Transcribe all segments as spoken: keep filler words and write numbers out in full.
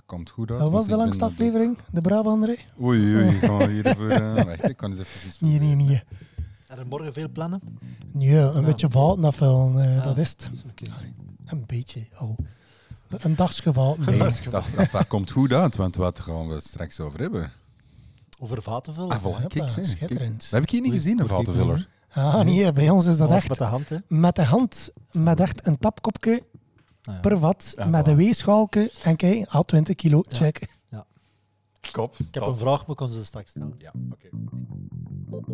komt goed uit. Wat was de langste aflevering? De Brabander? Oei, oei, gaan we hier even... Uh, wacht, ik kan eens even iets... Nee, nee, nee. Heb je morgen veel plannen? Nee, een ja. beetje vaten afvullen, uh, ja. dat is het. Okay. Een beetje, oh. Een dagsje vaten. Nee. dat, dat, dat komt goed uit, want wat gaan we het straks over hebben? Over vatenvullen? Ah, voilà, Hoppa, kijk, kijk, schitterend. dat heb ik hier niet gezien, een vatenvuller. Ah, nee, bij ons is dat Alles echt... met de hand, hè? Met de hand, met echt een tapkopje Ah, ja. per vat, Ja, met voilà. een weegschaalke en kijk, al twintig kilo, Ja. check. Kop. Ik heb een vraag, maar ik kan ze straks stellen. Ja, oké. Okay.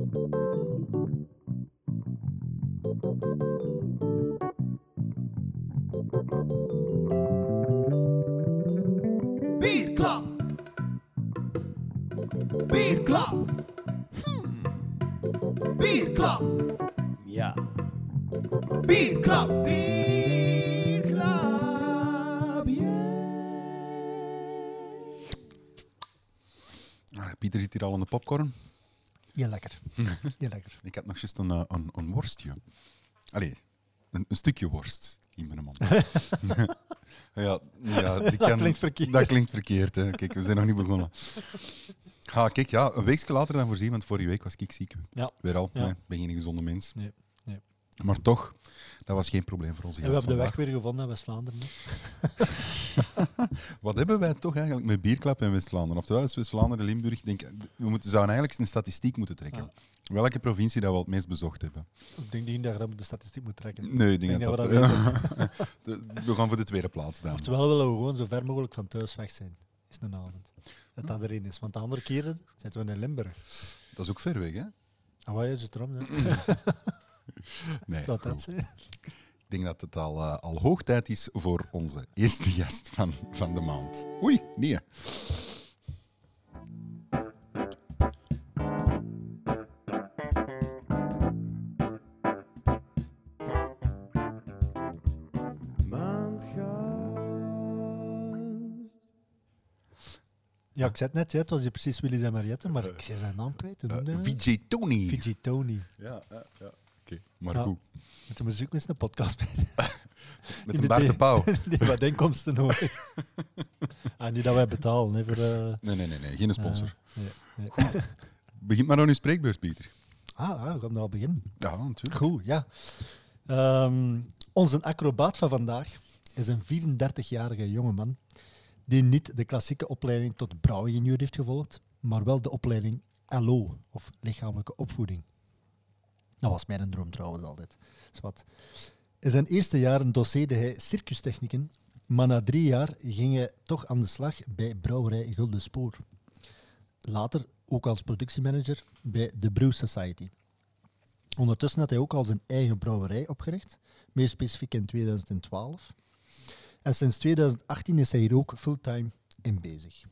Bierklap. Bierklap. Bierklap. Ja. Bierklap. Bierklap. Ah, Pieter zit hier al aan de popcorn. Heel lekker. Heel lekker. Ik had nog juist een, uh, een, een worstje. Allee, een, een stukje worst in mijn mond. ja, ja, die Dat kan, klinkt verkeerd. Dat klinkt verkeerd, hè. Kijk, we zijn nog niet begonnen. Ga, kijk, ja, een weekje later dan voorzien, want vorige week was ik ziek. Ja. Weer al, Ja. nee, ben geen gezonde mens. Nee, nee. Maar toch, dat was geen probleem voor onze En we gast hebben de vandaag. weg weer gevonden in West-Vlaanderen. hè. Wat hebben wij toch eigenlijk met Bierklap in West-Vlaanderen? Oftewel is West-Vlaanderen, Limburg. Denk, we moeten, zouden eigenlijk een statistiek moeten trekken. Ja. Welke provincie dat we het meest bezocht hebben? Ik denk niet dat je de statistiek moet trekken. Nee, ik denk, Ik denk dat, dat dat we de- we gaan voor de tweede plaats dan. Oftewel willen we gewoon zo ver mogelijk van thuis weg zijn. Is een avond. Dat dat erin is. Want de andere keren zitten we in Limburg. Dat is ook ver weg, hè? En wat is het erom? Hè? Nee, Zou dat goed. zijn? Ik denk dat het al, uh, al hoog tijd is voor onze eerste gast van, van de maand. Oei, nee. Maandgast. Ja, ik zei het net, hè, het was hier precies Willy en Mariette, maar ik zei zijn naam kwijt. Hoe Uh, noemde hij dat? V J Tony. Fiji Tony. Ja, ja, ja. Oké, maar Ja. goed. Moeten we zoeken eens een podcast bij. Met een Bart de Pauw. Die wat inkomsten nodig. ah, niet dat wij betalen, hè, voor... Uh, Nee, nee, nee, nee, geen sponsor. uh, nee, nee. Begint maar aan uw spreekbeurt, Pieter. Ah, ah, we gaan nou beginnen. Ja, natuurlijk. Goed, ja. Um, onze acrobaat van vandaag is een vierendertigjarige jongeman die niet de klassieke opleiding tot brouwingenieur heeft gevolgd, maar wel de opleiding L O, of lichamelijke opvoeding. Dat was mijn droom trouwens altijd. Dus wat. In zijn eerste jaren doseerde hij circustechnieken, maar na drie jaar ging hij toch aan de slag bij brouwerij Gulden Spoor. Later ook als productiemanager bij de Brew Society. Ondertussen had hij ook al zijn eigen brouwerij opgericht, meer specifiek in tweeduizend twaalf. En sinds tweeduizend achttien is hij hier ook fulltime in bezig.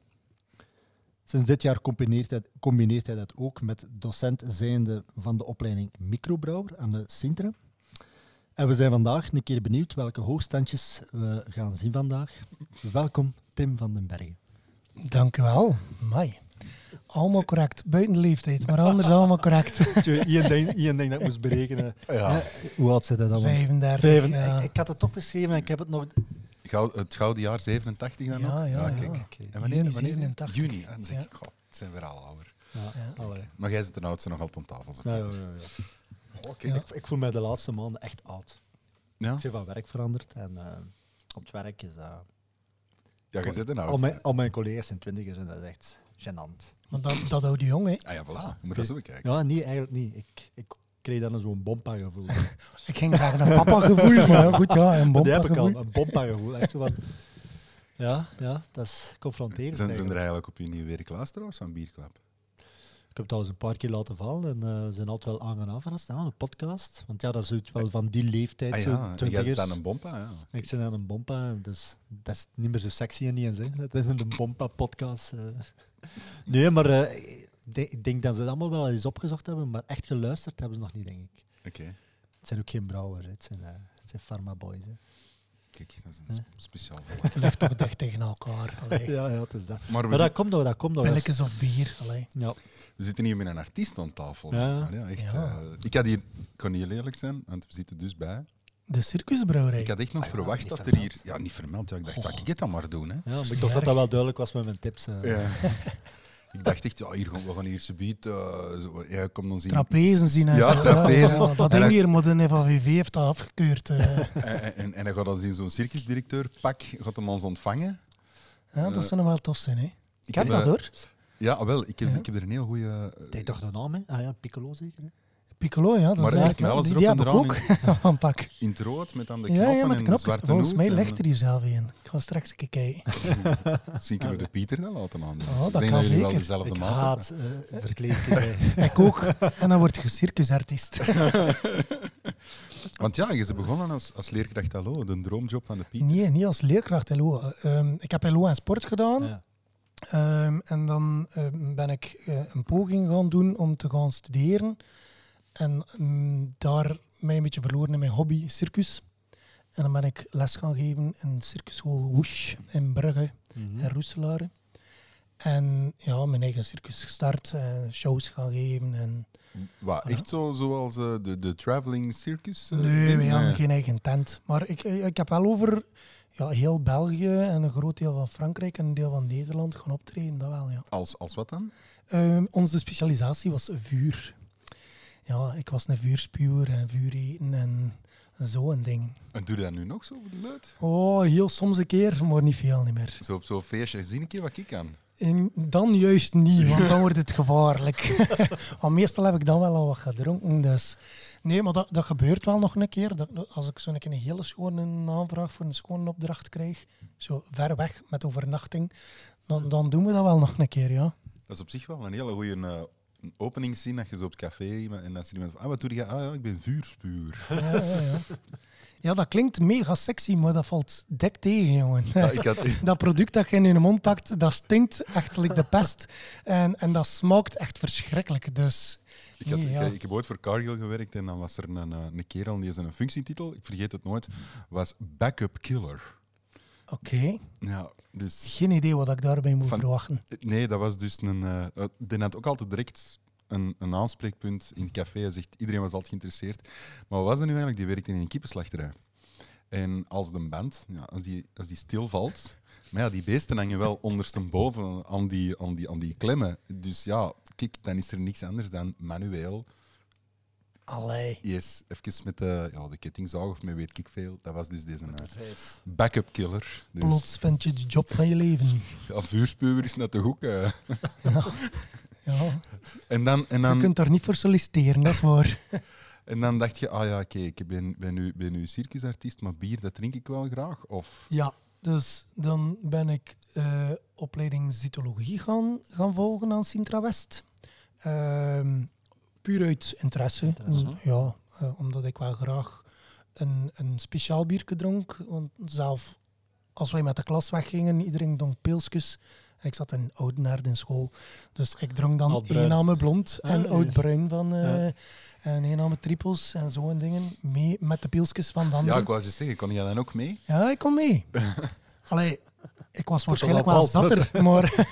Sinds dit jaar combineert hij, combineert hij dat ook met docent zijnde van de opleiding microbrouwer aan de Sintra. En we zijn vandaag een keer benieuwd welke hoogstandjes we gaan zien vandaag. Welkom, Tim van den Bergen. Dank u wel. Mai. Allemaal correct. Buiten de leeftijd, maar anders allemaal correct. Ian denkt denk dat ik moest berekenen. Ja. Hè, hoe oud zit hij dan? Want vijfendertig. vijfen- ja. ik, ik had het opgeschreven en ik heb het nog... Goud, het gouden jaar zevenentachtig dan Ja, ook? ja, ja. kijk. Oké. En wanneer? Juni wanneer? zevenentachtig. Juni. Ah, dan zeg Ja. ik, goh, het zijn weer al ouder. Ja, Ja. allee. Maar jij zit de oudste nog altijd aan tafel. Zo. Ja, ja, ja, ja. Oké. Ja. Ik, ik voel mij de laatste maanden echt oud. Ja? Ik ben van werk veranderd en uh, op het werk is dat... Ja, je zit de al, oudste. mijn, al mijn collega's zijn twintigers en dat is echt gênant. Maar dat, dat houdt jong, hè. Ah ja, voilà. Je moet dat zo bekijken. Ja, nee, eigenlijk niet. Ik, ik kreeg dan zo'n bompa-gevoel. Ik ging zeggen een papa-gevoel, maar ja, goed, ja, een Maar die heb ik al, bompa-gevoel. een bompa-gevoel. Echt zo van... Ja, ja, dat is confronterend. Zijn, zijn er eigenlijk. eigenlijk op je nieuwe werk luisteraars van Bierklap? Ik heb het al eens een paar keer laten vallen en uh, ze zijn altijd wel aangenaam verrast. Ah, een podcast. Want ja, dat is zoiets wel van die leeftijd, Ah zo ja, en jij zit twintigers. aan een bompa, ja. Ik zit aan een bompa, dus dat is niet meer zo sexy en niet eens, hè. Dat is een bompa-podcast. Uh. Nee, maar uh, ik denk- ik denk dat ze het allemaal wel eens opgezocht hebben, maar echt geluisterd hebben ze nog niet, denk ik. Oké. Het zijn ook geen brouwers, hè. Het zijn, uh, het zijn pharmaboys. Hè. Kijk, dat is een Ja. sp- speciaal volk. Ligt toch dicht tegen elkaar. Allee. Ja, ja, het is dat. Maar we, Maar dat zit- komt nog, dat komt nog. Dat is- Pilletjes of bier. Allee. Ja. we zitten hier met een artiest aan tafel. Ja. Ja, echt, Ja. eh, ik, had hier, ik kan niet heel eerlijk zijn, want we zitten dus bij... De circusbrouwerij. Ik had echt nog Ah ja, verwacht niet dat er vermeld. hier... Ja, niet vermeld. Ja, ik dacht, Oh. zal ik het dan maar doen, hè? Ja, maar ik dacht dat dat wel duidelijk was met mijn tips. eh. Ja. Ik dacht echt, ja, hier gaan we gaan hier subiet... Uh, zo, ja, kom dan zien. Trapezen zien en Ja, zo. trapezen. Ja, dat En ding dan- hier, maar de F A V V heeft dat afgekeurd. eh. En, en, en dan gaat dan zien zo'n circusdirecteur, pak, gaat hem ons ontvangen. Ja, dat zou nog wel tof zijn, hè. Ik Ik heb heb, dat, eh, hoor. Ja, wel, ik heb, Ja. ik heb er een heel goede. Deed toch de naam, hè? Ah ja, Piccolo zeker, hè? Piccolo, ja, dat Maar is echt eigenlijk... met alles Die, erop die en heb ik eraan ook van pak. in het rood met aan de Ja, knoppen ja, met en de knopjes. zwarte Volgens hoed mij en- ligt er hier zelf in. Ik ga straks een keer kijken. Misschien kunnen we de Pieter dan laten aan. Oh, dat ik denk kan dat jullie wel zeker. dezelfde Ik maat haat uh, verkleedkledij. Ik ook. En dan word je circusartiest. hebben. Want ja, je bent begonnen als, als leerkracht Hallo, de droomjob van de Pieter. Nee, niet als leerkracht L O. Um, ik heb L O en sport gedaan. Ja. Um, en dan um, ben ik uh, een poging gaan doen om te gaan studeren. En um, daar mij een beetje verloren in mijn hobby, circus. En dan ben ik les gaan geven in circusschool Woesh in Brugge Mhm. en Roeselare. En ja, mijn eigen circus gestart, uh, shows gaan geven. En Wat, echt zo, zoals uh, de, de traveling circus? Uh, nee, ding? we hadden Nee. geen eigen tent. Maar ik, ik heb wel over ja, heel België en een groot deel van Frankrijk en een deel van Nederland gaan optreden, dat wel, ja. Als, als wat dan? Um, onze specialisatie was vuur. Ja, ik was een vuurspuwer en vuur eten en zo'n ding. En doe je dat nu nog zo voor de luid? Oh, heel soms een keer, maar niet veel niet meer. Zo op zo'n feestje, zie een keer wat ik kan. En dan juist niet, want dan wordt het gevaarlijk. Want meestal heb ik dan wel al wat gedronken, dus... Nee, maar dat, dat gebeurt wel nog een keer. Dat, als ik zo'n keer een hele schone aanvraag voor een schone opdracht krijg, zo ver weg met overnachting, dan, dan doen we dat wel nog een keer, ja. Dat is op zich wel een hele goede uh, openingszin, dat je zo op het café en dan zie je iemand van, ah, wat doe je? Ah ja, ik ben vuurspuur. Ja, ja, ja. Ja, dat klinkt mega sexy, maar dat valt dik tegen, jongen. Ja, ik had, Dat product dat je in je mond pakt, dat stinkt echt like de pest. En, en dat smaakt echt verschrikkelijk. Dus Ik, had, ja. ik, ik heb ooit voor Cargill gewerkt en dan was er een, een, een kerel die zijn functietitel, ik vergeet het nooit, was backup killer. oké, okay. Ja, dus, Geen idee wat ik daarbij moet Van- verwachten. nee, dat was dus een. Uh, die had ook altijd direct een, een aanspreekpunt in het café. Hij zegt, iedereen was altijd geïnteresseerd. Maar wat was dat nu eigenlijk? Die werkte in een kippenslachterij. En als de band, ja, als, die, als die stilvalt. Maar ja, die beesten hangen wel ondersteboven aan die, aan, die, aan die klemmen. Dus ja, kijk, dan is er niks anders dan manueel. Allee. Yes, even met de, ja, de kettingzaag of met weet ik veel. Dat was dus deze uh, Zes. backup killer. Dus Plots vind je de job van je leven. ja, vuurspuwer is net de hoek. Uh. Ja. Ja. En, dan, en, Je dan, kunt daar niet voor solliciteren, dat is waar. en dan dacht je, ah ja, oké, okay, ik ben, ben, nu, ben nu circusartiest, maar bier, dat drink ik wel graag. Of... Ja, dus dan ben ik uh, opleiding cytologie gaan, gaan volgen aan Sintra West. Um, puur uit interesse. Interesse. Mm, Ja, uh, omdat ik wel graag een, een speciaal biertje dronk. Want zelf, als wij met de klas weggingen, iedereen dronk pilsjes. En ik zat in Oudenaarde in school. Dus ik dronk dan Oud-bruin. eename blond Ah, en ja. oud-bruin van... Uh, Ja. En eename trippels en zo'n dingen. Mee met de pilsjes van dan. Ja, ik wou je zeggen, kon jij dan ook mee? Ja, ik kom mee. Allee, ik was Tot waarschijnlijk op wel half zatter, maar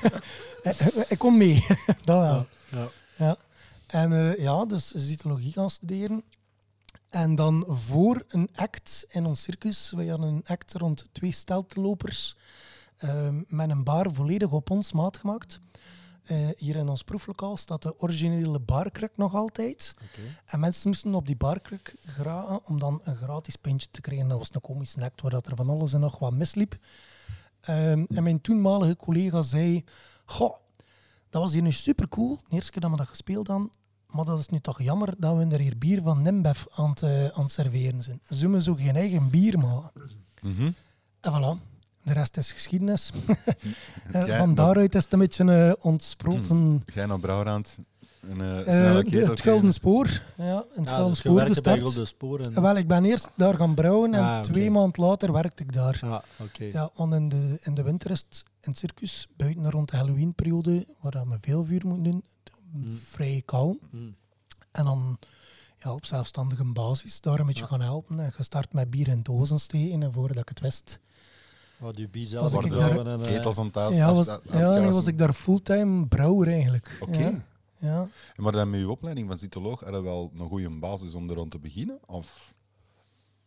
ik kom mee. Dat wel. Ja. Ja. En uh, ja, dus cytologie gaan studeren. En dan voor een act in ons circus, wij hadden een act rond twee steltlopers uh, met een bar volledig op ons maat gemaakt. Uh, hier in ons proeflokaal staat de originele barkruk nog altijd. Okay. En mensen moesten op die barkruk geraken om dan een gratis pintje te krijgen. Dat was een komische act waar dat er van alles en nog wat misliep. Um, en mijn toenmalige collega zei... Goh, dat was hier nu supercool. De eerste keer dat we dat gespeeld hadden. Maar dat is nu toch jammer dat we er hier bier van Nimbev aan het, uh, aan het serveren zijn. Ze moeten zo geen eigen bier maken. Mm-hmm. En voilà. De rest is geschiedenis. Jij uh, van nog- daaruit is het een beetje uh, ontsproten. Jij naar Brouwrand, een uh, Uh, snelle de- ketel het Gulden Spoor. Ja, in het Ja, Gulden dus je Spoor werkte bij gestart. Gulden Spoor. En... Uh, Wel, ik ben eerst daar gaan brouwen en Ah, oké. twee maanden later werkte ik daar. Ah, oké. Ja, want in de, in de winter is het in het circus, buiten rond de Halloween-periode, waar we veel vuur moeten doen, vrij koud. Mm. En dan ja, op zelfstandige basis daar een beetje gaan helpen. En gestart met bier in dozen steken. En voordat ik het wist, Wat je bier Was zelf ik brouwen daar- en, eh, ketels aan tafel. ja, af- was, af- ja, nee, afkazen. was ik daar fulltime brouwer eigenlijk. Oké. Ja, ja. Maar dan met je opleiding van cytoloog had je wel een goede basis om er aan te beginnen? Of?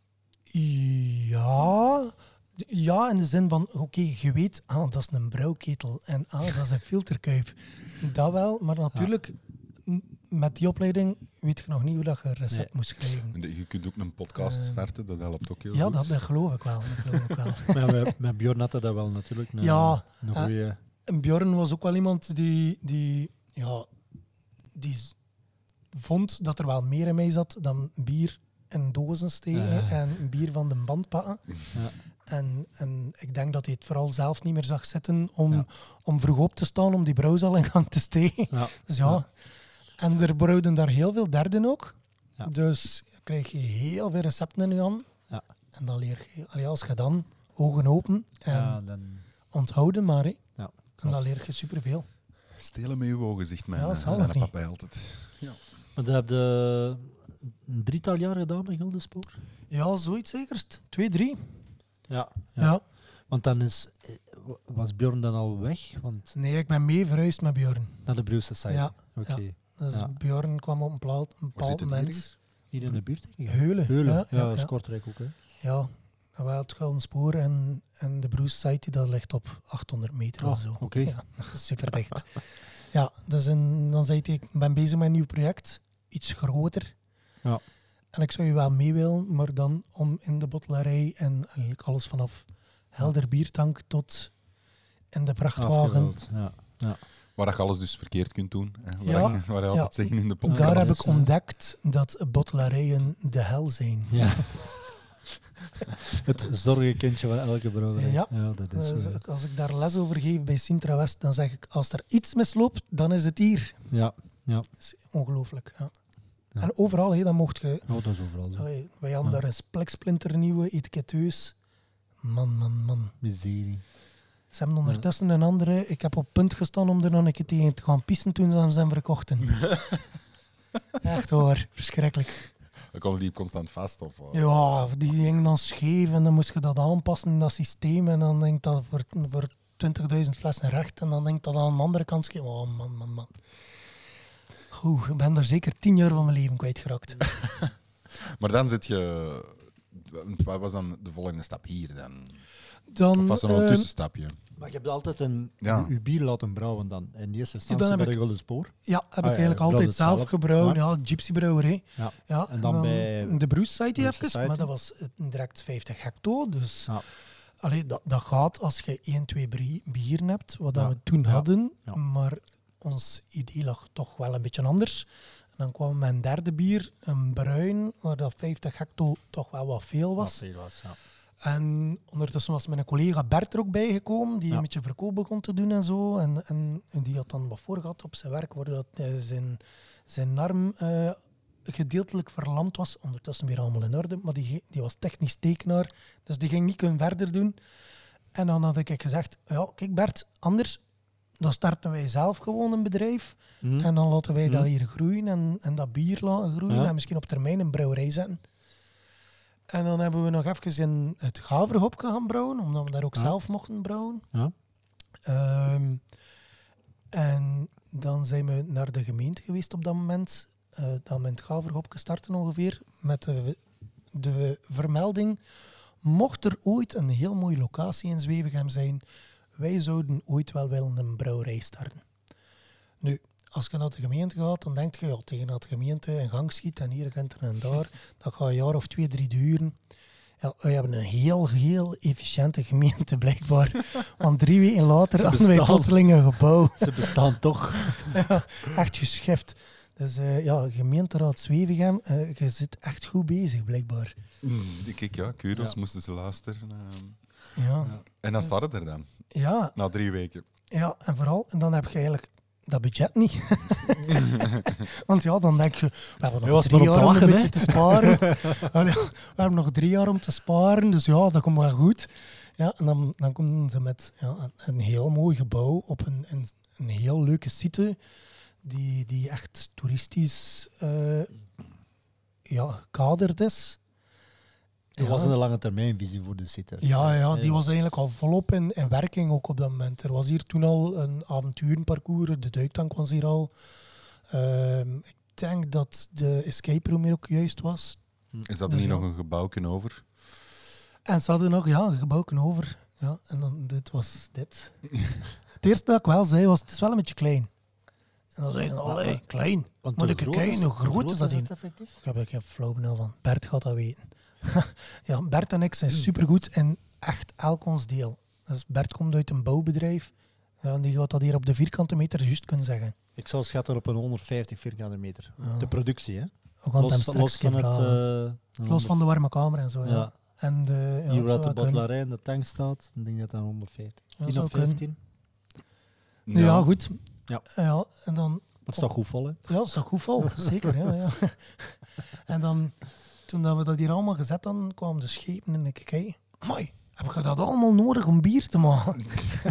Ja, ja, in de zin van, oké, okay, je weet, ah, dat is een brouwketel en ah, dat is een filterkuip. Dat wel, maar natuurlijk, ja. met die opleiding weet je nog niet hoe dat je een recept nee. moet schrijven. En je kunt ook een podcast uh, starten, dat helpt ook heel ja, goed. Ja, dat, dat geloof ik wel. Dat geloof ik wel. Maar met, met Bjorn had dat wel natuurlijk een, ja, een goeie... uh, en Bjorn was ook wel iemand die, die, ja, die vond dat er wel meer in mij zat dan bier in dozen steken uh. en bier van de band pakken. Ja. En, en ik denk dat hij het vooral zelf niet meer zag zitten om, ja. om vroeg op te staan om die brouwzaal in gang te steken. Ja. Dus ja. ja. En er brouwden daar heel veel derden ook. Ja. Dus krijg je heel veel recepten in je hand. Ja. En dan leer je, allee, als je dan ogen open en ja, dan... onthouden maar. He. Ja. En dan leer je superveel. Stelen met je ogen, zegt mijn, ja, uh, mijn papa altijd. Ja. Maar dat heb je een drietal jaar gedaan in Guldenspoor? Ja, zoiets zekerst. Twee, drie. Ja, ja. ja. Want dan is... Was Bjorn dan al weg? Want... Nee, ik ben mee verhuisd met Bjorn. Naar de Brew Society? Ja. Oké. Okay. Ja. Dus ja. Bjorn kwam op een bepaald, een bepaald moment... Hier? hier in de buurt? Heulen. Heulen, ja. Ja, ja, ja. Kortrijk ook, hè? Ja. Wel het Gulden Spoor en, en de Brew Society, dat ligt op achthonderd meter oh, of zo. Oké. Okay. Ja, super dicht. Ja, dus in, dan zei hij, ik ben bezig met een nieuw project. Iets groter. Ja. En ik zou je wel mee willen, maar dan om in de bottelarij en eigenlijk alles vanaf helder biertank tot in de vrachtwagen. Ja. Ja. Waar je alles dus verkeerd kunt doen. Hè? Waar, Ja. je, waar je altijd ja. zeggen in de podcast. Daar heb ik ontdekt dat bottelarijen de hel zijn. Ja. Het zorgenkindje van elke brouwerij. Ja. ja, dat is dus zo. Als ik daar les over geef bij Sintra West, dan zeg ik, als er iets misloopt, dan is het hier. Ja. Ja. Dat is ongelooflijk. Ja. Ja. En overal, hé, dan mocht je... Oh, dat is overal. Allee, wij hadden ja. daar een spliksplinternieuwe etiketteus. Man, man, man. Miserie. Ze hebben ondertussen een andere... Ik heb op punt gestaan om er nog een keer tegen te gaan pissen toen ze hem zijn verkochten. Echt hoor, verschrikkelijk. Dan kon die constant vast? Of, uh... Ja, die ging dan scheef en dan moest je dat aanpassen in dat systeem. En dan denk ik dat voor, voor twintigduizend flessen recht. En dan denk ik dat aan de andere kant scheef. Oh man, man, man. Oeh, ik ben daar zeker tien jaar van mijn leven kwijtgeraakt. Maar dan zit je... Wat was dan de volgende stap hier dan? dan of was er nog een uh, tussenstapje? Maar je hebt altijd een, ja. je bier laten brouwen dan. In eerste instantie ja, bij de ik, Gulden Spoor. Ja, heb ah, ik eigenlijk ja, altijd zelf, zelf gebrouwen. Ja, ja Gypsy brouwerij. Ja. Ja, en dan, en dan bij de Brew Society Brew even, Society. maar dat was direct vijftig hecto. Dus ja. allee, dat, dat gaat als je één, twee bieren hebt, wat ja. we toen ja. hadden. Ja. Maar ons idee lag toch wel een beetje anders. En dan kwam mijn derde bier, een bruin, waar dat vijftig hecto toch wel wat veel was. Wat veel was, ja. En ondertussen was mijn collega Bert er ook bijgekomen, die ja. een beetje verkoop begon te doen en zo. En, en, en die had dan wat voor gehad op zijn werk, waardoor uh, zijn, zijn arm uh, gedeeltelijk verlamd was. Ondertussen weer allemaal in orde, maar die, die was technisch tekenaar, dus die ging niet kunnen verder doen. En dan had ik gezegd, ja, kijk Bert, anders dan starten wij zelf gewoon een bedrijf. Mm. En dan laten wij mm. dat hier groeien en, en dat bier laten groeien. Ja. En misschien op termijn een brouwerij zetten. En dan hebben we nog even in het Gaverhopke gaan brouwen, omdat we daar ook ja. zelf mochten brouwen. Ja. Um, en dan zijn we naar de gemeente geweest op dat moment. Uh, dan met het Gaverhopke starten ongeveer. Met de, de vermelding, mocht er ooit een heel mooie locatie in Zwevegem zijn, wij zouden ooit wel willen een brouwerij starten. Nu, als je naar de gemeente gaat, dan denk je, ja, tegen dat de gemeente in gang schiet en hier en daar en daar, dat gaat een jaar of twee, drie duren. Ja, wij hebben een heel, heel efficiënte gemeente blijkbaar. Want drie weken later hadden wij plotseling een gebouw. Ze bestaan toch. Ja, echt geschift. Dus uh, ja, gemeenteraad Zwevegem, uh, je zit echt goed bezig blijkbaar. Mm, kijk, ja, kudos, ja. moesten ze luisteren. Uh, ja. ja. En dan staat het er dan. Ja. Na drie weken. Ja, en vooral, en dan heb je eigenlijk dat budget niet. Want ja, dan denk je, we hebben nog drie jaar om een beetje te sparen. We hebben nog drie jaar om te sparen, dus ja, dat komt wel goed. Ja, en dan, dan komen ze met ja, een, een heel mooi gebouw op een, een, een heel leuke site, die, die echt toeristisch uh, ja, gekaderd is. Er was ja. een lange termijnvisie voor de site. Ja, ja, die was eigenlijk al volop in, in werking ook op dat moment. Er was hier toen al een avonturenparcours, de duiktank was hier al. Uh, ik denk dat de escape room hier ook juist was. Is dat dus niet ja. nog een gebouwje over? En ze hadden nog ja, een gebouwken over. Ja, en dan, dit was dit. Het eerste dat ik wel zei was, het is wel een beetje klein. En dan zeiden ze, allee, klein. Want Moet hoe ik er groot kijken, is- hoe groot is dat het hier? effectief? Ik heb er geen flauw benul van. Bert gaat dat weten. Ja, Bert en ik zijn supergoed in echt elk ons deel. Dus Bert komt uit een bouwbedrijf. Ja, en die gaat dat hier op de vierkante meter juist kunnen zeggen. Ik zou schatten op een honderdvijftig vierkante meter. Ja. De productie, hè? We gaan het hem Los, straks los van het... vragen. eh, Los van de warme kamer en zo. Ja. Ja. En de, ja, Hier het zou waar de wel kunnen. bottelaarij en de tank staat, dan denk ik dat dat honderdvijftig. Ja, tien zou op kunnen. vijftien. Ja, ja, goed. Ja. Ja, en dan... Maar het staat goed vol, hè? Ja, dat is toch goed vol. Zeker, ja, ja. En dan, toen dat we dat hier allemaal gezet hadden, kwamen de schepen en ik kijk, mooi, heb je dat allemaal nodig om bier te maken?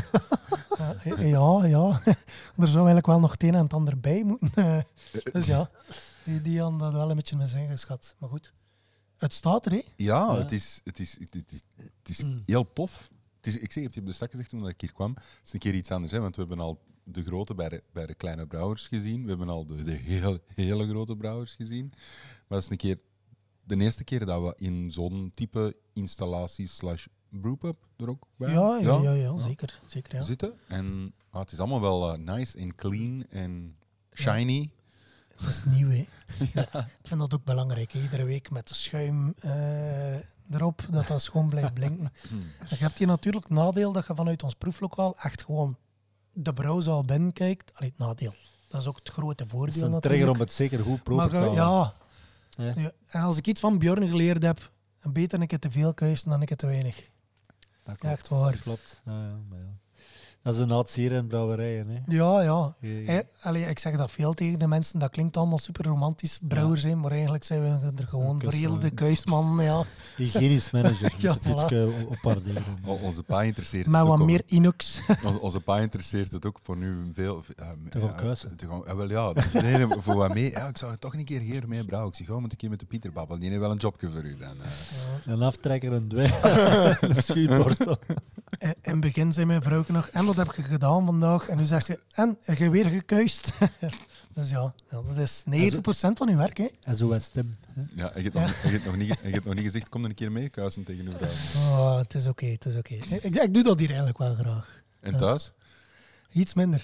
Ja, ja, ja. Er zou eigenlijk wel nog het een en het ander bij moeten. eh. Dus ja, die, die hadden dat wel een beetje mis ingeschat. Maar goed, het staat er, hè. Ja, Ja. het is, het is, het is, het is Mm. heel tof. Het is, ik zeg, ik heb de straks gezegd toen ik hier kwam, het is een keer iets anders. Hè, want we hebben al de grote bij de, bij de kleine brouwers gezien. We hebben al de, de hele, hele grote brouwers gezien. Maar dat is een keer de eerste keer dat we in zo'n type installatie slash brewpub er ook bij Ja, ja, ja, ja, zeker. zeker ja. zitten. En ah, het is allemaal wel eh, nice en clean en shiny. Het is nieuw, hè. Ik vind dat ook belangrijk, hè. Iedere week met de schuim eh, erop, dat dat schoon blijft blinken. En je hebt hier natuurlijk het nadeel dat je vanuit ons proeflokaal echt gewoon de brouwzaal binnenkijkt. Allee, het nadeel. Dat is ook het grote Dat voordeel is een natuurlijk. trigger om het zeker goed proper Maar te je- houden. ja. Ja. Ja. En als ik iets van Björn geleerd heb, beter een keer te veel kuisen dan een keer te weinig. Dat klopt. Echt waar. Dat klopt. Ja, ja, maar ja. Dat is een oud sier in brouwerijen, hè? Ja, ja. Je- Hey, allee, ik zeg dat veel tegen de mensen, dat klinkt allemaal super romantisch, brouwer zijn, maar eigenlijk zijn we er gewoon Kus, veredelde ja. kuisman, ja. Hygiënisch manager. Ja, Moet het iets opwaarderen. O- Onze pa interesseert Met het wat ook meer inox. wel. Onze, onze pa interesseert het ook voor nu veel. Uh, Te gaan kuisen. te gaan- ja, wel ja. Nee, nee, voor wat mee. Ja, ik zou het toch een keer hier mee brouwen. Ik zeg, gewoon met een keer met de Pieter babbelen. Die heeft wel een jobje voor u dan. eh. Een aftrekker, een dweil, een schuurborstel. In in het begin zei mijn vrouw nog, en wat heb je gedaan vandaag? En nu zegt ze, en, heb je weer gekuist? Dus ja, ja, dat is negentig procent van uw werk, hè. En zo was Tim. hè. Ja, en je hebt nog, en je hebt nog, niet, en je hebt nog niet gezegd, kom er een keer mee kuisen tegen uw vrouw. Oh, het is oké, het is oké. Ik, ik doe dat hier eigenlijk wel graag. En thuis? Iets minder.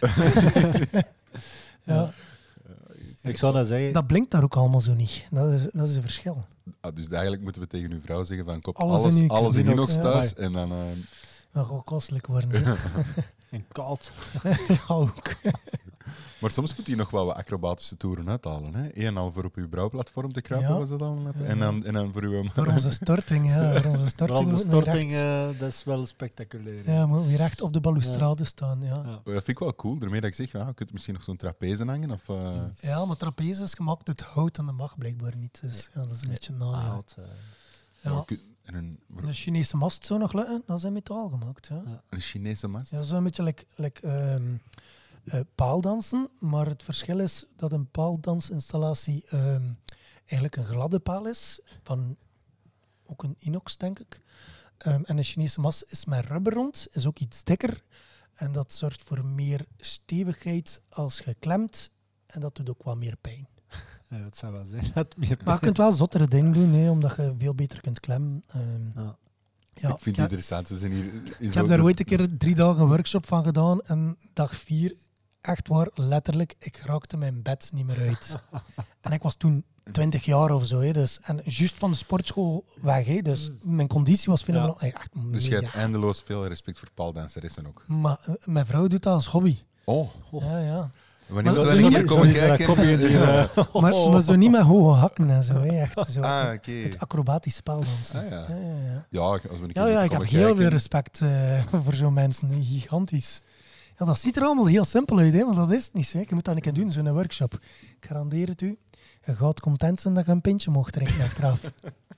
Ja, Ik zou dat zeggen, dat blinkt daar ook allemaal zo niet. Dat is, dat is een verschil. Ah, dus eigenlijk moeten we tegen uw vrouw zeggen van kop Alles alles, in inox. alles in Inox, inox ja. thuis. En dan... eh, Dat gaat kostelijk worden. Hè. en koud. Ja, ook. maar soms moet hij nog wel wat acrobatische toeren uithalen. Hè? Eén en al voor op uw brouwplatform te kruipen Ja. was dat dan. net. Ja. En, dan en dan voor uw... Voor onze storting, ja. Voor onze Vooral storting de moeten we storting, recht, eh, dat is wel spectaculair. hè. ja, moeten we recht op de balustrade staan, ja. Ja. Oh, dat vind ik wel cool. Daarmee dat ik zeg, ja, je kunt misschien nog zo'n trapeze hangen. Of, eh, Ja, maar trapeze is gemaakt uit hout en dat mag blijkbaar niet. Dus ja, dat is een beetje een nadeel. Oud, eh. ja, Ja. je kunt- en een, De Chinese mast zou nog lukken, dat is in metaal gemaakt. Ja. Ja. een Chinese mast. Ja, zo een beetje like, like, ehm, eh, paaldansen, maar het verschil is dat een paaldansinstallatie ehm, eigenlijk een gladde paal is, van ook een inox, denk ik. Ehm, en een Chinese mast is met rubber rond, is ook iets dikker. En dat zorgt voor meer stevigheid als je klemt. En dat doet ook wat meer pijn. Ja, dat zou wel zijn. Dat meer Maar je kunt wel zottere dingen doen, hè, omdat je veel beter kunt klemmen. Ehm, Ja. ja, Ik vind het ja. interessant. We zijn hier in Ik zo heb daar de- ooit een keer drie dagen een workshop van gedaan en dag vier, echt waar, letterlijk, ik raakte mijn bed niet meer uit. En ik was toen twintig jaar of zo, hè, dus, en juist van de sportschool weg, hè, dus mijn conditie was fenomenaal. Hey, echt Dus je hebt mega. eindeloos veel respect voor paaldanseressen ook. Maar eh, mijn vrouw doet dat als hobby. Oh, Ja, ja. wanneer Maar moeten zo we een niet- keer zo komen is er een kijken? kopje in die, Ja. Maar, maar zo niet met hoge hakken en zo, hè, echt zo. Ah, oké. Het acrobatische paaldansen. Ah, ja. Ja, ja, ja. Ja, als we een keer Ja, moeten ja, ik heb komen heel kijken. veel respect eh, voor zo'n mensen. Gigantisch. Ja, dat ziet er allemaal heel simpel uit, hè, maar dat is het niet. Hè. Je moet dat een keer doen, zo'n workshop. Ik garandeer het u. Je gaat content zijn dat je een pintje mocht drinken achteraf.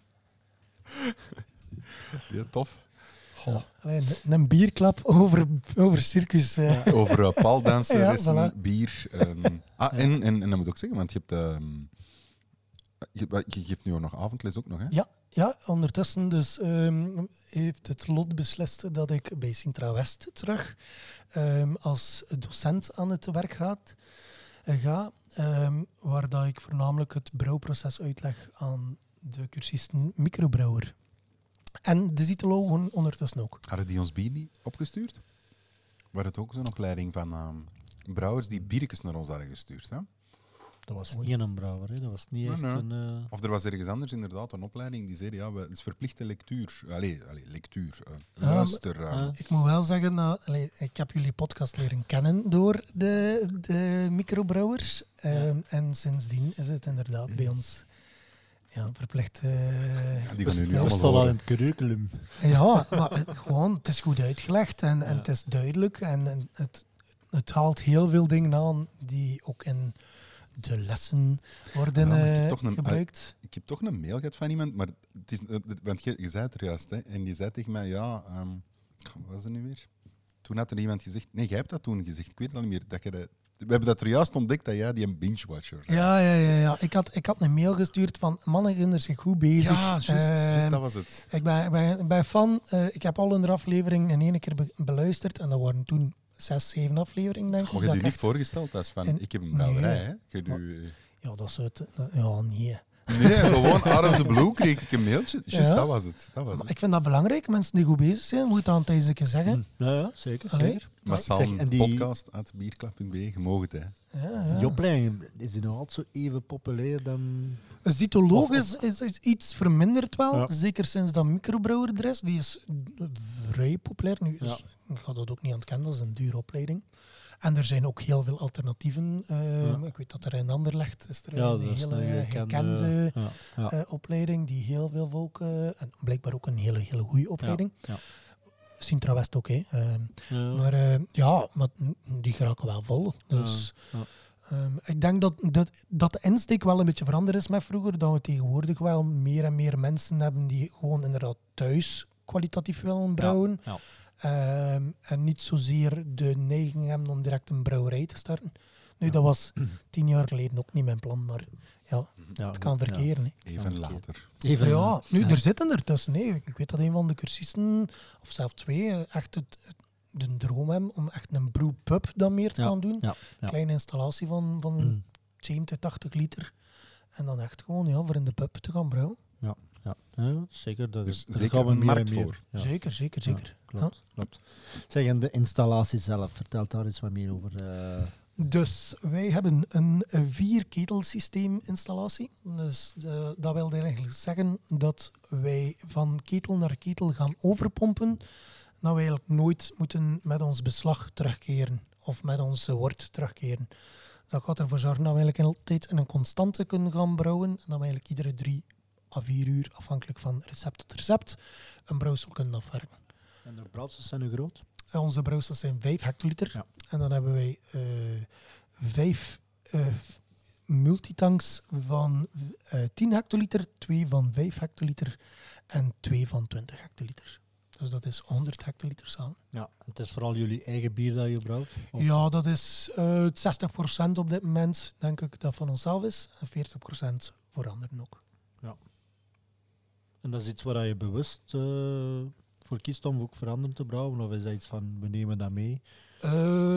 Ja, tof. Allee, een, een bierklap over, over circus. eh. Over uh, paaldanseressen, Ja, voilà. bier. En, ah, en, en, en dat moet ik ook zeggen, want je hebt... ehm, je, je geeft nu ook nog avondles ook nog, hè? Ja, ja, ondertussen dus, ehm, heeft het lot beslist dat ik bij Sintra West terug ehm, als docent aan het werk gaat, eh, ga. ehm, waar dat ik voornamelijk het brouwproces uitleg aan de cursisten microbrouwer. En de Zitologen ondertussen ook. Hadden die ons bier niet opgestuurd? Waar het ook zo'n opleiding van ehm, brouwers die biertjes naar ons hadden gestuurd. Hè? Dat was niet een brouwer, hè. Dat was niet Nee, echt nee. een... eh, Of er was ergens anders inderdaad een opleiding die zei, ja, we- het is verplichte lectuur. Allee, allee lectuur. eh, Ja, luister. eh. ah. Ik moet wel zeggen, nou, allee, ik heb jullie podcast leren kennen door de, de microbrouwers. Ehm, en sindsdien is het inderdaad bij ons ja, verplicht. eh, Die gaan nu niet dat allemaal was al al in horen. het curriculum. Ja, maar het, gewoon, het is goed uitgelegd en, en Ja. het is duidelijk. En, en het, het haalt heel veel dingen aan die ook in de lessen worden Ja, maar ik heb eh, toch een- gebruikt. Ik heb toch een mail gehad van iemand, maar het is, eh, want je, je zei het er juist, hè, en die zei tegen mij, ja, ehm, wat was er nu weer? Toen had er iemand gezegd, nee, jij hebt dat toen gezegd, ik weet het al niet meer. Dat je dat, we hebben dat er juist ontdekt dat jij die een binge-watcher bent. Ja, ja, ja, ja. Ik, had, ik had een mail gestuurd van mannen zijn zich goed bezig. Ja, juist, Ehm, juist, dat was het. Ik ben, ik ben, ik ben fan. Eh, ik heb al hun afleveringen in één keer be- beluisterd. En dat waren toen zes, zeven afleveringen, denk ik. Maar je dat hebt ik je niet echt- voorgesteld als van, En- ik heb een brouwerij, Nee. hè? Je doet- Ja, dat is het. Ja, nee. Nee, gewoon out of the blue kreeg ik een mailtje. Juist, Ja. dat was het. Dat was Maar het. ik vind dat belangrijk. Mensen die goed bezig zijn, moet je dat tijdens een keer zeggen. Ja, ja, zeker. Allee. zeker. Massaal Zeg, en die- podcast uit bierklap punt b e, je mag het, hè. Ja, ja. Die opleiding, is die nog altijd zo even populair dan... Een cytoloog Of- is, is, is iets verminderd wel. Ja. Zeker sinds dat microbrouwer er is. Die is vrij populair. Nu, is, ik ga dat ook niet ontkennen, dat is een dure opleiding. En er zijn ook heel veel alternatieven. Uh, Ja. Ik weet dat er in Anderlecht is er Ja, een dat is hele een gekende ja, ja. uh, opleiding die heel veel volk... Uh, en blijkbaar ook een hele, hele goede opleiding. Ja, Sintra West ook, hè. Uh, ja. Maar uh, ja, maar die geraken wel vol. Dus... Ja, ja. Um, ik denk dat, dat, dat de insteek wel een beetje veranderd is met vroeger. Dat we tegenwoordig wel meer en meer mensen hebben die gewoon inderdaad thuis kwalitatief willen brouwen. Ja, Um, en niet zozeer de neiging hebben om direct een brouwerij te starten. Nu, ja. dat was tien jaar geleden ook niet mijn plan, maar ja, ja, het kan verkeren. Ja. Even later. Even ja, later. nu, Ja. er zitten er tussen. Hè. Ik weet dat een van de cursisten, of zelfs twee, echt het, het, de droom hebben om echt een brewpub dan meer te Ja, gaan doen. ja, ja. Kleine installatie van, van Mm. zeventig, tachtig liter. En dan echt gewoon ja, voor in de pub te gaan brouwen. Ja, ja. ja, zeker. Dat, Dus daar zeker gaan we een meer markt en meer. voor. Ja. Zeker, zeker, zeker. Ja, klopt, klopt. Zeg, en de installatie zelf, vertel daar eens wat meer over. Uh... Dus wij hebben een vier-ketelsysteem installatie. Dus uh, dat wil eigenlijk zeggen dat wij van ketel naar ketel gaan overpompen. Dat we eigenlijk nooit moeten met ons beslag terugkeren of met onze wort terugkeren. Dat gaat ervoor zorgen dat we eigenlijk altijd in een constante kunnen gaan brouwen. En dat we eigenlijk iedere drie à vier uur, afhankelijk van recept tot recept, een brouwsel kunnen afwerken. En de brouwsels zijn nu groot? Uh, onze brouwsels zijn vijf hectoliter. Ja. En dan hebben wij uh, vijf uh, multitanks van uh, tien hectoliter, twee van vijf hectoliter en twee van twintig hectoliter. Dus dat is honderd hectoliter samen. Ja, het is vooral jullie eigen bier dat je brouwt? Of? Ja, dat is uh, zestig procent op dit moment, denk ik, dat van onszelf is. En veertig procent voor anderen ook. Ja. En dat is iets waar je bewust uh, voor kiest om ook veranderend te brouwen? Of is dat iets van, we nemen dat mee? Uh,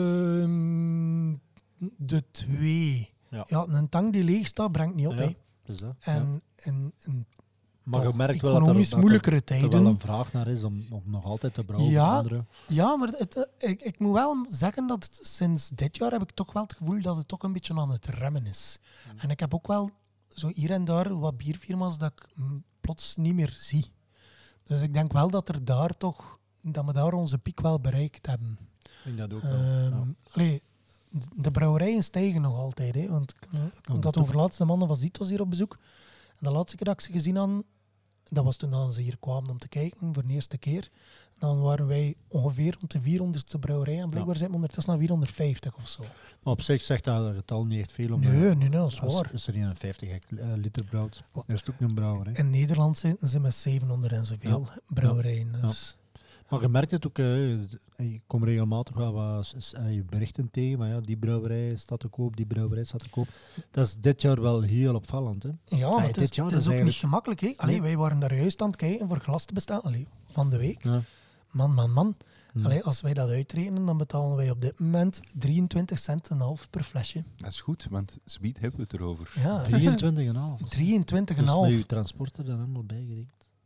de twee. Ja. Ja, een tank die leeg staat, brengt niet op. Ja, Hè. dus dat. En in, in Maar je merkt wel dat er, economisch dat moeilijkere er, tijden... er wel een vraag naar is om, om nog altijd te brouwen. Ja, voor anderen. Ja, maar het, ik, ik moet wel zeggen dat het, sinds dit jaar heb ik toch wel het gevoel dat het toch een beetje aan het remmen is. Mm. En ik heb ook wel zo hier en daar wat bierfirma's dat ik mm, plots niet meer zie. Dus ik denk wel dat er daar toch, dat we daar onze piek wel bereikt hebben. Ik denk dat ook wel. Um, ja. Allee, de brouwerijen stijgen nog altijd. Hè, want ik, ik had over laatst de mannen van Zitos hier op bezoek. En de laatste keer dat ik ze gezien had, dat was toen dat ze hier kwamen om te kijken, voor de eerste keer. Dan waren wij ongeveer rond de vierhonderdste brouwerij. En blijkbaar ja. zijn we ondertussen naar vierhonderdvijftig of zo. Maar op zich zegt dat getal niet echt veel. Om nee, nee, nee, dat is als, waar. Als er eenenvijftig liter brouwt, dat is het ook een brouwer. Hè? In Nederland zitten ze met zevenhonderd en zoveel ja. brouwerijen. Dus. Ja. Maar je merkt het ook, uh, ik kom regelmatig wel wat uh, berichten tegen, maar ja, die brouwerij staat te koop, die brouwerij staat te koop. Dat is dit jaar wel heel opvallend. Hè? Ja, maar het is, het is ook eigenlijk... niet gemakkelijk. Hè? Allee, nee. Wij waren daar juist aan het kijken voor glas te bestellen. Allee, van de week. Ja. Man, man, man. Hmm. Allee, als wij dat uitrekenen, dan betalen wij op dit moment drieëntwintig cent en half per flesje. Dat is goed, want zoiets hebben we het erover. Ja, drieëntwintig en half. drieëntwintig en half. Dus met uw transporter dan helemaal bijgerekend.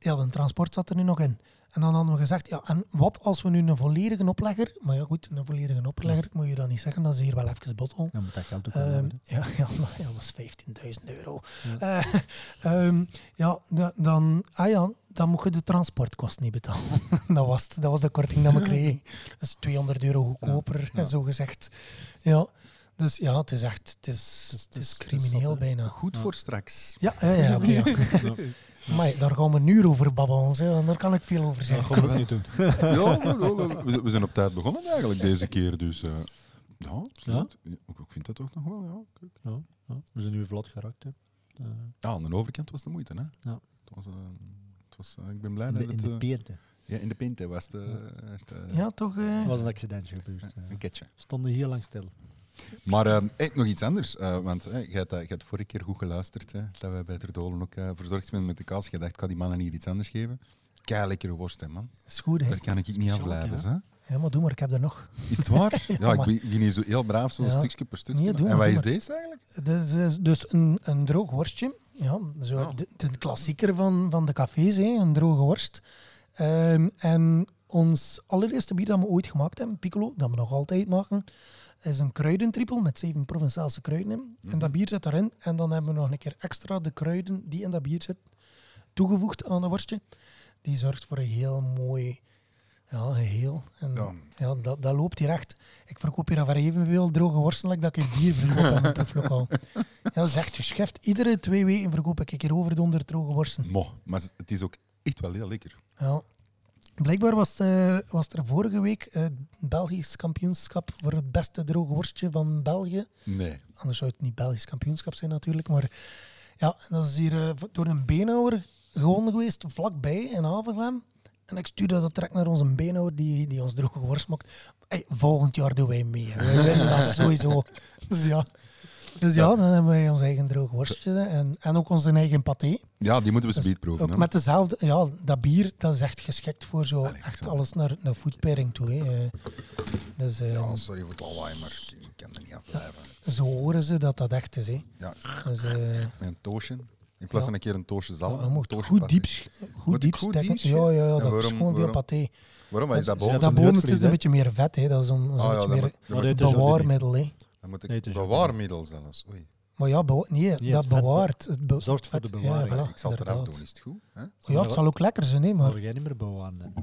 ja, de transport zat er nu nog in. En dan hadden we gezegd, ja, en wat als we nu een volledige oplegger... Maar ja, goed, een volledige oplegger moet je dan niet zeggen. Dat is hier wel even bottel. Ja, moet dat geld ook wel Ehm, hebben, ja, ja, nou, ja, dat is vijftienduizend euro. Ja, ehm, ja da- dan, ah ja, dan moet je de transportkosten niet betalen. dat, was het, dat was de korting dat we kregen. Dat is tweehonderd euro goedkoper, Ja. zo gezegd. Ja, dus ja, het is echt, het is, Het is- het is het is crimineel zot, hè. bijna. Goed Ja. voor straks. Ja, ja, ja, oké, ja. Ja. Maar daar gaan we een uur over babbelen, zo, en daar kan ik veel over Dat zeggen. gaan we ook niet doen. Ja, ja, we, we- we zijn op tijd begonnen eigenlijk deze keer. Dus eh, ja, absoluut. Ja, ik ik vind dat toch nog wel. Ja, kijk. Ja, ja. We zijn nu vlot geraakt. Hè. Uh, Ja, aan de overkant was de moeite. Hè? Ja. Het was, eh, het was, eh, ik ben blij in dat de, in het... de eh, peerte. ja, in de pinte was het, eh, was het, eh, Ja, toch? eh, Er was een accidentje gebeurd. een Uh, ketje. stonden hier lang stil. Maar eh, hey, nog iets anders. eh, want eh, je hebt, eh, je hebt vorige keer goed geluisterd. Hè, dat wij bij Ter Dolen ook eh, verzorgd zijn met de kaas. Je dacht, ik ga die mannen hier iets anders geven. Kei lekkere worst, hè, man. is goed, hè? Daar kan ik niet Speciaal, afblijven. ja. Hè. Ja, maar doe maar, ik heb er nog. Is het waar? ja, Ja, ik maar- begin hier zo heel braaf, zo Ja. stukje per stukje. Nee, doe en maar, wat doe is deze eigenlijk? Dus, dus- dus een, een droog worstje. Ja, zo Oh. de, de klassieker van, van de cafés, hè, een droge worst. Ehm, en ons allereerste bier dat we ooit gemaakt hebben, Piccolo, dat we nog altijd maken, is een kruidentrippel met zeven Provençaalse kruiden in. En dat bier zit erin. En dan hebben we nog een keer extra de kruiden die in dat bier zitten toegevoegd aan het worstje. Die zorgt voor een heel mooi ja, geheel. En Ja. ja, dat, dat loopt hier echt. Ik verkoop hier voor evenveel droge worsten like dat ik bier verkoop in mijn proeflokaal. Ja, dat is echt geschift. Iedere twee weken verkoop ik hier over de honderd droge worsten. Mo, maar het is ook echt wel heel lekker. Ja. Blijkbaar was, het, eh, was er vorige week eh, het Belgisch kampioenschap voor het beste droge worstje van België. Nee. Anders zou het niet Belgisch kampioenschap zijn natuurlijk. Maar ja, dat is hier eh, door een beenhouwer gewonnen geweest, vlakbij in Havelgem. En ik stuurde dat direct naar onze beenhouwer die, die ons droge worst maakt. Hey, volgend jaar doen wij mee. hè. Wij winnen dat sowieso. Dus ja. Dus ja, dan hebben wij ons eigen droge worstje en, en ook onze eigen paté. Ja, die moeten we Dus speed proeven. ook hè. met dezelfde, ja, dat bier dat is echt geschikt voor zo Allee, echt zo. alles naar, naar food pairing toe. Hè. Eh, Dus eh, Ja, sorry voor het lawaai, maar ik kan er niet afblijven. zo horen ze dat dat echt is. Hè. Ja, Dus, eh, met een toosje. In plaats van een keer een toosje ja, zalm. je moet toosje goed paté. diep, sch- goed Moet diep ik goed stekken. diep scheppen? Ja, ja, ja, En dat is waarom- gewoon veel waarom? paté. Waarom? Wat is dat Dat- boven? Dat een boven is neusvlies, een hè? beetje meer vet. Hè. Dat is een, dat is Ah, een ja, beetje dat meer moet- Maar dit is ook bewaarmiddel. Hè. Dan moet ik Nee, het is ook bewaarmiddel zelfs. Oei. Maar ja, bewa- nee, het dat vet bewaart. Het be- zorgt voor de het- bewaring. Ja, voilà, ik zal het eraf inderdaad. doen, is het goed? Hè? Ja, het zal ook lekker zijn, hè, maar Maar jij niet meer bouwen. hè.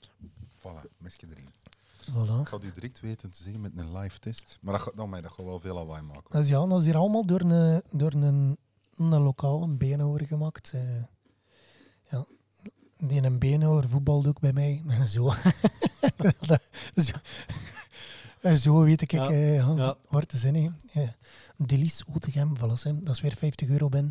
Voilà, mesje erin. voilà. Ik ga u direct weten te zeggen met een live test. Maar dat, gaat- nou, maar dat gaat wel veel lawaai maken. Dus ja, dat is hier allemaal door een, door een, een lokaal, een beenhouwer gemaakt. Eh, ja. Die een beenhouwer voetbalde ook bij mij. En zo. Dat- zo. En zo weet ik, Ja, eh, ja, ja. waar te zijn. hè. Ja. Delice Otegem, voilà, hè. Dat is weer vijftig euro binnen.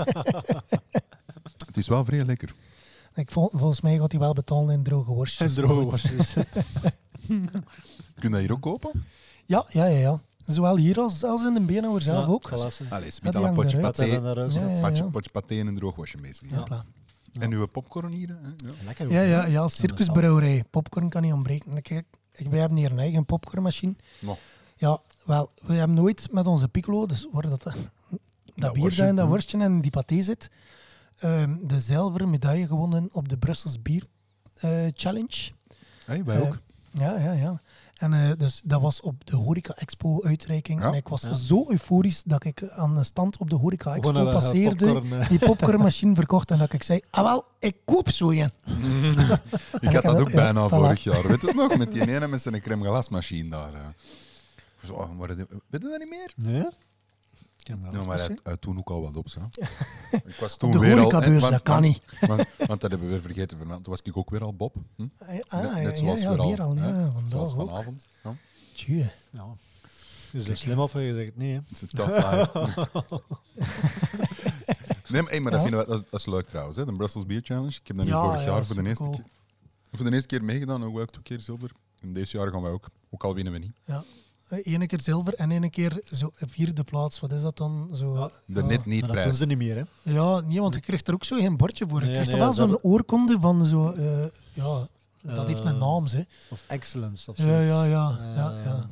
Het is wel vrij lekker. Ik vol, volgens mij gaat hij wel betalen in droge worstjes. En droge maar goed. worstjes. Kun je dat hier ook kopen? Ja, ja, ja, ja. Zowel hier als, als in de beenhouwer zelf Ja, ook. voilà, hè. Allee, Ja, smiet die al een hangt potje eruit. Dat hebben paté, we naar huis. Ja, ja, potje, ja. potje paté en een droogwasje meestal. Ja, voilà. En uw popcorn hier? Hè? Ja. Lekker. Ja, hoor. ja, ja, circusbrouwerij. Popcorn kan niet ontbreken. Kijk, ik- wij hebben hier een eigen popcornmachine. Mo. Ja, wel, we hebben nooit met onze Piccolo, dus waar dat, dat bier worstje, dat in dat hm. worstje en die paté zit, ehm, de zilveren medaille gewonnen op de Brussels Bier eh, Challenge. Hey, wij Eh, ook. Ja, ja, ja. En eh, dus dat was op de Horeca Expo uitreiking. Ja. En ik was Ja. zo euforisch dat ik aan een stand op de Horeca Expo Gewoon een, eh, passeerde, popcorn, eh. die popcornmachine verkocht en dat ik zei, ah wel, ik koop zo een. Ik ik had heb dat ook dat- bijna ja, voilà. vorig jaar. Weet je het nog? Met die ene met zijn crème glasmachine daar. eh. Zo, maar dat- weet je dat niet meer? Nee? Ik ken wel Ja, eens maar hij, misschien. hij toen ook al wat op. Zo. Ik was toen de weer al... horecabeurs, want- dat kan want- niet. Want, want dat hebben we weer vergeten. te vermelden. Toen was ik ook weer al Bob. Hm? Ah, Net- ja, Net zoals ja, weer weer al. hè? Ja, vandaag Zoals ook. vanavond. Ja. Tjie. Ja. Is het slim of je zegt nee? Hè? Het is een tough life. Nee, maar, hey, maar dat, Ja. vinden we, dat, is, dat is leuk trouwens. Hè? De Brussels Beer Challenge. Ik heb dat nu Ja, vorig ja, jaar voor de, eerste supercool. keer, voor de eerste keer meegedaan. En ook twee keer zilver. En deze jaar gaan wij ook. Ook al winnen we niet. Eén keer zilver en één keer zo een vierde plaats. Wat is dat dan? Zo, De ja. net niet Maar dat doen prijs. ze niet meer, hè? Ja, nee, want je krijgt er ook zo geen bordje voor. Je Nee, krijgt nee, er wel dat- zo'n oorkonde van zo... eh, ja, dat heeft een Eh, naam, hè. Of excellence of Ja, zoiets. ja, ja. ja, Eh, ja.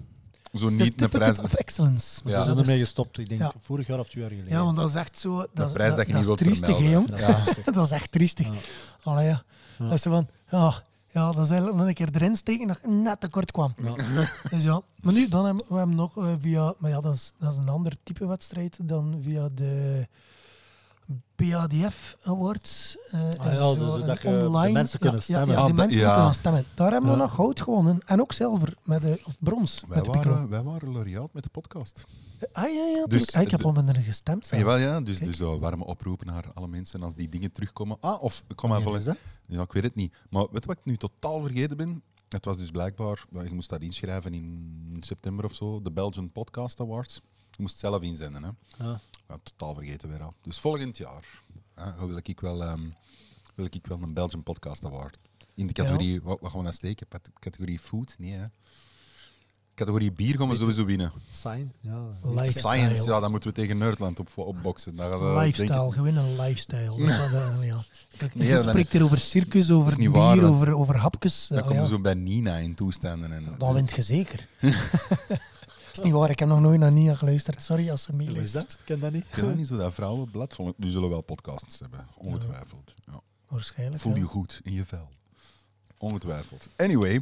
Zo niet een prijs... Certificate of Excellence. We Ja. zijn Dat ermee is- gestopt, ik denk Ja. vorig jaar of twee jaar geleden. Ja, want dat is echt zo... Dat, is- prijs dat je niet is wilt triestig, hè, vermelden. jong. Dat is lastig. Dat is echt triestig. Ja. Allee, ja. Ja. Dat is zo van... Ja, ja, dat is eigenlijk nog een keer erin steken dat ik net tekort kwam. Ja. Dus ja. Maar nu, dan hebben we hebben nog eh, via... Maar ja, dat is, dat is een ander type wedstrijd dan via de... B A D F Awards. eh, Ah is ja, zo dus een dat je- de mensen kunnen ja, Ja, stemmen. ja, Ah, die dat- mensen ja. kunnen stemmen. Daar hebben we Ja. nog goud gewonnen. En ook zilver, met de, of brons. Wij met de Pico. waren, wij waren laureaat met de podcast. Ah ja, ja, Dus, tuurlijk. Ah, ik heb de- al met hen gestemd. zelf. Jawel, ja. Dus, Kijk. dus uh, warme oproepen naar alle mensen als die dingen terugkomen. Ah, of ik kom maar Wanneer vol is dat? Ja, ik weet het niet. Maar weet je wat ik nu totaal vergeten ben? Het was dus blijkbaar, je moest dat inschrijven in september of zo, de Belgian Podcast Awards. Je moest het zelf inzenden, hè. Ja. Ja, totaal vergeten weer al. Dus volgend jaar hè, wil, ik wel, ehm, wil ik wel een Belgian Podcast Award. In de categorie, wat, wat gaan we dan steken? Pat- Categorie food? Nee, hè. Categorie bier gaan we sowieso winnen. Sign. Ja. Lifestyle. Science, ja, dan moeten we tegen Nerdland op, opboksen. Dan gaan we Lifestyle, denken- gewoon een lifestyle. Dat is wat, eh, ja. Kijk, Nee, je dat spreekt hier over circus, over is niet bier, waar, want- over, over hapjes. Dan Ja, komen we ja. zo bij Nina in toestanden. En, Dan wint je zeker. is niet waar, ik heb nog nooit naar Nia geluisterd. Sorry als ze Hoe is meeluistert. dat? Ik ken dat niet. Ik ken dat niet zo, dat vrouwenblad. Vol- Die zullen wel podcasts hebben, ongetwijfeld. Ja. Waarschijnlijk. Voel ja. je goed in je vel. Ongetwijfeld. Anyway.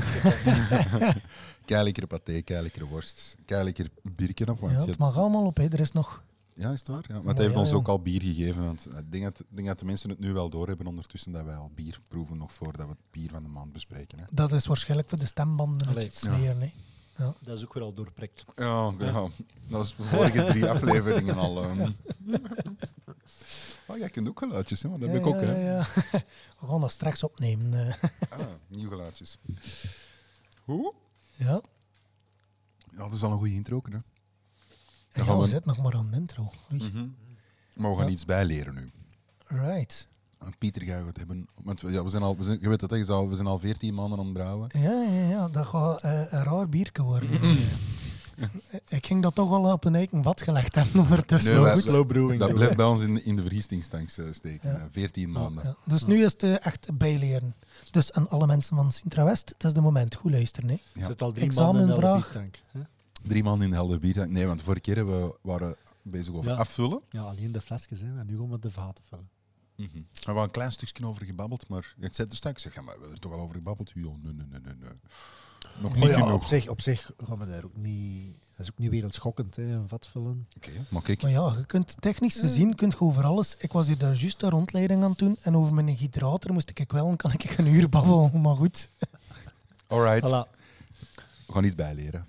Kei lekkere paté, kei lekkere worst, kei lekker biertje op. Want Ja, je- het mag allemaal op, hè. Er is nog... Ja, is het waar? Ja, maar Ja, het heeft ja, ons ja. ook al bier gegeven. Want ik denk dat, ik denk dat de mensen het nu wel doorhebben ondertussen dat wij al bier proeven nog voordat we het bier van de maand bespreken. Hè. Dat is waarschijnlijk voor de stembanden Allee, iets ja. leren, hè. Dat is ook weer al doorprikt. Ja, ja, dat is de vorige drie afleveringen al. ehm. Oh, jij kunt ook geluidjes, hè? Want dat heb ik ook. Ja, Hè. ja, ja. We gaan dat straks opnemen. eh. Ah, nieuw geluidjes. Hoe? Ja. Ja, dat is al een goede intro. Hè. En Dan ja, gaan we we- zitten nog maar aan de intro. Oei. Mhm. Maar we gaan Ja. iets bijleren nu. Right. En Pieter gaat het hebben. Want we, ja, we zijn al, we zijn, je weet dat, hè, je al- we zijn al veertien maanden aan het brouwen. Ja, ja, ja, dat gaat eh, een raar bierke worden. Mm-hmm. Ik ging dat toch al op een eigen vat gelegd hebben ondertussen. Nee, Maar wij- goed. Slow brewing. Dat doen blijft we. bij ons in, in de vergiestingstanks eh, steken. Ja. hè. veertien maanden. Ja, dus nu is het eh, echt bijleren. Dus aan alle mensen van Sintra-West, het is de moment. Goed luisteren. Hè. Ja. Zit al drie maanden in de Examenvraag. biertank. hè? Drie maanden in de helder bier. Nee, want vorige keer hebben we, waren bezig over Ja. afvullen. Ja, alleen de flesjes. Hè. En nu gaan we de vaten vullen. Mhm. We hebben een klein stukje over gebabbeld, maar ik zei er straks, ik zeg, ja, maar we hebben er toch al over gebabbeld? Ja, nee, nee, nee, nee, nee. Nog Maar niet ja, genoeg. op zich, op zich gaan we daar ook niet... Dat is ook niet wereldschokkend, hè, een vat vullen. Oké, maar kijk. Maar ja, je kunt technisch gezien kunt je over alles. Ik was hier daar juist een rondleiding aan het doen en over mijn hydrater moest ik wel, kan ik een uur babbelen, maar goed. Alright, Voilà. we gaan iets bijleren.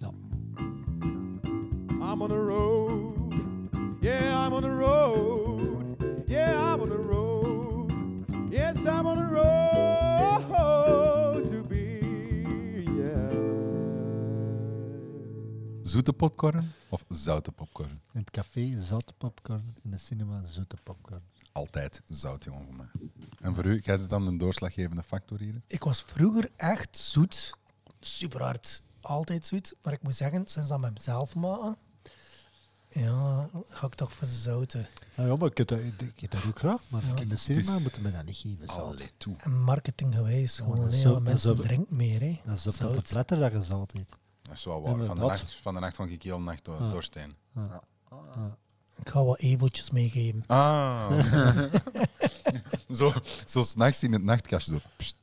I'm on the road. Yeah, I'm on the road. Yeah, I'm on the road. Yes, I'm on the road to be. Yeah. Zoete popcorn of zoute popcorn? In het café zoute popcorn, in de cinema zoete popcorn. Altijd zout, jongen, voor mij. En voor u, jij zit dan een doorslaggevende factor hier? Ik was vroeger echt zoet. Super hard. Altijd zoet. Maar ik moet zeggen, sinds dat met mezelf maken, ja, ga ik toch voor de zouten. Nou ja, maar ik heb dat, ik heb dat ook graag. Maar Ja. in de cinema moeten we dat niet geven. Zout. Allee, toe. En marketinggewijs, Ja, gewoon, dat is hè, zo- ja, dat is mensen zo- drinken meer. Hè. Dat is op Zout. de pletter dat je zout eet. Dat is wel Ja, waar. maar Van de, wat? nacht, van de nacht van ik heel nacht door, Ah. doorsteen. Ah. Ik ga wat evootjes meegeven. Ah. zo, zo s'nachts in het nachtkastje. Zo. Pst.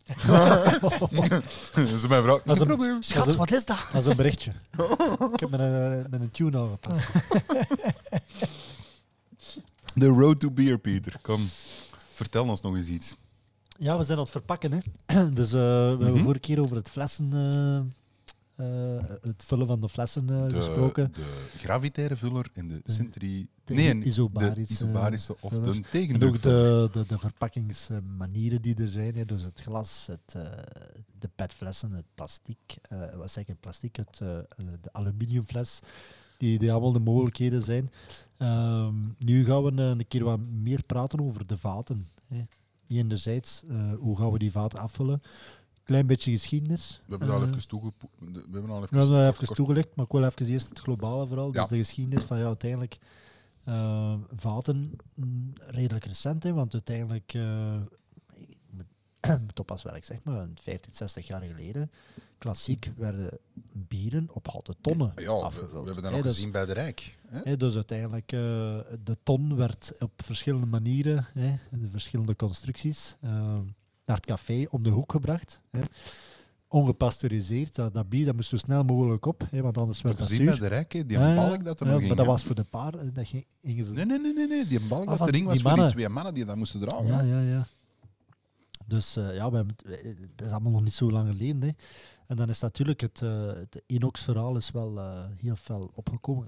zo mijn vrouw. Dat is Geen een- probleem. Schat, een- wat is dat? Dat is een berichtje. Ik heb met een, met een tune aangepast. The road to beer, Pieter. Kom, vertel ons nog eens iets. Ja, we zijn aan het verpakken. Hè. Dus eh, we hebben Mhm. vorige keer over het flessen... eh, eh, het vullen van de flessen eh, De, gesproken. de gravitaire vuller en de centri... de nee, isobarische de isobarische of vullers. de En ook tegendrukvuller. de, de, de verpakkingsmanieren die er zijn. Hè. Dus het glas, het, eh, de petflessen, het plastic. eh, wat zeg ik, plastic, het, eh, eh, de aluminiumfles. Die, die allemaal de mogelijkheden zijn. Ehm, nu gaan we eh, een keer wat meer praten over de vaten. Hè. Enerzijds, eh, hoe gaan we die vaten afvullen? Klein beetje geschiedenis. We hebben het al Eh, even toegepo- We hebben al we even... hebben dat even toegelicht, maar ik wil even eerst het globale vooral. Ja. Dus de geschiedenis van ja, uiteindelijk eh, vaten, mm, redelijk recent, hè, want uiteindelijk, eh, topaswerk zeg maar, vijftig, zestig jaar geleden, klassiek werden bieren op houten tonnen Ja, we, afgevuld. we hebben dat Hè, nog dus- gezien bij de Rijk. Hè? Hè, dus uiteindelijk, uh, de ton werd op verschillende manieren, hè, de verschillende constructies, uh, naar het café om de hoek gebracht. Hè. Ongepasteuriseerd, dat, dat bier dat moest zo snel mogelijk op, hè, want anders werd Dat dat gezien bij zuur. de Rijk, hè, die Ja, balk dat er ja, nog maar ging. dat hè. was voor de paar, hè, dat ging, gingen ze... Nee, nee, nee, nee, nee, die balk Ah, dat van erin was die voor die mannen. twee mannen die dat moesten dragen. Ja, hè. ja, ja. Dus uh, ja, we hebben, het is allemaal nog niet zo lang geleden. Hè. En dan is natuurlijk het, uh, het inox-verhaal is wel uh, heel fel opgekomen.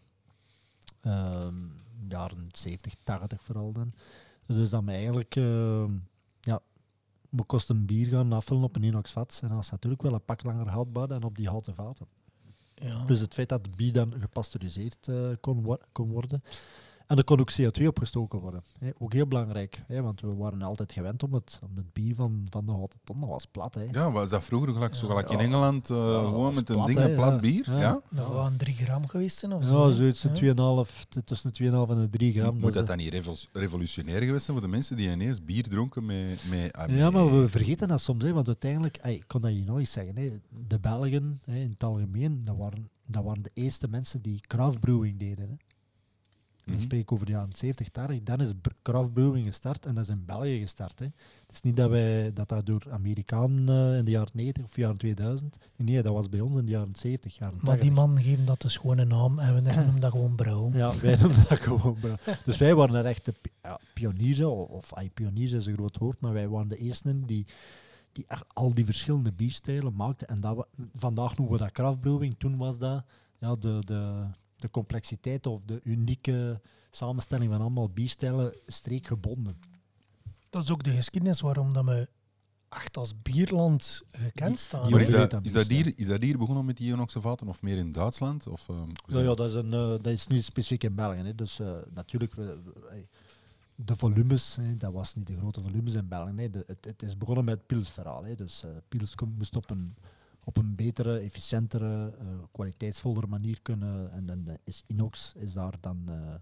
Um, jaren zeventig, tachtig vooral dan. Dus dat me eigenlijk uh, ja, me kost een bier gaan afvullen op een inoxvat. En dat is natuurlijk wel een pak langer houdbaar dan op die houten vaten. Ja. Dus het feit dat de bier dan gepasteuriseerd uh, kon, wo- kon worden. En er kon ook C O twee opgestoken worden. Hè. Ook heel belangrijk, hè, want we waren altijd gewend om het, om het bier van, van de houten ton. Dat was plat. Hè. Ja, was dat vroeger gelijk, zo Ja. gelijk in Ja. Engeland, uh, Ja, dat gewoon was met een plat, ding, hè, een plat ja. bier? Ja. Ja. Dat gaan drie gram geweest zijn of Ja, zo. hè? zoiets Ja. twee komma vijf, t- tussen de twee komma vijf en de drie gram. Moet dat dat is- dan niet revol- revolutionair geweest zijn voor de mensen die ineens bier dronken met... met, ah, Ja, met- maar we vergeten dat soms, hè, want uiteindelijk, ey, ik kon dat je nog eens zeggen, hè, de Belgen hè, in het algemeen, dat waren, dat waren de eerste mensen die craft brewing deden. Hè. En dan Mhm. spreek ik over de jaren zeventig, tachtig. Dan is br- craft brewing gestart en dat is in België gestart. Hè. Het is niet dat wij, dat, dat door Amerikanen uh, in de jaren negentig of jaren tweeduizend. Nee, dat was bij ons in de jaren zeventig, jaren Maar tachtig. die man geven dat dus gewoon een naam en we noemen dat gewoon brouw. Ja, wij noemen dat gewoon brouw. Dus wij waren er echt de pi- ja, pioniers, hè, of ay, pioniers is een groot woord, maar wij waren de eersten die, die echt al die verschillende bierstijlen maakten. En dat we, vandaag noemen we dat craft brewing. Toen was dat ja, de, de, de complexiteit of de unieke samenstelling van allemaal bierstijlen streekgebonden. Dat is ook de geschiedenis waarom dat we echt als bierland gekend staan. die Maar is overleed dat, aan is, dat bier, hier, is dat hier begonnen met die Inoxe vaten of meer in Duitsland? Of, uh, Ja, ja, dat, is een, uh, dat is niet specifiek in België. Hè. Dus uh, natuurlijk, we, we, de volumes, hè, dat was niet de grote volumes in België. Nee. De, het, het is begonnen met het Pils-verhaal. Hè. Dus uh, Pils moest op een, op een betere, efficiëntere, uh, kwaliteitsvollere manier kunnen. En dan uh, is Inox is daar dan...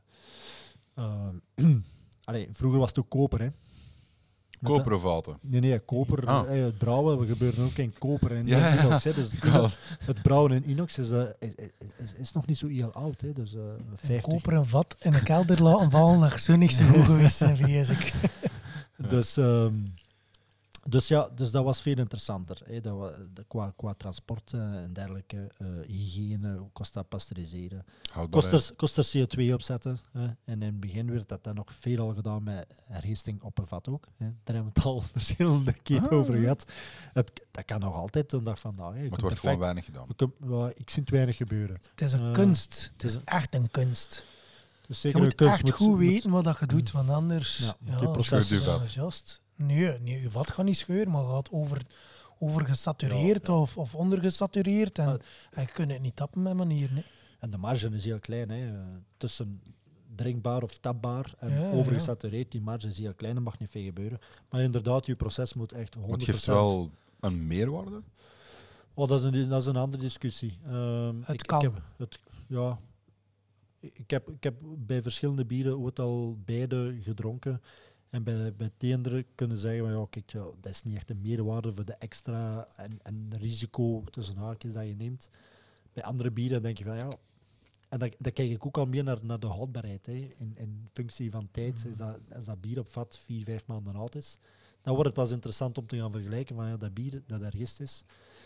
Uh, uh, allee, vroeger was het ook koper, hè. Met de- koperen vaten. Nee, nee, koper. Ah. eh, Het brouwen we gebeuren ook in koper en Ja, ja. inox. Hè. Dus het, Ik inox- het brouwen in inox is, uh, is, is, is nog niet zo heel oud. Hè. Dus, uh, Een vijftig. koperen vat in een kelder laten vallen, dat zou niet zo goed geweest zijn, vrees ik. Dus, ehm, dus ja, dus dat was veel interessanter. Hè. Dat wa- de, qua, qua transport uh, en dergelijke, uh, hygiëne, hoe kost dat pasteuriseren. Kost Houdbaarheid. er, kost er C O twee opzetten. Hè. En in het begin werd dat dan nog veel al gedaan met hergisting op een vat ook. Hè. Daar hebben we het al verschillende keren Ah, over ja. gehad. Het, dat kan nog altijd de dag vandaag. Hè. Je Maar het kunt wordt gewoon perfect- weinig gedaan. je kunt- ja, ik zie het weinig gebeuren. Het is een Eh, kunst. Het is is een- echt een kunst. Dus Je zeker moet een kunst echt moet- goed moet- weten wat dat je doet, want anders... Ja, Ja, die proces- Scheurt uw vat. dat is juist. Nee, nee, je vat gaat niet scheuren, maar gaat over, over gesatureerd Ja, ja. Of, of ondergesatureerd. En, Maar- en je kunt het niet tappen met manieren. Hè. En de marge is heel klein. Hè. Uh, tussen drinkbaar of tapbaar en Ja, ja. overgesatureerd, die marge is heel klein, er mag niet veel gebeuren. Maar inderdaad, je proces moet echt honderd Want procent... het geeft wel een meerwaarde. Oh, dat, is een, dat is een andere discussie. Ehm, Het ik, kan. Ik heb, het, ja, ik, heb, ik heb bij verschillende bieren ooit al beide gedronken. En bij, bij het ene kunnen zeggen, van, ja, kijk, ja, dat is niet echt een meerwaarde voor de extra en, en risico tussen haakjes dat je neemt. Bij andere bieren denk je van ja, en dan, dan kijk ik ook al meer naar, naar de houdbaarheid. Hè. In, in functie van tijd, is dat, als dat bier op vat vier, vijf maanden oud is, dan wordt het pas interessant om te gaan vergelijken van ja, dat bier dat er gist is.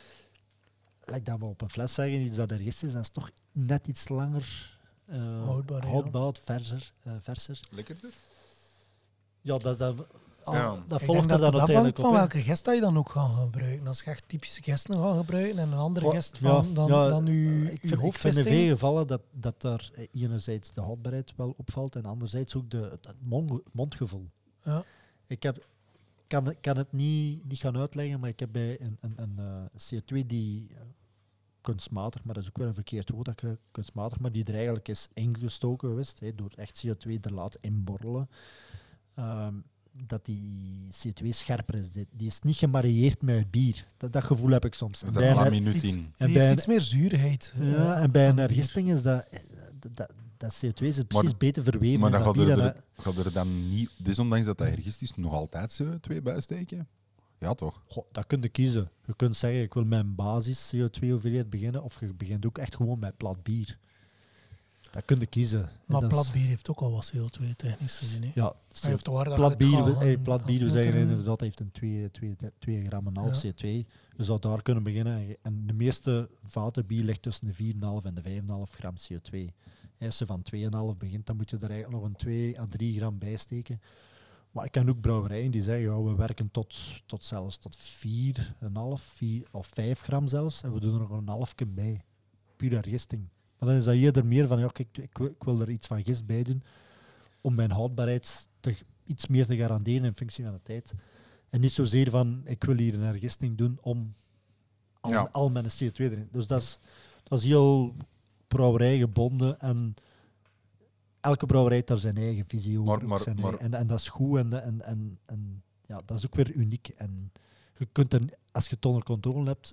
Laat dat we op een fles zeggen, iets dat er gist is, dat is toch net iets langer uh, Houdbaar, ja. houdbaar, verser, uh, verser. Lekkerder? Ja, dat, is dat, ah, Ja. dat Ik volgt denk er dat dan het afhangt uiteindelijk van op. hè. welke gest dat je dan ook gaat gebruiken. Als je echt typische gesten gaat gebruiken en een andere Goh, gest van ja, dan, ja, dan uw, ik uw vind, ik vind in hoofdgesting. veel gevallen dat, dat daar eh, enerzijds de houdbaarheid wel opvalt en anderzijds ook de, het het mond, mondgevoel. Ja. Ik heb, kan, kan het niet, niet gaan uitleggen, maar ik heb bij een, een, een uh, C O twee die uh, kunstmatig, maar dat is ook weer een verkeerd woord, dat je kunstmatig, maar die er eigenlijk is ingestoken geweest, hè, door echt C O twee te laten inborrelen. Um, dat die C O twee scherper is. Die, die is niet gemarieerd met het bier. Dat, dat gevoel heb ik soms. Er En zit bij een een her- minuut iets- in. en Die bij heeft een- iets meer zuurheid. ja, eh, en bij aan een bier. hergisting is dat, dat, dat C O twee zit precies Maar- beter verweven Maar in dan dat gaat bier. er, dan- er, gaat er dan niet, desondanks dat dat ergist is, nog altijd C O twee bijsteken? Ja, toch? Goh, dat kun je kiezen. Je kunt zeggen, ik wil met een basis C O twee hoeveelheid beginnen, of je begint ook echt gewoon met plat bier. Dat kun je kiezen. En Maar dat is- plat bier heeft ook al wat C O twee technisch gezien. Hè. Ja, Hij heeft de waarde plat bier, uitgehaald we, hey, en plat bier, we affilteren. zeggen inderdaad, heeft een twee gram en een half Ja. C O twee. Je zou daar kunnen beginnen. En je- En de meeste vaten bier ligt tussen de vier komma vijf en de vijf komma vijf gram C O twee. Als je van twee komma vijf begint, dan moet je er eigenlijk nog een twee à drie gram bij steken. Maar ik ken ook brouwerijen die zeggen, ja, we werken tot, tot zelfs tot vier komma vijf, vier of vijf gram zelfs. En we doen er nog een halfje bij. Puur uit gisting. Maar dan is dat eerder meer van, ja, kijk, ik, wil, ik wil er iets van gist bij doen om mijn houdbaarheid te, iets meer te garanderen in functie van de tijd. En niet zozeer van, ik wil hier een hergisting doen om al, Ja. al mijn C O twee erin. Dus dat is, dat is heel brouwerijgebonden en elke brouwerij heeft daar zijn eigen visie over. Maar- maar- ook zijn maar- eigen- en, en dat is goed en, en, en, en ja, dat is ook weer uniek. En je kunt er, als je het onder controle hebt,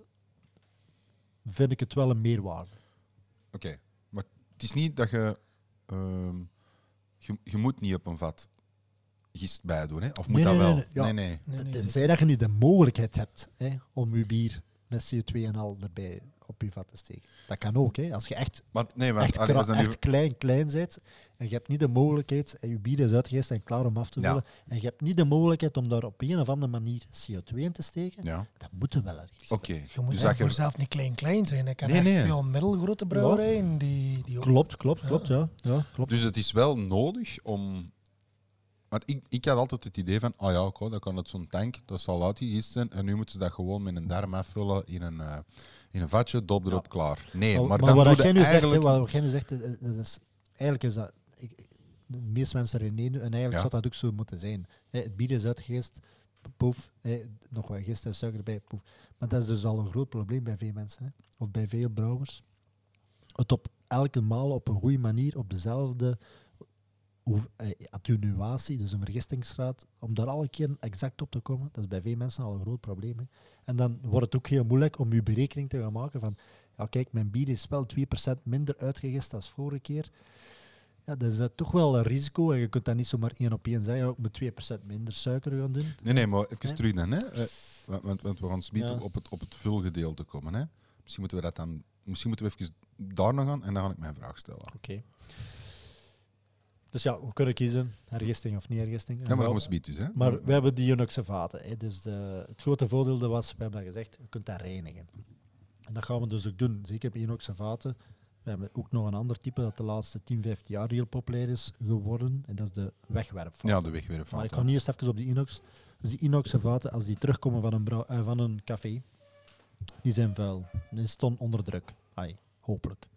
vind ik het wel een meerwaarde. Oké. Maar het is niet dat je... ehm, je... Je moet niet op een vat gist bij doen, hè? Of moet Nee, dat nee, wel? nee, nee. Ja. nee, nee. Nee, nee, Tenzij dat je niet de mogelijkheid hebt hè, om je bier met C O twee en al erbij op je vat te steken. Dat kan ook. Hè. Als je echt, Want, nee, want echt, allee, kra- als dat nu... echt klein, klein bent en je hebt niet de mogelijkheid, en je bier is uitgegist en klaar om af te Ja. vullen, en je hebt niet de mogelijkheid om daar op een of andere manier C O twee in te steken, Ja, dan moet je wel ergens. oké. Je moet Dus dus dat voor je... zelf niet klein-klein zijn. Ik ken Nee, echt nee. veel middelgrote brouwerijen die, die ook... Klopt, klopt, klopt. Ja. Ja, klopt. Dus het is wel nodig om... Want ik, ik had altijd het idee van, oh ja, oké, dan kan het zo'n tank, dat zal uitgegist zijn, en nu moeten ze dat gewoon met een darm afvullen in een, uh, in een vatje, dop erop, klaar. Nee, maar, maar dan wat doe jij je nu zegt, eigenlijk... hè, wat jij nu zegt, eh, eh, dat is, eigenlijk is dat... Ik, ik- de meeste mensen erin nemen, en eigenlijk Ja. zou dat ook zo moeten zijn. Hè, het bier is uitgegist, poef, hè, nog wat gist en suiker erbij, poef. Maar dat is dus al een groot probleem bij veel mensen, hè, of bij veel brouwers. Het op elke maal op een goede manier, op dezelfde hoe, eh, attenuatie, dus een vergistingsgraad, om daar alle keer exact op te komen, dat is bij veel mensen al een groot probleem. Hè. En dan wordt het ook heel moeilijk om je berekening te gaan maken van, ja kijk, mijn bier is wel twee procent minder uitgegist dan vorige keer. Ja, dat is dat toch wel een risico en je kunt dat niet zomaar één op één zeggen, ja, ik moet twee procent minder suiker gaan doen. Nee, nee, maar even Nee. terug dan. Hè. Eh, want, want, want we gaan zometeen Ja. op het, op het vulgedeelte komen. Hè. Misschien moeten we dat dan... Misschien moeten we even daar nog gaan en dan ga ik mijn vraag stellen. Oké. Dus ja, we kunnen kiezen, hergisting of niet hergisting. Ja, maar dan gaan we zometeen dus. Hè. Maar we hebben die inoxen vaten. Hè. Dus de, het grote voordeel dat was, we hebben dat gezegd, je kunt dat reinigen. En dat gaan we dus ook doen. Zeker bij inoxen vaten. We hebben ook nog een ander type dat de laatste tien, vijftien jaar heel populair is geworden. En dat is de wegwerpvaten. Ja, de wegwerp van. Maar ik ga nu eerst even op die inox. Dus die inoxen vaten, als die terugkomen van een, brou- eh, van een café, die zijn vuil. Die stonden onder druk. Ai, hopelijk.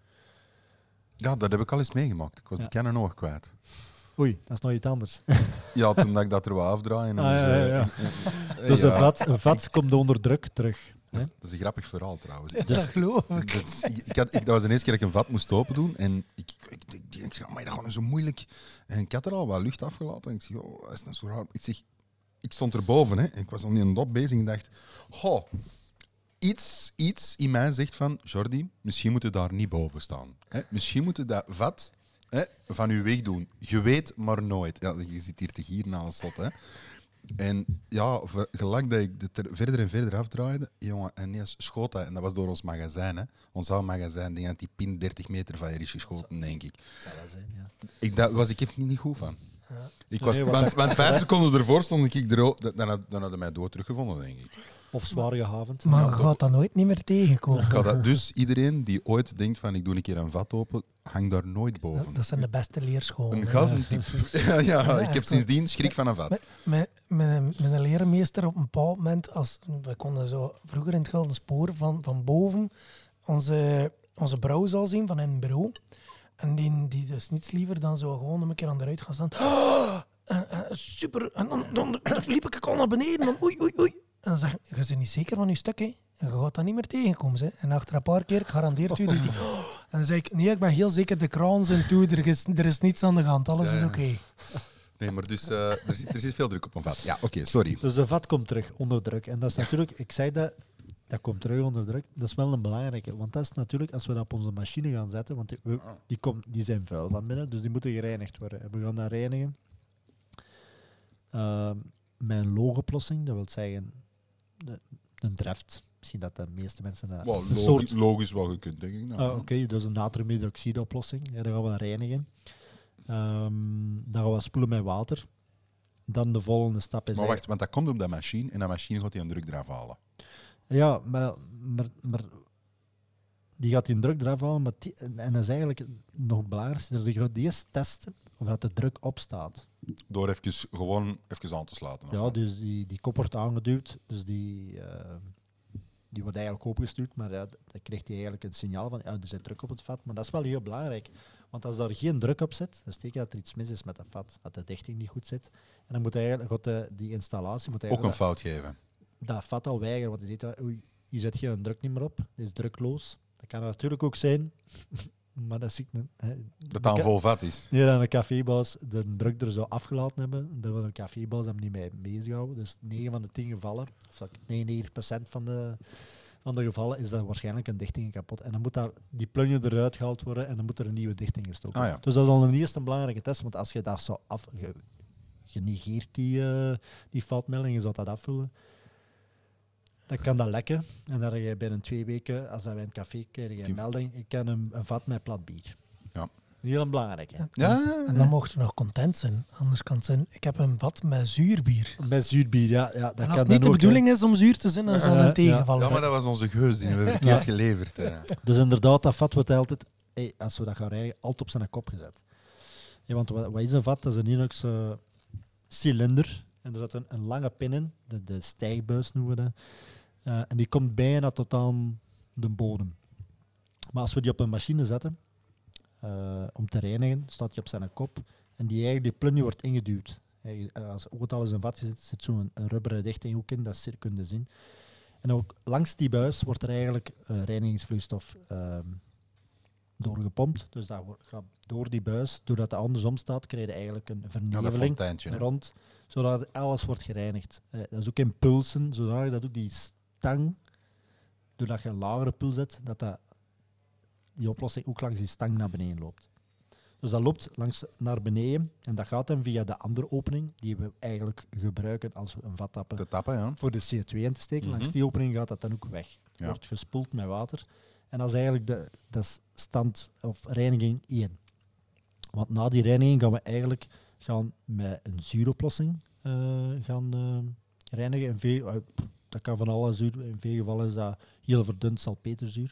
Ja, dat heb ik al eens meegemaakt. Ik was Ja. de kennen oog kwijt. Oei, dat is nog iets anders. Ja, toen dat ik dat er wat afdraai. En Ah, ja, ja, ja. eh, Dus ja. een vat, een vat komt onder druk terug. Dat, is, hè. dat is een grappig verhaal trouwens. Ja, dat geloof ik. Dat, is- ik, ik had, ik, dat was de eerste keer dat ik een vat moest open doen. En ik, ik, ik, ik, ik zeg, maar dat gaat zo moeilijk. En ik had er al wat lucht afgelaten. En ik zeg, oh, dat is nou zo raar. Ik zeg, ik stond erboven. Hè, en ik was al niet een dop bezig. En dacht, goh, iets, iets in mij zegt van, Jordi, misschien moet je daar niet boven staan. Hè? Misschien moet je dat vat hè, van je weg doen. Je weet maar nooit. Ja, je zit hier te gieren aan een slot. Hè. En ja, ver- gelijk dat ik het er verder en verder afdraaide, jongen, en ineens schoot dat. En dat was door ons magazijn, hè. Ons oude magazijn. Ik denk dat die pin dertig meter van hier is geschoten, denk ik. Zou wel zijn, ja. ik daar was ik even niet goed van. Ik was, Nee, wat want, dat- want vijf seconden ervoor stond ik er ook, dan, had- dan hadden mij dood teruggevonden, denk ik. Of zwaar gehavend. Maar Ja, je toch. gaat dat nooit niet meer tegenkomen. Ik had dat, dus iedereen die ooit denkt van ik doe een keer een vat open, hang daar nooit boven. Dat zijn de beste leerscholen. Een gouden tip. Ja, ja, ik heb sindsdien schrik van een vat. Mijn, mijn, mijn leermeester op een bepaald moment, als, we konden zo vroeger in het Gouden Spoor van, van boven onze, onze brouwzaal zien van een bureau. En die, die dus niets liever dan zo gewoon een keer aan de ruit gaan staan. Oh, en, en, super. En dan, dan liep ik al naar beneden. Dan, oei, oei, oei. En dan zeg ik, je bent niet zeker van je stuk, hè? En je gaat dat niet meer tegenkomen. Hè? En achter een paar keer, garandeert u dat die... Oh. En dan zei ik, nee, ik ben heel zeker, de kraan zijn toe, er is, er is niets aan de hand, alles Ja, is ja. oké. Nee, maar dus, eh, er, zit, er zit veel druk op een vat. Ja, oké, sorry. Dus de vat komt terug onder druk. En dat is natuurlijk, ik zei dat, dat komt terug onder druk. Dat is wel een belangrijke. Want dat is natuurlijk, als we dat op onze machine gaan zetten, want die, we- die, kom, die zijn vuil van binnen, dus die moeten gereinigd worden. En we gaan dat reinigen. Uh, met een loogoplossing, dat wil zeggen de, een dreft. Misschien dat de meeste mensen dat... Well, een logisch, soort... logisch wat je kunt, denk ik. Nou, Ah, Oké, okay, dus een natriumhydroxide-oplossing. Ja, dat gaan we reinigen. Um, dan gaan we spoelen met water. Dan de volgende stap is... Maar wacht, want dat komt op dat machine en dat machine gaat die een druk eraf halen. Ja, maar, maar, maar die gaat die een druk eraf halen. Maar die, en dat is eigenlijk nog het belangrijkste. Die gaat eerst testen of dat de druk opstaat. Door even, gewoon even aan te sluiten. of Ja, wat? dus die, die kop wordt aangeduwd. Dus die, uh, die wordt eigenlijk opengestuurd. Maar ja, dan krijgt hij eigenlijk een signaal van ja, er zit druk op het vat. Maar dat is wel heel belangrijk. Want als daar geen druk op zit, dan steek je dat er iets mis is met dat vat. Dat de dichting niet goed zit. En dan moet eigenlijk, gaat de, die installatie... Moet Ook eigenlijk een fout geven. dat vat al weigeren, want je ziet dat, oei, je zet geen druk niet meer op, het is drukloos. Dat kan natuurlijk ook zijn, maar dat zie ik niet. Hè. Dat dat een vol vat is. Nee, dat een cafébaas de druk er zou afgelaten hebben, daar wil een cafébaas hem niet mee bezighouden. Dus negen van de tien gevallen, of negenennegentig procent van de, van de gevallen, is dat waarschijnlijk een dichting kapot. En dan moet dat, die plunje eruit gehaald worden en dan moet er een nieuwe dichting gestoken worden. Ah, ja. Dus dat is al een eerste belangrijke test, want als je dat zou af... Je, je negeert die, uh, die foutmelding, je zou dat afvullen. Dan kan dat lekken. En dan heb je binnen twee weken, als dat wij in het café krijgen, je een melding, ik ken een, een vat met plat bier. Ja. Heel belangrijk. Hè? Ja, En dan mocht je nog content zijn. Anders kan het zijn, ik heb een vat met zuurbier. Met zuurbier, ja. ja dat En kan als het dan niet de ook, bedoeling is om zuur te zijn, dan is dat Uh, een tegenvaller. ja, maar dat was onze geus, die hebben we verkeerd geleverd. Hè. hè. Dus inderdaad, dat vat wordt altijd, hey, als we dat gaan rijden, altijd op zijn kop gezet. Ja, want wat, wat is een vat? Dat is een inox uh, cilinder. En er zit een, een lange pin in, de, de stijgbuis noemen we dat. Uh, en die komt bijna tot aan de bodem. Maar als we die op een machine zetten, uh, om te reinigen, staat die op zijn kop. En die, eigenlijk, die plunje wordt ingeduwd. Als ook al eens een vat zit, zit zo'n rubberen dichting ook in, dat kun je zien. En ook langs die buis wordt er eigenlijk uh, reinigingsvloeistof uh, doorgepompt. Dus dat wordt, gaat door die buis, doordat het andersom staat, krijg je eigenlijk een Ja, dat verneveling fonteintje. hè. rond, zodat alles wordt gereinigd. Uh, dat is ook in pulsen, zodat dat ook die stang, doordat je een lagere puls zet, dat, dat die oplossing ook langs die stang naar beneden loopt. Dus dat loopt langs naar beneden en dat gaat dan via de andere opening, die we eigenlijk gebruiken als we een vat tappen, Te tappen, ja. voor de C O twee in te steken. Mhm. Langs die opening gaat dat dan ook weg. Ja. Wordt gespoeld met water. En dat is eigenlijk de dat is stand of reiniging één. Want na die reiniging gaan we eigenlijk gaan met een zuuroplossing uh, gaan uh, reinigen. In veel, uh, dat kan van alle zuur. In veel gevallen is dat heel verdund salpeterzuur.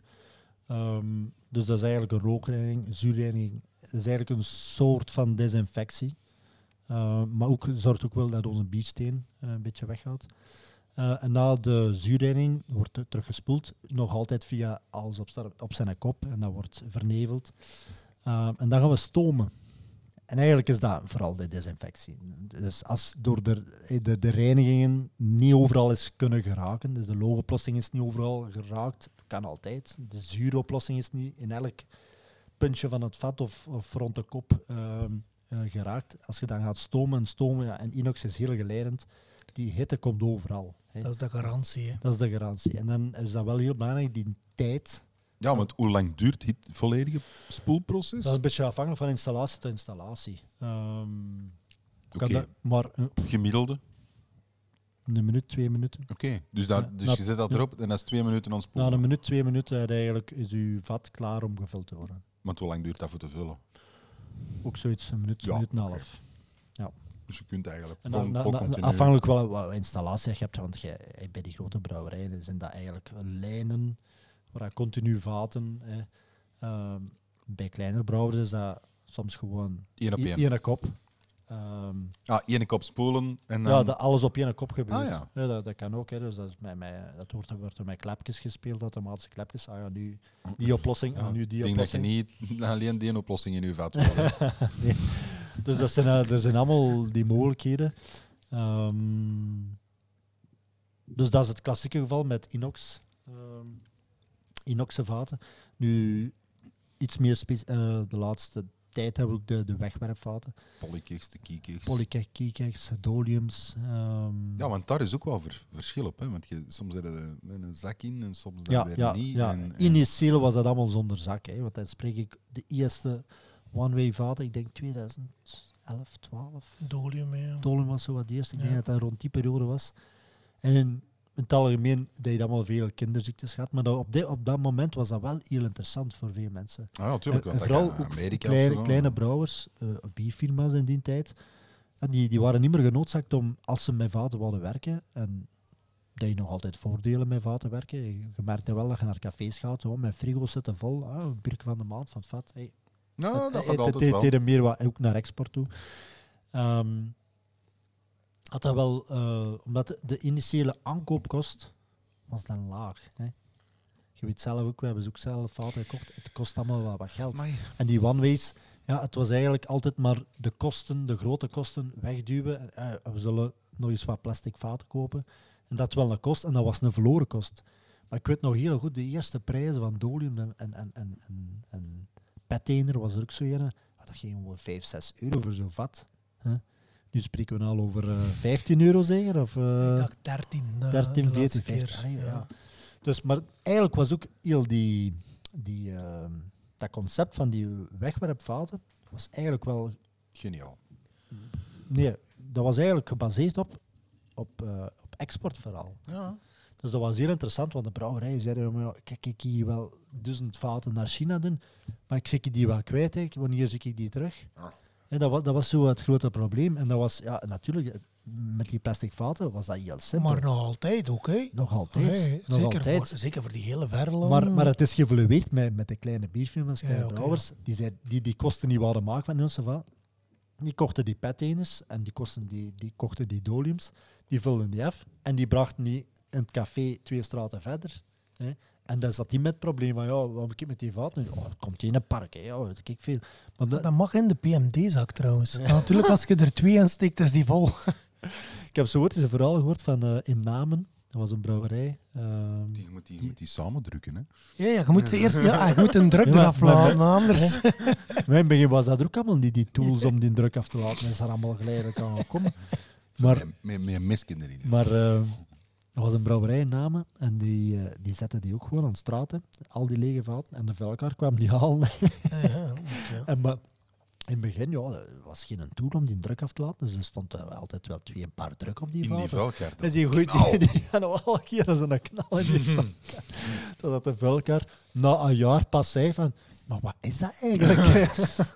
Um, dus dat is eigenlijk een rookreiniging, zuurreiniging. Dat is eigenlijk een soort van desinfectie. Uh, maar ook zorgt ook wel dat onze biersteen uh, een beetje weggaat. Uh, en na de zuurreiniging wordt het teruggespoeld, nog altijd via alles op, sta- op zijn kop en dat wordt verneveld. Uh, en dan gaan we stomen. En eigenlijk is dat vooral de desinfectie. Dus als door de, de, de reinigingen niet overal is kunnen geraken, dus de loogoplossing is niet overal geraakt, kan altijd. De zuuroplossing is niet in elk puntje van het vat of, of rond de kop uh, uh, geraakt. Als je dan gaat stomen en stomen, ja, en inox is heel geleidend, die hitte komt overal. Hè. Dat is de garantie. Hè. Dat is de garantie. En dan is dat wel heel belangrijk, die tijd. Ja, want hoe lang duurt het volledige spoelproces? Dat is een beetje afhankelijk van installatie tot installatie. Um, Oké, dat, maar uh, gemiddelde. een minuut, twee minuten. Oké, dus, dat, Ja, dus dat- je zet dat erop en dat is twee minuten aan Na spoelen. een minuut, twee minuten is, eigenlijk, is uw vat klaar om gevuld te worden. Want hoe lang duurt dat voor te vullen? Ook zoiets, een minuut, Ja, een minuut en een oké. half. Dus je kunt eigenlijk En vol, dan, na- vol na- continu... afhankelijk wel wat installatie je hebt, want je, bij die grote brouwerijen zijn dat eigenlijk lijnen, waar je continu vaten. Hè. Ehm, bij kleinere brouwers is dat soms gewoon Eén op i- één. één kop. Ehm, Ah, één kop spoelen en dan... Ja, dat alles op één kop gebeurt. Ah, ja. dat, dat kan ook. Hè. Dus dat, is met, met, dat wordt, wordt er met klepjes gespeeld, automatische klepjes. Ah ja, nu die oplossing en Ja, nu die ik denk dat je oplossing. niet alleen die oplossing in je vat wil hebben. Nee. Dus dat zijn, uh, er zijn allemaal die mogelijkheden. Ehm, dus dat is het klassieke geval met inox. Um, inoxen vaten. Nu, iets meer spe- uh, de laatste tijd hebben we ook de, de wegwerpvaten. Polykeks, de kiekeks. Polykekkers, doliums. Um, Ja, want daar is ook wel ver- verschil op. Hè? Want je, soms heb je er een zak in en soms dan ja, weer ja, niet. ja. En, en- Initieel was dat allemaal zonder zak. Hè, want dan spreek ik de eerste one-way vaten, ik denk twintig elf, twaalf. Dolium, ja. Dolium was zo wat de eerste. Ik Ja. denk dat dat rond die periode was. En in het algemeen dat je allemaal veel kinderziektes had. Maar dat op, die, op dat moment was dat wel heel interessant voor veel mensen. Ah, ja, natuurlijk. En- want en dat vooral gaat naar ook Amerika kleine, of zo. kleine brouwers, uh, bierfirma's in die tijd, en die, die waren niet meer genoodzaakt om, als ze met vaten wilden werken, en dat je nog altijd voordelen met vaten werken. Je, je merkte wel dat je naar cafés gaat, zo, met frigo's zitten vol, ah, een biertje van de maand van het vat. Hey, Ja, het- dat het- gaat het- altijd het wel. deden meer wat, ook naar export toe. Ehm, had dat wel, uh, omdat de, de initiële aankoopkost was dan laag. Hè. Je weet zelf ook, we hebben ze ook zelf vaten gekocht. Het kost allemaal wat, wat geld. Amai. En die one-ways, ja, het was eigenlijk altijd maar de kosten, de grote kosten wegduwen. Uh, we zullen nog eens wat plastic vaten kopen. En dat wel een kost, en dat was een verloren kost. Maar ik weet nog heel goed, de eerste prijzen van Dolium en, en, en, en, en, en Pathé was er ook zo een. Dat ging gewoon vijf, zes euro voor zo'n vat. Huh? Nu spreken we al over uh, vijftien euro zeker? Of, uh, Ik dacht dertien. Uh, dertien, de laatste veertien, keer. vijftien. Allee, Ja. ja. Dus, maar eigenlijk was ook heel die, die, uh, dat concept van die wegwerpvaten was eigenlijk wel... Geniaal. Nee, dat was eigenlijk gebaseerd op, op, uh, op export vooral. Ja. Dus dat was heel interessant, want de brouwerijen zeiden, maar ja, kijk, ik hier wel duizend vaten naar China doen, maar ik zie die wel kwijt, hè. Wanneer zie ik die terug? Ja. En dat, was, dat was zo het grote probleem. En dat was, ja, natuurlijk, met die plastic vaten was dat heel simpel. Maar nog altijd ook, hè? Nog altijd. Nee, nog zeker, altijd. Voor, zeker voor die hele verre landen. Maar, maar het is geëvolueerd met, met de kleine bierfirma's, kleine Ja, oké. brouwers, die, zei, die die kosten niet wouden maken van onze vaat. Die kochten die petteners en die, kosten die, die kochten die doliums, die vulden die af en die brachten die in het café twee straten verder. Hè. En dan zat die met het probleem van, ja, wat moet ik met die vaat nu? Oh, het komt in een park, hè. Ja, weet ik veel. Maar dat, Dat mag in de P M D-zak trouwens. Ja. Natuurlijk, als je er twee in steekt, is die vol. ik heb zo ooit eens een verhaal gehoord van uh, in Namen. Dat was een brouwerij. Um, Die, je moet die, je moet die samen drukken, hè. Ja, ja, je moet ze eerst ja, je moet een druk Ja, maar- eraf maar- laten, anders. Maar in het begin was dat er ook allemaal niet, die tools om die druk af te laten. Dat is er allemaal geleidelijk aan gekomen. Maar, Met, met, met een mesje erin. maar uh, er was een brouwerij in Namen en die, uh, die zetten die ook gewoon aan de straten, al die lege vaten. En de vuilkar kwam die halen. Ja, ja, dat moet, ja. en, maar in het begin ja, er was geen tool om die druk af te laten, dus er stond uh, altijd wel twee paar druk op die In vaten. die vuilkaart. En die gooit die, die gaan nog alle keer als een knal in die vuilkar. Totdat de vuilkar na een jaar pas zei van, maar wat is dat eigenlijk?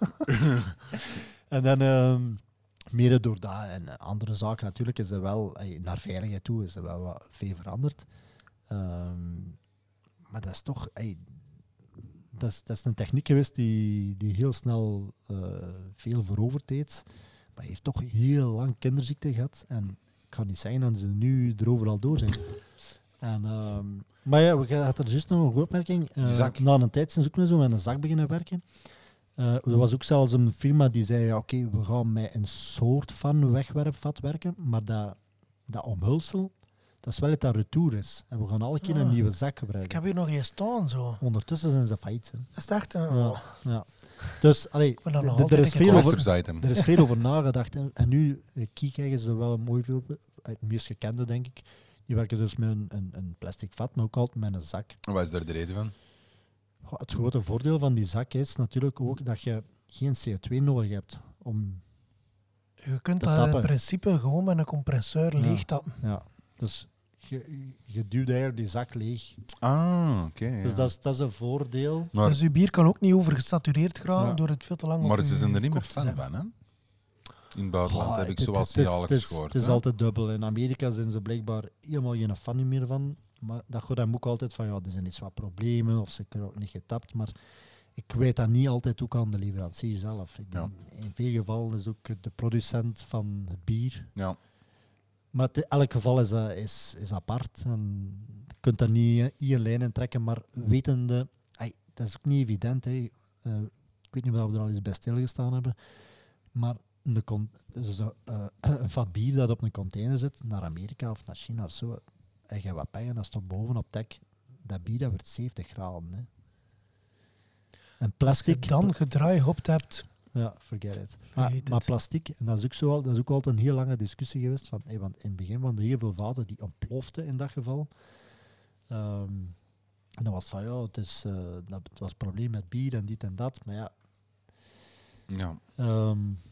en dan, um, mede door dat en andere zaken natuurlijk, is er wel, naar veiligheid toe, is er wel wat veel veranderd. Um, maar dat is toch, hey, dat, is, dat is een techniek geweest die, die heel snel uh, veel veroverd heeft. Maar hij heeft toch heel lang kinderziekte gehad. En ik ga niet zeggen dat ze nu er overal door zijn. En, um, maar ja, we hadden er juist nog een goede opmerking. Uh, Zak. na een tijd zijn ze ook nog zo met een zak beginnen werken. Uh, er was ook zelfs een firma die zei, ja, oké, okay, we gaan met een soort van wegwerpvat werken, maar dat, dat omhulsel, dat is wel het dat retour is. En we gaan alle keer Ah. een nieuwe zak Ik gebruiken. heb hier nog eens staan, zo. Ondertussen zijn ze failliet. Hè. Dat is echt een... Ja, ja. Dus, allee, wil dat nog d- d- er, altijd is een veel over, Collectors item. er is veel over nagedacht. En, en nu, eh, Key krijgen ze er wel een mooi veel het meest gekende, denk ik. Die werken dus met een, een, een plastic vat, maar ook altijd met een zak. En wat is daar de reden van? Goh, Het grote voordeel van die zak is natuurlijk ook dat je geen C O twee nodig hebt om... Je kunt Te dat tappen. in principe gewoon met een compressor Ja. leeg tappen. Ja, dus je, je duwt eigenlijk die zak leeg. Ah, oké. ja. Dus dat is, dat is een voordeel. Maar, Dus je bier kan ook niet overgesatureerd geraken Ja. door het veel te lang maar op ze je zijn er niet meer kop te fan zetten. van, hè? In het buitenland Goh, heb ik het- zoals het is- Alex het is- gehoord. Het is hè. altijd dubbel. In Amerika zijn ze blijkbaar helemaal geen fan meer van. Maar dat gaat hem ook altijd van, ja, er zijn iets wat problemen of ze kunnen ook niet getapt. Maar ik weet dat niet altijd ook aan de leverancier zelf. Ik Ja. denk, in veel gevallen is ook de producent van het bier. Ja. Maar in elk geval is dat is, is apart. En je kunt daar niet in lijn in trekken, maar wetende... Ay, dat is ook niet evident. Hè. Uh, ik weet niet of we er al eens bij stilgestaan hebben. Maar de con- dus, uh, uh, een vat bier dat op een container zit, naar Amerika of naar China of zo, en je wat pech en dat stond boven op dek, dat bier dat wordt zeventig graden. Hè. En Als je plastic... dan gedraai gehopt hebt, Ja, forget it. Maar, Vergeet maar het. plastic, en dat is, ook zo, al- dat is ook altijd een heel lange discussie geweest. Van, hey, want in het begin waren er heel veel vaten die ontploften in dat geval. Ehm, en dan was het van, ja, het, is, eh, dat, het was een probleem met bier en dit en dat. Maar ja, Ja. ehm,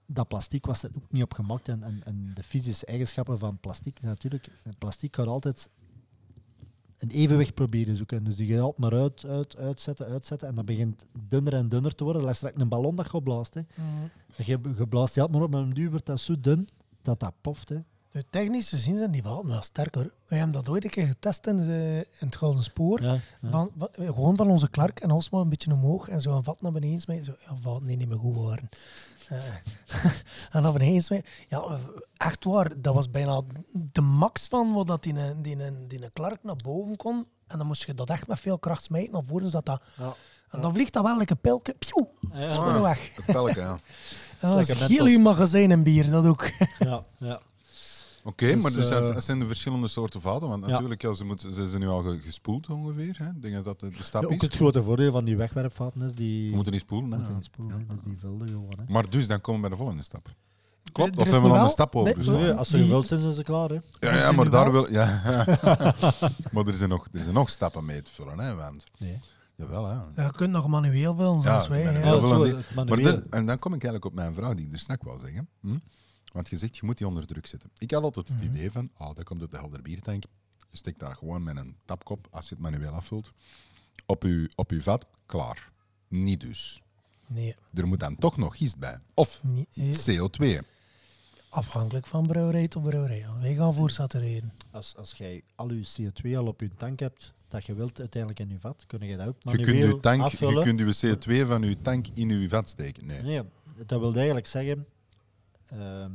dat plastic was er ook niet op gemaakt. En, en, en de fysische eigenschappen van plastic, natuurlijk. Plastic gaat altijd een evenwicht proberen zoeken. Dus die gaat altijd maar uit, uit, uitzetten, uitzetten. En dat begint dunner en dunner te worden. Dat is straks een ballon dat je blaast. Hè. Mm. Je, je blaast die altijd maar op, maar op een duur wordt dat zo dun dat dat poft. Hè. De technisch gezien zijn die vaten wel sterker. We hebben dat ooit een keer getest in, de, in het Gouden Spoor. Ja, ja. Van, van- gewoon van onze klark en ons maar een beetje omhoog en zo een vat naar beneden smijten. Zo, ja, vaten die niet meer goed waren. Eh, en naar beneden smijten. Ja, echt waar. Dat was bijna de max van wat dat die, een- die, een- die een klark naar boven kon. En dan moest je dat echt met veel kracht smijten, naar voren zodat dat... Ja. En dan vliegt dat wel like een pijltje. Pjoe, Ja, is ja. gewoon weg. Het pelken, ja. En dat is lekker heel mentos. uw magazijn en bier, dat ook. Ja, ja. Oké, Dus, maar dus, eh, dat zijn de verschillende soorten vaten. Want Ja. natuurlijk, ja, ze, moeten, ze zijn nu al ge- gespoeld ongeveer. Hè? Ik denk dat dat de, de stap Ja, ook is. het grote voordeel van die wegwerpvaten is die... We moeten niet spoelen. Hè? moeten Ja. niet spoelen, hè. Dus die vulden gewoon. Hè. Maar dus, dan komen we bij de volgende stap. Klopt, Er of is hebben we nu al een wel- stap over? nee, Dus nee. nog? Nee, als ze Die- gevuld zijn, zijn ze klaar. Hè. Ja, er ja, zijn maar nu daar wel- wil... Ja. maar er zijn, nog, er zijn nog stappen mee te vullen, hè, want... Nee. Jawel, hè. Ja, je kunt nog manueel vullen, zoals Ja, wij. manueel. hè. Ja, Ja, veel zo, aan die- het Maar manueel. dit- en dan kom ik eigenlijk op mijn vrouw, die ik er straks wou zeggen. Hm? Want je zegt, je moet die onder druk zetten. Ik had altijd het Mhm. idee van, oh, dat komt uit de helder biertank. Je steekt daar gewoon met een tapkop, als je het manueel afvult, op je, op je vat, klaar. Niet dus. Nee, Er moet dan toch nog gist bij. Of niet, eh, C O twee. afhankelijk van brouwerij tot brouwerij. Ja. Wij gaan voor satureren. Als, als jij al je C O twee al op je tank hebt, dat je wilt uiteindelijk in je vat, kun je dat ook Je kunt, manueel je, tank, je afvullen. kunt je C O twee van je tank in je vat steken. Nee. Nee, dat wil eigenlijk zeggen... ehm,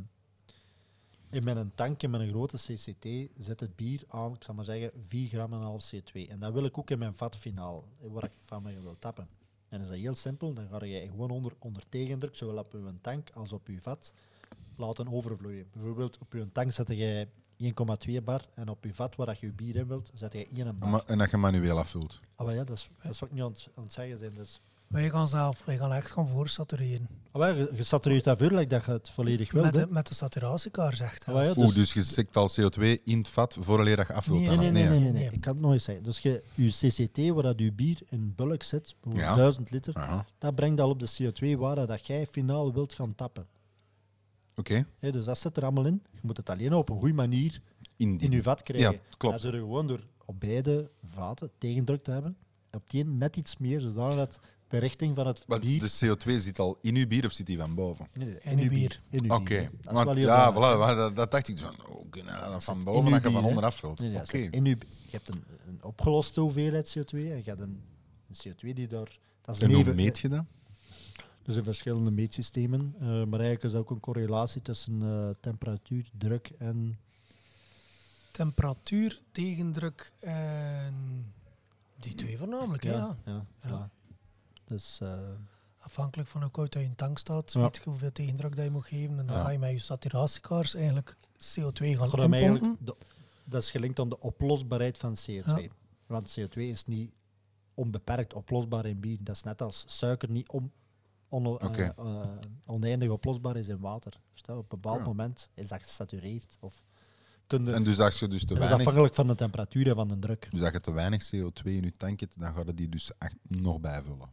in mijn tank, in mijn grote C C T, zit het bier aan, ik zal maar zeggen, vier gram en een half C O twee. En dat wil ik ook in mijn vat finaal, waar ik van mij wil tappen. En is dat heel simpel, dan ga je gewoon onder, onder tegendruk, zowel op je tank als op je vat, laten overvloeien. Bijvoorbeeld op je tank zet je één komma twee bar en op je vat waar dat je je bier in wilt, zet je één bar. Maar, en dat je manueel afvult. Ah, maar ja, dat is, dat is wat ik niet aan het, aan het zeggen zijn. Dus. Wij gaan zelf, wij gaan echt gaan voor satureren. Ah, maar ja, je, je satureert dat vuur, like dat je het volledig wilt. Met hè. de, met de saturatiekaar, zegt hij. Ah, maar ja, Oeh, dus- dus je steekt al C O twee in het vat vooraleer dat je afvult. Nee, dan, Nee, of nee, nee, hè? nee, nee, Nee. Ik kan het nog eens zeggen. Dus je, je C C T, waar dat je bier in bulk zit, bijvoorbeeld Ja. duizend liter, Aha. dat brengt al op de C O twee waarde dat jij finaal wilt gaan tappen. Oké. Hè, dus dat zit er allemaal in. Je moet het alleen op een goede manier In die. in je vat krijgen. Ja, klopt. Dat doe je gewoon door op beide vaten tegendruk te hebben. Op die een net iets meer, zodat dat de richting van het Want bier... de C O twee zit al in uw bier of zit die van boven? Nee, nee, In uw bier. In uw Oké. bier. Dat is Want- wel heel Ja, belangrijk. voilà, dat, dat dacht ik van. Oké, nou, dat van zit boven in dat uw je van bier, hè? onder afvult. Nee, nee, Oké. dat zit in uw, je hebt een, een opgeloste hoeveelheid C O twee en je hebt een, een C O twee die daar... Dat is En een hoe even- meet je dat? Er zijn verschillende meetsystemen, uh, maar eigenlijk is dat ook een correlatie tussen uh, temperatuur, druk en... Temperatuur, tegendruk en die twee voornamelijk. Ja. Ja. ja, Ja. ja. Dus... Uh, Afhankelijk van hoe koud dat je in tank staat, Ja. weet je hoeveel tegendruk dat je moet geven. En dan Ja. ga je met je saturatiekaars eigenlijk C O twee gaan Gewoon hem eigenlijk inpompen. de- dat is gelinkt aan de oplosbaarheid van C O twee. Ja. Want C O twee is niet onbeperkt oplosbaar in bier. Dat is net als suiker niet on, on, uh, Oké. uh, oneindig oplosbaar is in water. Stel, op een bepaald Ja. moment is dat gesatureerd. Of kun je, En dus als je dus te dat is weinig, afhankelijk van de temperatuur en van de druk. dus als je te weinig C O twee in je tank hebt, dan ga je die dus echt nog bijvullen.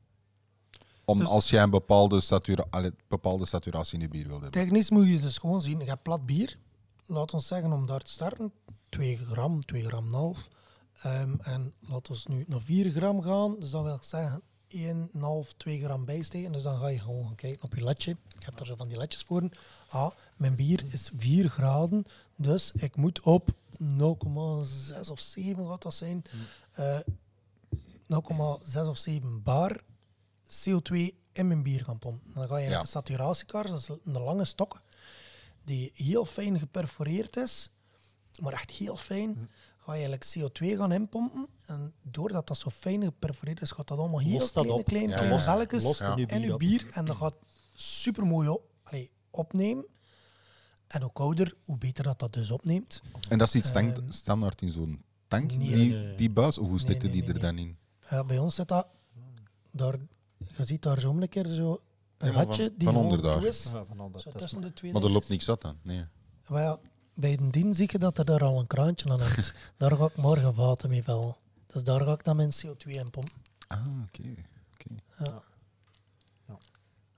Om, Dus- als jij een bepaalde, satura allee, bepaalde saturatie in je bier wil hebben. Technisch moet je dus gewoon zien, je hebt plat bier. Laat ons zeggen, om daar te starten, twee gram, twee gram en een half. Ehm, en laten we nu naar vier gram gaan. Dus dan wil ik zeggen, één komma vijf, twee gram bijsteken. Dus dan ga je gewoon gaan kijken op je ledje. Ik heb daar zo van die ledjes voor. Ah, mijn bier is vier graden. Dus ik moet op nul komma zes of zeven gaat dat zijn. Eh, nul komma zes of zeven bar C O twee in mijn bier gaan pompen. Dan ga je Ja. een saturatiekaars, dat is een lange stok, die heel fijn geperforeerd is, maar echt heel fijn. Ga je eigenlijk C O twee gaan inpompen. En doordat dat zo fijn geperforeerd is, gaat dat allemaal heel Lost dat kleine, op. kleine, Ja, kleine ja. velletjes Lost in je in bier je op. bier. En dat gaat super mooi op, allee, opnemen. En hoe kouder, hoe beter dat dat dus opneemt. En dat zit stand- Ehm, standaard in zo'n tank, nee. die, Nee, nee, nee. die buis? Of hoe stekte nee, die nee, er dan in? Ja, bij ons zit dat daar, je ziet daar zo een keer zo een Helemaal gatje van- die van gewoon onder daar. toe is. Ja, van ander. Zo Dat is tussen de twee Maar er loopt dingetjes. niks uit dan. Nee. Maar ja, bij de dien zie je dat er daar al een kraantje aan hangt. Daar ga ik morgen vaten mee vullen. Dus daar ga ik dan mijn C O twee in pompen. Ah, oké. oké. Ja. Ja.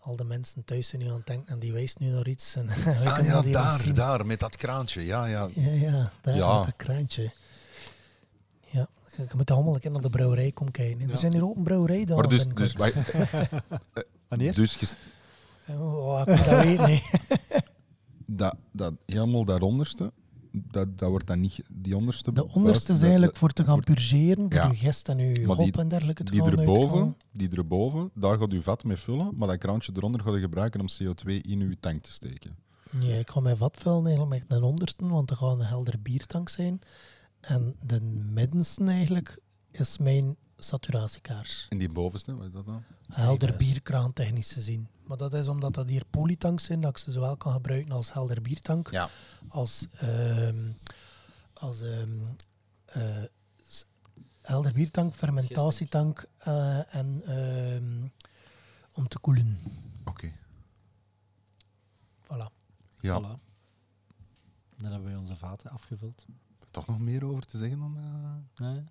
al de mensen thuis zijn nu aan het denken en die wijst nu naar iets. En Ah ja, daar, daar, met dat kraantje. Ja, ja. Ja, ja, daar Ja. met dat kraantje. Ja, je, je moet allemaal een keer naar de brouwerij komen kijken. Ja. Er zijn hier ook een brouwerij dan. Maar dus, dus, wij- Wanneer? dus ges- Oh, ik moet dat weten, nee. dat, dat, helemaal dat onderste, dat, dat wordt dan niet die onderste. De onderste buiten, is dat- eigenlijk dat- voor te gaan voor- purgeren, voor Ja. uw gist en uw Maar hop die- en dergelijke te Die gaan erboven, uithalen. die erboven, daar gaat uw vat mee vullen, maar dat kraantje eronder gaat je gebruiken om C O twee in uw tank te steken. Ja, ik ga mijn vat vullen eigenlijk met een onderste, want er gaat een helder biertank zijn. En de middenste eigenlijk is mijn saturatiekaars. En die bovenste, wat is dat dan? Helder Steenhuis. bierkraan technisch gezien. Maar dat is omdat dat hier polytanks zijn, dat ik ze zowel kan gebruiken als helder biertank, Ja. als, ehm, als ehm, eh, s- helder biertank, fermentatietank eh, en ehm, om te koelen. Oké. Voilà. Ja, Voilà. Dan hebben we onze vaten afgevuld. toch nog meer over te zeggen dan... eh, Nee?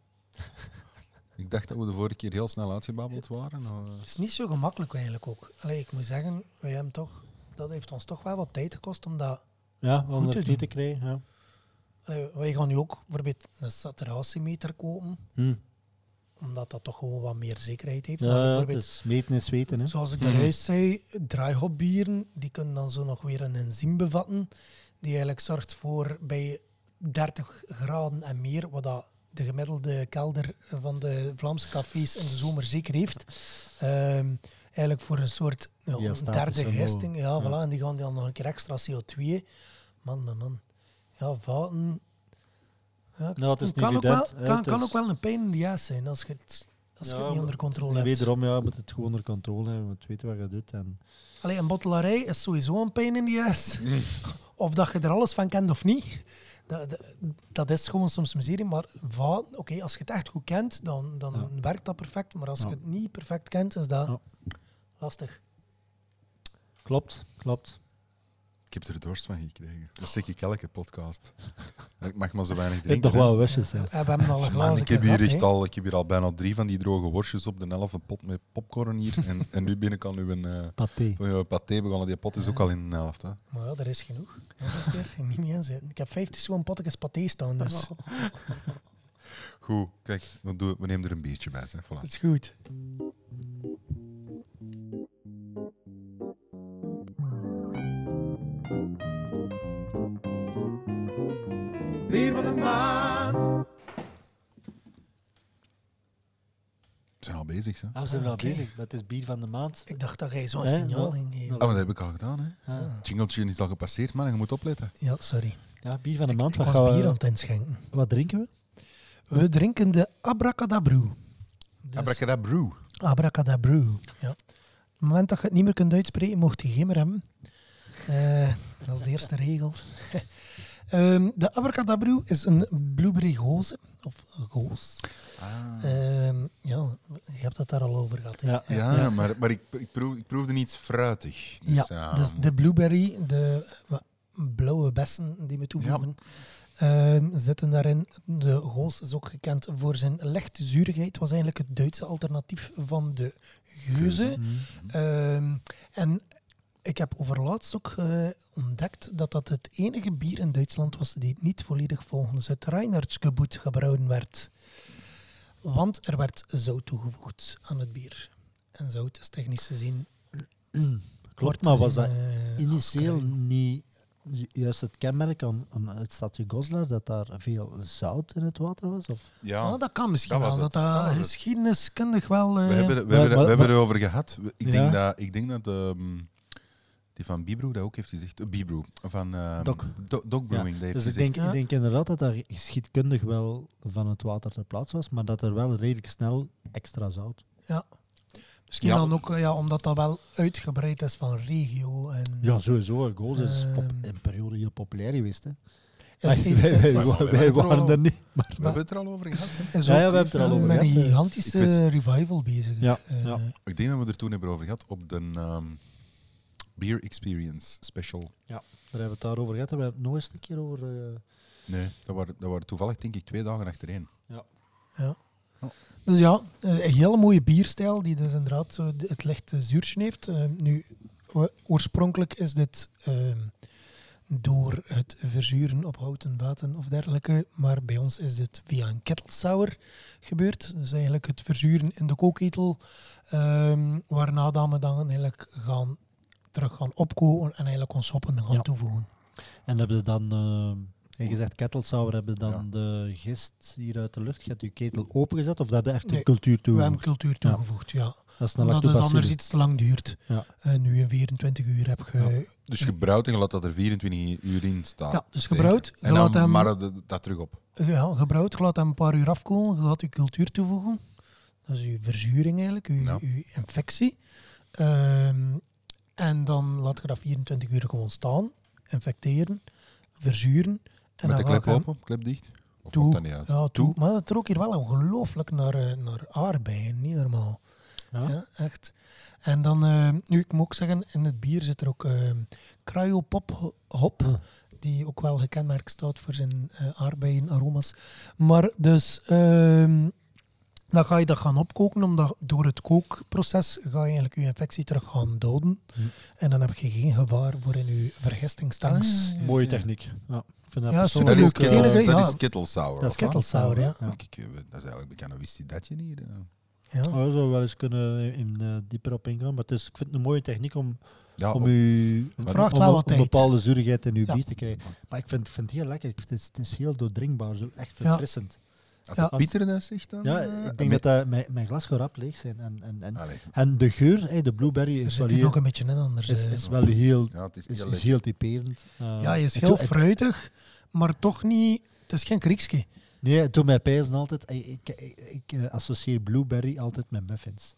Ik dacht dat we de vorige keer heel snel uitgebabbeld waren. maar, eh, Het is niet zo gemakkelijk eigenlijk ook. Allee, ik moet zeggen, wij hebben toch, dat heeft ons toch wel wat tijd gekost om dat... Ja, Goed om te er doen. niet te krijgen. Ja. Allee, wij gaan nu ook bijvoorbeeld een saturatiemeter kopen, Hm. omdat dat toch gewoon wat meer zekerheid heeft. Maar Ja, het bijvoorbeeld, is meten is weten. Hè. zoals ik daarjuist zei, draaihopbieren, die kunnen dan zo nog weer een enzym bevatten, die eigenlijk zorgt voor bij dertig graden en meer, wat dat de gemiddelde kelder van de Vlaamse cafés in de zomer zeker heeft. Ehm, eigenlijk voor een soort ja, een Diastatisch derde vermogen. gisting. Ja, Ja. Voilà, en die gaan dan nog een keer extra C O twee. Man, man, man. Ja, vaten... Ja, Nou, het is niet kan, ook wel, evident, hè, kan, het kan is- ook wel een pijn in de ass zijn als je het, als je het niet onder controle hebt. Wederom, ja, je moet het gewoon onder controle hebben. Je moet weten wat je doet. En... Allee, een bottelarij is sowieso een pijn in de ass. Of dat je er alles van kent of niet. Dat, dat, dat is gewoon soms miserie. Maar vaten, oké, als je het echt goed kent, dan, dan Ja. werkt dat perfect. Maar als Ja. je het niet perfect kent, is dat Ja. lastig. Klopt, klopt. Ik heb er dorst van gekregen. Dat zeg ik elke podcast. Ik mag maar zo weinig Ik drinken. toch hè. wel wisjes. Ja. En we hebben al een Man, glazen ik, heb keer hier gehad, echt hè. al, ik heb hier al bijna drie van die droge worstjes op de helft, een pot met popcorn hier. En, en nu ben ik al nu een uh, Pathé. paté begonnen. Die pot is ook al in een helft. Hè. Maar ja, er is genoeg. Nog een keer, niet meer inzetten. Ik heb vijftig zo'n potjes paté staan, dus Goed, kijk, we, doen, we nemen er een biertje bij. Zeg. Voilà. dat is goed. Bier van de maand. We zijn al bezig. Hè. Ah, we zijn wel Oké. bezig. Dat is bier van de maand. Ik dacht dat jij zo'n Hè, signaal ja. ging geven. Ja. Ah, maar dat heb ik al gedaan. Hè. Ah. Jingletje is al gepasseerd, man. Je moet opletten. Ja, sorry. Ja, bier van de maand. Ik Wat, was gaan we- bier aan het inschenken. wat drinken we? We drinken de Abracadabrew. Dus Abracadabrew. Abracadabrew, ja. Op het moment dat je het niet meer kunt uitspreken, mocht je geen meer hebben. Eh, dat is de eerste regel. Ehm, de Abracadabrew is een blueberry goze, of goos. Ah. Ehm, ja, je hebt het daar al over gehad. hè. Ja. Ja, Ja. maar, maar ik, ik, proef, ik proefde iets fruitig. Dus, Ja, ja, dus de blueberry, de wat, blauwe bessen die we toevoegen, ehm, zitten daarin. De goos is ook gekend voor zijn lichte zuurigheid. Was eigenlijk het Duitse alternatief van de geuze. Mm. Ehm, en ik heb overlaatst ook eh, ontdekt dat dat het enige bier in Duitsland was die niet volledig volgens het Reinhardtsgebot gebrouwen werd. Want er werd zout toegevoegd aan het bier. En zout is technisch gezien... Klopt, wordt maar was gezien, dat eh, initieel afkruiden. niet ju- juist het kenmerk aan, aan het stadje Goslar, dat daar veel zout in het water was? Of? ja. Ah, dat kan misschien dat was wel. het. Dat Dat dat was het. geschiedeniskundig wel... eh, We hebben, we maar- hebben, we maar- hebben maar- erover gehad. We- Ik Ja. denk dat, ik denk dat ehm, die van Bibrew dat ook heeft gezegd. Uh, Bibrew. Van ehm, Doc. Do- Doc Brewing. dat heeft Dus ik gezegd. denk, ik denk inderdaad dat daar geschiedkundig wel van het water ter plaatse was, maar dat er wel redelijk snel extra zout. Misschien Ja. dan ook eh, ja, omdat dat wel uitgebreid is van regio. En, Ja, sowieso. Goos is pop- Ehm. in een periode heel populair geweest. Hè. Is- Wij, heeft- wij, wij, Maar- maar we wij hebben het er waren al- er niet. Maar, We hebben het er al over gehad. hè. is Ja, ook ja, we hebben het er al over met een gehad, eh. gigantische Ik weet- revival bezig. Ja, Eh, ja. Ik denk dat we er toen hebben over gehad op de ehm, Beer Experience Special. daar hebben we het daarover gehad en we hebben het nog eens een keer over... eh, Nee, dat waren, dat waren toevallig denk ik twee dagen achtereen. Dus ja, eh, een hele mooie bierstijl die dus inderdaad zo de- het lichte zuurtje heeft. Eh, nu, we- oorspronkelijk is dit ehm, door het verzuren op houten vaten of dergelijke, maar bij ons is dit via een kettle sour gebeurd. Dus eigenlijk het verzuren in de kookketel, ehm, waarna dan we dan eigenlijk gaan, terug gaan opkoken en eigenlijk ons hoppen gaan Ja. toevoegen. En hebben we dan, uh, je gezegd kettlesauer, hebben we dan Ja. de gist hier uit de lucht? Je hebt je ketel opengezet of dat heb je echt Nee, een cultuur We hebben toegevoegd? cultuur toegevoegd, ja. Dat is een Omdat het anders lactobacillus. iets te lang duurt. Ja. En nu in vierentwintig uur heb je... Dus gebrouwd en je laat dat er vierentwintig uur in staat. Ja, dus gebrouwd. Je En laat dan hem, maar dat, dat terug op. ja, gebrouwd, je laat hem een paar uur afkoelen, je gaat je cultuur toevoegen. Dat is je verzuring eigenlijk, je, Ja. je infectie. Ehm, en dan laat je dat vierentwintig uur gewoon staan, infecteren, verzuren. En Met de dan ga klep je hem open, klep dicht. Of toe. komt dat niet uit? Ja, toe. Maar het rookt hier wel ongelooflijk naar, eh, naar aardbeien, niet normaal. Ja. Ja, echt. En dan, eh, nu ik moet ook zeggen, in het bier zit er ook uh, cryopop hop, Huh. die ook wel gekenmerkt staat voor zijn uh, aardbeien aroma's. Maar dus, ehm, dan ga je dat gaan opkoken, omdat door het kookproces ga je eigenlijk je infectie terug gaan doden. Hm. En dan heb je geen gevaar voor in je vergistingstanks. Ah, ja, ja. Mooie Ja. techniek. Ja. Ik vind dat Ja, persoonlijk Dat is, Leuk, ook, kettle, eh, enige, dat ja. is kettle sour. Dat is of wat? kettle sour, ja. Ja. Kijk, eh, dat is eigenlijk bekend. Wist je dat je niet? eh? Ja. Oh, we zouden wel eens kunnen in, uh, dieper op ingaan. Maar het is, ik vind het een mooie techniek om, Ja, om, op- u, Het om, vraagt om, wel om wat een tijd. bepaalde zuurigheid in uw Ja. bier te krijgen. Maar ik vind, ik vind het heel lekker. Ik vind het, is, het is heel doordringbaar. Zo echt Ja. verfrissend. als ja. de Pieter dat zegt, dan... Ja, eh, ik denk met- dat, dat mijn, mijn glas gaat rap leeg zijn. En, en, en, Allee, en de geur, hey, de blueberry, Er is zit wel, hier heel, nog een beetje in anders. is, eh. is wel heel, ja, het is is, heel is lekker. heel typerend. Uh, Ja, hij is het heel doet- het- fruitig, maar toch niet... Het is geen kriekske. Nee, het doet mij pijzen altijd. Ik, ik, ik, ik eh, associeer blueberry altijd met muffins.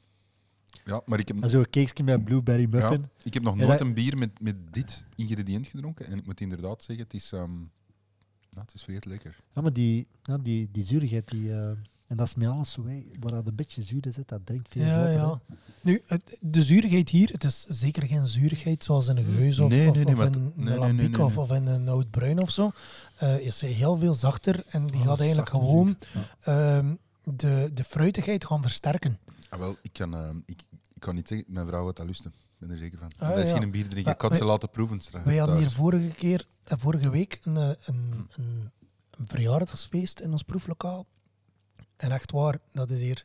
Ja, maar ik heb, En zo'n cakeje met blueberry muffin. ja, ik heb nog Ja, nooit dat- een bier met, met dit ingrediënt gedronken. En ik moet inderdaad zeggen, het is... ehm ja, het is vreed lekker. Ja, maar die, ja, die, die zuurigheid, die, uh, en dat is met alles zo, hè, waar dat een beetje zuur in zit, dat drinkt veel Ja, vlotter. ja. Nu, het, de zuurigheid hier, het is zeker geen zuurigheid zoals in een geus of, Nee, of, nee, nee, of maar in het- een nee, nee, lambic nee, nee, of, nee. of in een oud bruin of zo. Uh, is heel veel zachter en die Oh, gaat eigenlijk zachte gewoon zuur. Ja. ehm, de, de fruitigheid gaan versterken. Ah, wel, ik kan, ehm, ik, ik kan niet zeggen, mijn vrouw gaat dat lusten. Ik ben er zeker van. Ah, dat is ja. geen bier drinken. Maar Ik had wij- ze laten proeven straks. Wij hadden hier thuis. vorige keer, eh, vorige week een, eh, een, een, een verjaardagsfeest in ons proeflokaal. En echt waar, dat is hier...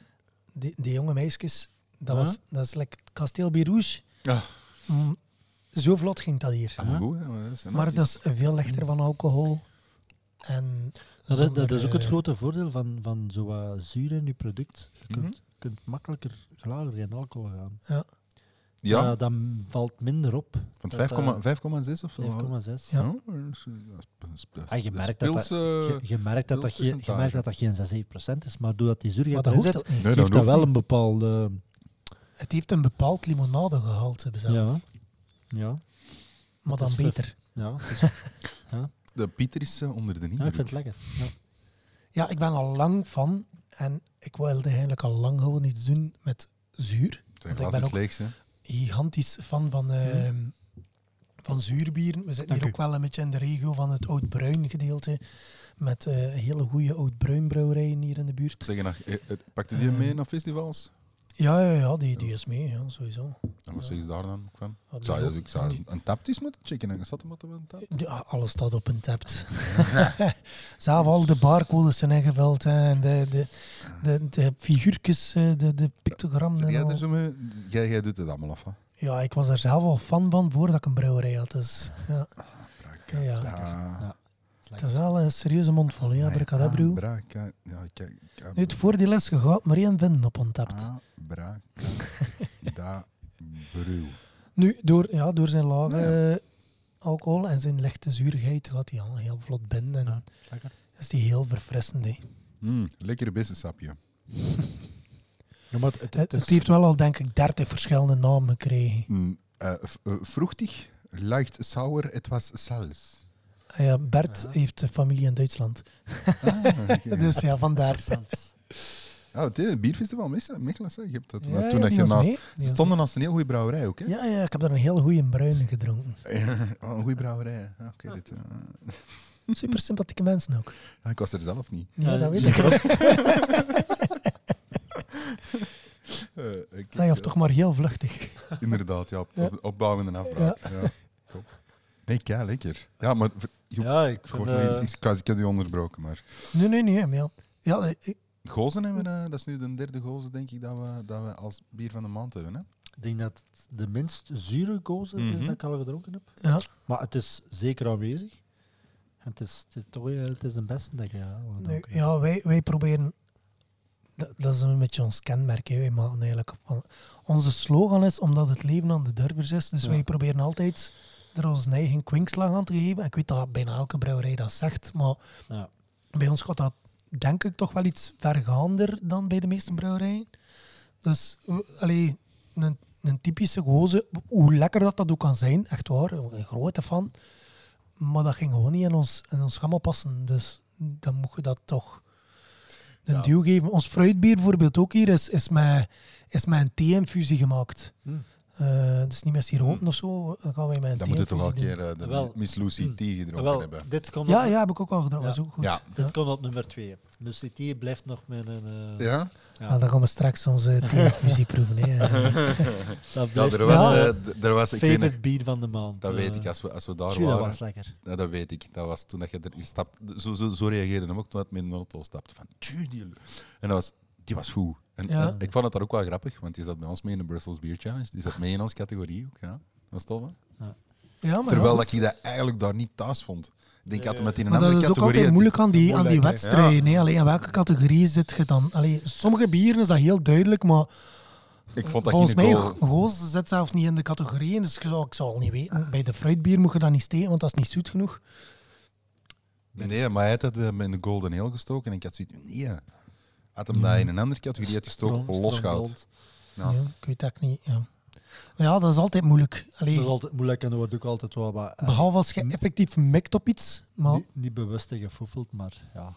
Die, die jonge meisjes, dat, Ja? was, dat is like Kasteel Birouge. Ja. Mm, zo vlot ging dat hier. Ah, maar goed, hè, maar dat is, Maar dat is veel lichter van alcohol. En Ja, dat, dat is ook het eh, grote voordeel van, van zo'n zuur in je product. Je kunt, Mhm. kunt makkelijker lager in alcohol gaan. Ja, Ja, dan valt minder op. van dat, eh, vijf komma zes of zo. vijf komma zes. Ja. Ja, dat is, eh, dat is- dat is- dat is- Ah, je dat is merkt dat dat- pils, eh, Je, je, merkt dat dat geen, je percentage. merkt dat dat geen zes, zeven procent is, maar doordat die Maar zuurigheid dat erin hoeft zit, ook niet. Nee, geeft dat hoeft wel niet. een bepaalde... Het heeft een bepaald limonadegehalte zelf. Ja. Ja. Maar het dan is ver- beter. Ja, het is- De Pieter is eh, onder de ja, indruk. ik vind het lekker. Ja. Ja, ik ben al lang van. En ik wilde eigenlijk al lang gewoon iets doen met zuur. Zijn Want ik glas ben is ook- leeg, hè. Gigantisch fan van, eh, van zuurbieren. We zitten Dank hier u. ook wel een beetje in de regio van het oud-bruin gedeelte. Met eh, hele goede oud-bruin brouwerijen hier in de buurt. Zeggen, nog, eh, eh, pakte die Eh. mee naar festivals? Ja, ja, ja die, die is mee, ja, sowieso. En wat zeggen ze daar dan ook van? Ja, die Zou je ook- ik zou die- een tapt eens moeten checken en zat hem wat op een tap? Ja, alles staat op een tapt. Ze hebben al de barcodes zijn ingevuld hè, en de, de, de, de figuurtjes, eh, de, de pictogrammen. Zeg en jij al. er zo mee? Jij, jij doet het allemaal af, hè? Ja, ik was er zelf al fan van voordat ik een brouwerij had. Dus, ja. Ja, ja. Ja. Het is wel een serieuze mondvol, ja, Abracadabra. Braka. Ja, kijk. kijk. Nu, het voordeel is, je gaat maar één vinden op Untappd. Abracadabra. Nu, door, ja, door zijn lage eh, alcohol en zijn lichte zuurigheid gaat hij al heel vlot binnen. En Ja, lekker. is die heel verfrissend. Hè. Mm, lekkere bessensapje. Ja, maar het, het, Het, is- het heeft wel al, denk ik, dertig verschillende namen gekregen. Mm, eh, v- eh, Fruchtig, leicht sour, etwas Salz. Ah ja, Bert Ja. heeft de familie in Duitsland. Ah, oké. Dus ja, vandaar. Ja, het is een bierfestival, Mechelen, zeg. Je hebt dat, Ja, maar ja, toen dat die je was naast... mee. Die Ze was stonden naast een heel goede brouwerij ook, hè? mee. Ja, ja, ik heb daar een hele goede bruine gedronken. Oh, een goede brouwerij. Ja, oké, dit, eh. Super sympathieke mensen ook. Ja, ik was er zelf niet. Ja, Ja, dat weet dus ik. Uh, ik, Allee, of toch maar heel vluchtig. Inderdaad, ja. Op, Ja. op, opbouwen en afbraak. Ja. Ja, top. Nee, kei lekker. Ja, maar je, Ja, ik ik, vind... word nog iets, eh, ik, ik, ik heb je onderbroken, maar... Nee, nee, nee. Maar ja. Ja, ik- Gozen hebben we, uh, dat is nu de derde gozen, denk ik, dat we, dat we als bier van de maand hebben. Hè? ik denk dat het de minst zure gozer is Mhm. dat ik al gedronken heb. ja. Maar het is zeker aanwezig. En het is, het is toch eh, het is de beste dat je ja, wat Nee, dronken ja, wij, wij proberen... Dat, dat is een beetje ons kenmerk. Hè. Wij maken eigenlijk van, onze slogan is, omdat het leven aan de durvers is, dus Ja. wij proberen altijd er onze eigen kwinkslag aan te geven. Ik weet dat bijna elke brouwerij dat zegt, maar Ja. bij ons gaat dat denk ik toch wel iets vergaander dan bij de meeste brouwerijen. Dus uh, allee, een, een typische goze, hoe lekker dat dat ook kan zijn, echt waar, een grote fan. Maar dat ging gewoon niet in ons, in ons gamma passen. Dus dan moet je dat toch een Ja. duw geven. Ons fruitbier bijvoorbeeld ook hier is, is, met, is met een thee-infusie gemaakt. Hmm. Uh, dus niet met siropen Hmm. of zo, dan gaan wij met een Dan moet je toch al een thee-infusie keer uh, de Wel. Miss Lucy Mm. Tea gedronken Wel, hebben. dit komt doen. Ja, op, ja, heb ik ook al gedronken. Ja. Dat is ook goed. Ja. dit komt op nummer twee. Lucie T blijft nog met een... eh, Ja? ja. Ah, dan gaan we straks onze thee-infusie proeven. Hè. Dat Ja, blijft er was... Ja. eh, d- er was ik weet favorite nog, bier van de maand. dat weet eh. ik, als we, als we daar Tjoe, dat waren... was lekker. Ja, dat weet ik. Dat was toen dat je erin stapte. Zo, zo, zo reageerde hem ook toen het met een auto stapte. Van, tjoe, die... En dat was, die was goed. En, Ja. en ik vond het daar ook wel grappig, want die zat bij ons mee in de Brussels Beer Challenge. Die zat mee in onze categorie ook. Ja. Dat was tof, hè? Ja, maar Terwijl ja. dat ik dat eigenlijk daar niet thuis vond. Ik denk, ik had hem met in een Maar dat andere is ook categorie. altijd moeilijk aan die, aan die Moeilijk, hè. wedstrijden. hè. Allee, in welke categorie zit je dan? Allee, sommige bieren is dat heel duidelijk, maar Ik vond dat volgens geen mij goal. Goos zit zelf niet in de categorieën. Dus ik zou, ik zou al niet weten. Bij de fruitbier moet je dat niet steken, want dat is niet zoet genoeg. Nee, maar hij had het in de Golden Ale gestoken en ik had zoiets... Nee. Had hem dat in een andere categorie had gestoken, Strong- losgehouden. strong Ja. Ja, ik weet dat niet. Ja. Maar ja, dat is altijd moeilijk. Allee, Dat is altijd moeilijk en er wordt ook altijd wel wat... eh, behalve als je effectief mikt op iets. Maar niet, niet bewust en gefoefeld, maar ja.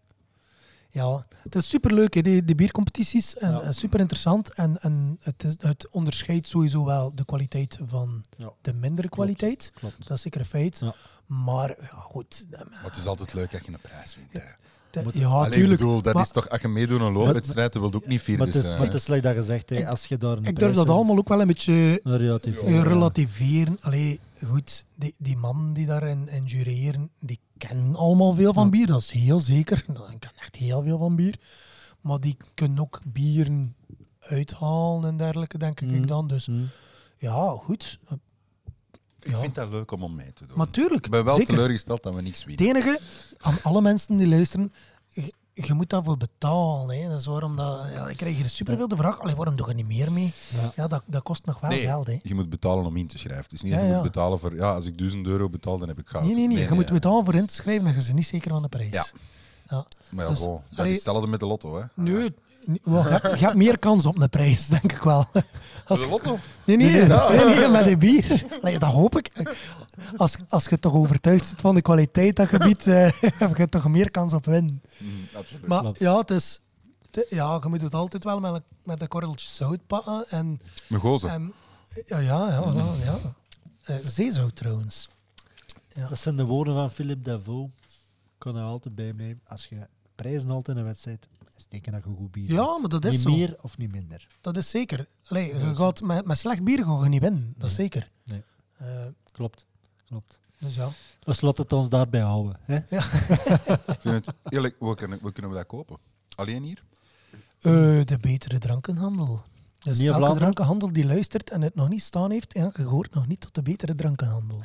ja, het is superleuk, hè, die, die biercompetities. En, Ja. en super interessant. En, en het, is, het onderscheidt sowieso wel de kwaliteit van Ja. de mindere kwaliteit. Klopt. Dat is zeker een feit. Ja. Maar ja, goed. eh, Maar het is altijd leuk als je een prijs wint. Hè. de- Moet- ja, Allee, ik tuurlijk. bedoel, dat maar- is toch, als je meedoet aan een loopwedstrijd, dan wil je ook niet vierde Maar het is, zijn. maar het is slecht dat je zegt, hè, Ik- als je daar een Ik durf prijs dat wint, allemaal ook wel een beetje een relatief. eh, relativeren. Allee, goed, die, die mannen die daarin in jureren, die kennen allemaal veel van Ja. bier. Dat is heel zeker. Die kennen echt heel veel van bier. Maar die kunnen ook bieren uithalen en dergelijke, denk ik Mhm. dan. Dus Hmm. ja, goed. Ik Ja. vind dat leuk om om mee te doen. Maar tuurlijk, ik ben wel zeker. teleurgesteld dat we niks Het winnen. enige, aan alle mensen die luisteren, je, je moet daarvoor betalen. Hè. Dat is waarom dat, ja, ik krijg hier superveel de vraag, allee, waarom doe je niet meer mee? Ja. Ja, dat, dat kost nog wel Nee, geld. Hè. je moet betalen om in te schrijven. Het is niet Ja, dat je ja. moet betalen voor... Ja, als ik duizend euro betaal, dan heb ik goud. Nee, nee, nee. je moet ja. betalen voor in te schrijven, dan is ze niet zeker van de prijs. Ja. Ja. Maar ja, Dus, goh, dat allee- is hetzelfde met de lotto, hè. Nee, nee, wel, je, hebt, je hebt meer kans op een prijs, denk ik wel. Als De je- lotto? Nee, nee, nee, nee, met een bier. Allee, dat hoop ik. Als, als je toch overtuigd zit van de kwaliteit dat je biedt, eh, heb je toch meer kans op winnen. Mm, absoluut. Maar Klopt. ja, het is, te- ja, je moet het altijd wel met een, met een korreltje zout pakken. En, Mijn gozer. en, ja, ja, ja. ja, ja. Eh, zeezout trouwens. Ja. Dat zijn de woorden van Philippe Davot. Ik kan er altijd bij nemen. Als je prijzen altijd in een wedstrijd, is teken dat je goed bier Ja, hebt. maar dat is Niet zo. meer of niet minder. Dat is zeker. Allee, je gaat met, met slecht bier ga je niet winnen. Dat is Nee. zeker. Nee. Eh, Klopt. Klopt. dus ja. Dus laat het ons daarbij houden. Hè? Ik vind het eerlijk, we kunnen, we kunnen we dat kopen? Alleen hier? Eh, de betere drankenhandel. Dus Niet in elke Vlaanderen? drankenhandel die luistert en het nog niet staan heeft, ja, je hoort nog niet tot de betere drankenhandel.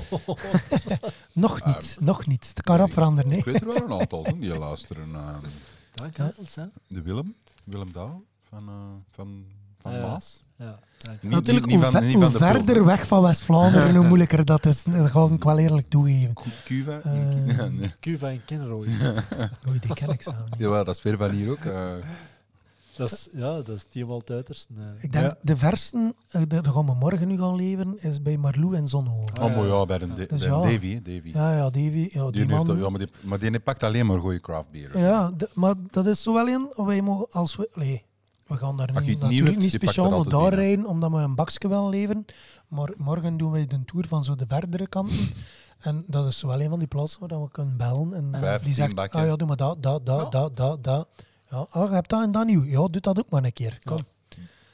nog niet, nog niet. Het kan rap veranderen. Ik Nee. weet er wel een aantal zijn die luisteren. eh, Dankhandels, hè? de Willem, Willem Douw van, eh, van, van Ja. Maas. Ja, dank. Niet- Natuurlijk, niet- niet hoe, van- ve- niet hoe van de Pils, verder hè. weg van West-Vlaanderen, hoe moeilijker dat is. Dat ga ik wel eerlijk toegeven. Cu- Cuva? Eh, Ja, nee. Cuva en Kinrooi. Oei, die ken ik zo niet. Jawel, dat is ver van hier ook. eh. Dat is, ja, dat is helemaal het uiterste. eh. Ik denk, Ja. de versen, eh, die gaan we morgen nu gaan leveren, is bij Marlou en Zonhoorn. Ah, Oh, maar ja. ja, bij de, de, Dus bij ja. Davy, hè, Davy. Ja, ja, Davy. Ja, die Die man, heeft, dat- ja, maar, die, maar die pakt alleen maar goede craftbier. Ja, de- maar dat is zo wel in. Wij mogen als we. Allee, we gaan daar Als je nu het nieuw natuurlijk hebt, niet je pakt speciaal er naar altijd daar binnen. rijden, omdat we een bakje willen leveren. Maar morgen doen wij de tour van zo de verdere kanten. En dat is wel een van die plaatsen waar we kunnen bellen. En eh, Vijf, die tien zegt, bakken. ah ja, doe maar dat, dat, dat, Ja. dat, dat, dat. Ja, ah, je hebt dat en dat nieuw. Ja, doe dat ook maar een keer. Kom.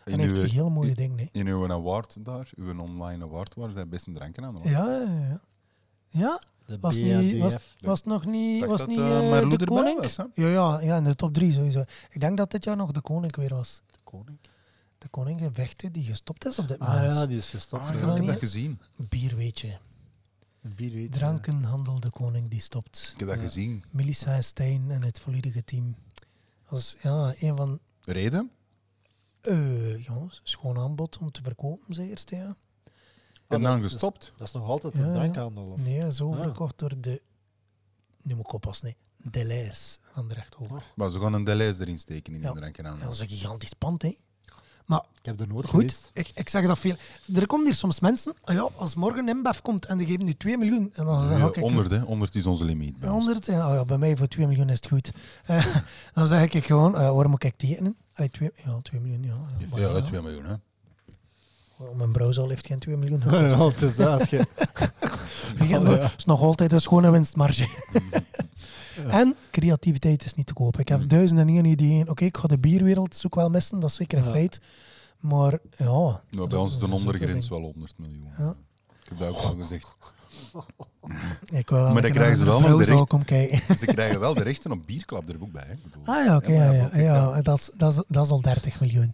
En In hij heeft uw- een heel mooie ding. Hè. In uw award daar, uw online award, waar zijn best een dranken aan. hoor. Ja, ja, ja. Ja, De was, niet, was, B A D F. was nog niet dacht was dat niet eh, eh, Marlou de erbij koning? was, hè? Ja, ja, ja, in de top drie sowieso. Ik denk dat dit jaar nog de koning weer was. De koning. De koning in Vechten die gestopt is op dit Ah moment. ja, die is gestopt. Ah, ja. ja, wel ik heb niet, dat gezien. Bier, weet je. Een bier weet je. Drankenhandel, de koning die stopt. Ik heb dat Ja. gezien. Melissa en Stijn en het volledige team. Dat was ja, een van... Reden? eh ja, schoon aanbod om te verkopen, zei eerst. Ja. En Ah, dan dat is- gestopt. Dat is nog altijd Ja, een ja. drankhandel. Of? Nee, hij is overgekocht door de... Nu moet ik oppassen, nee. Deleuze van de Rechtover. Maar ze gaan een Deleuze erin steken in die Ja. dranken aan. Dat is een gigantisch pand, hè. Maar Ik heb er nooit goed, geweest. ik, ik zeg dat veel. Er komen hier soms mensen... ah ja, als morgen InBev komt en die geven nu twee miljoen... En dan zeg Ja, ik... honderd, hè. honderd is onze limiet. bij ons. honderd, ja, oh ja, bij mij voor twee miljoen is het goed. Eh, dan zeg ik gewoon, eh, waarom moet ik tekenen? Allee, twee, ja, twee miljoen, ja. Ja, Maar veel, ja, hè, twee miljoen. Hè. wel, mijn browser heeft geen twee miljoen Ja, gekost. het is dat. als je- Het is nog altijd een schone winstmarge. En creativiteit is niet te koop. Ik heb Mm. duizenden en één ideeën. Oké, ik ga de bierwereld dus ook wel missen, dat is zeker een Ja. feit. Maar ja... Nou, dat bij ons is de een ondergrens super wel honderd miljoen. Ja. Ik heb dat ook al gezegd. ding. Ik wil wel Maar dan een keer krijgen ze naar wel de nog de browser recht- komen kijken. Ze krijgen wel de rechten op Bierklap er ook bij. Hè. Ik bedoel. Ah ja, oké, Ja, ja, maar ja, ja, kijk, ja, dat, is, dat, is, dat is al dertig miljoen.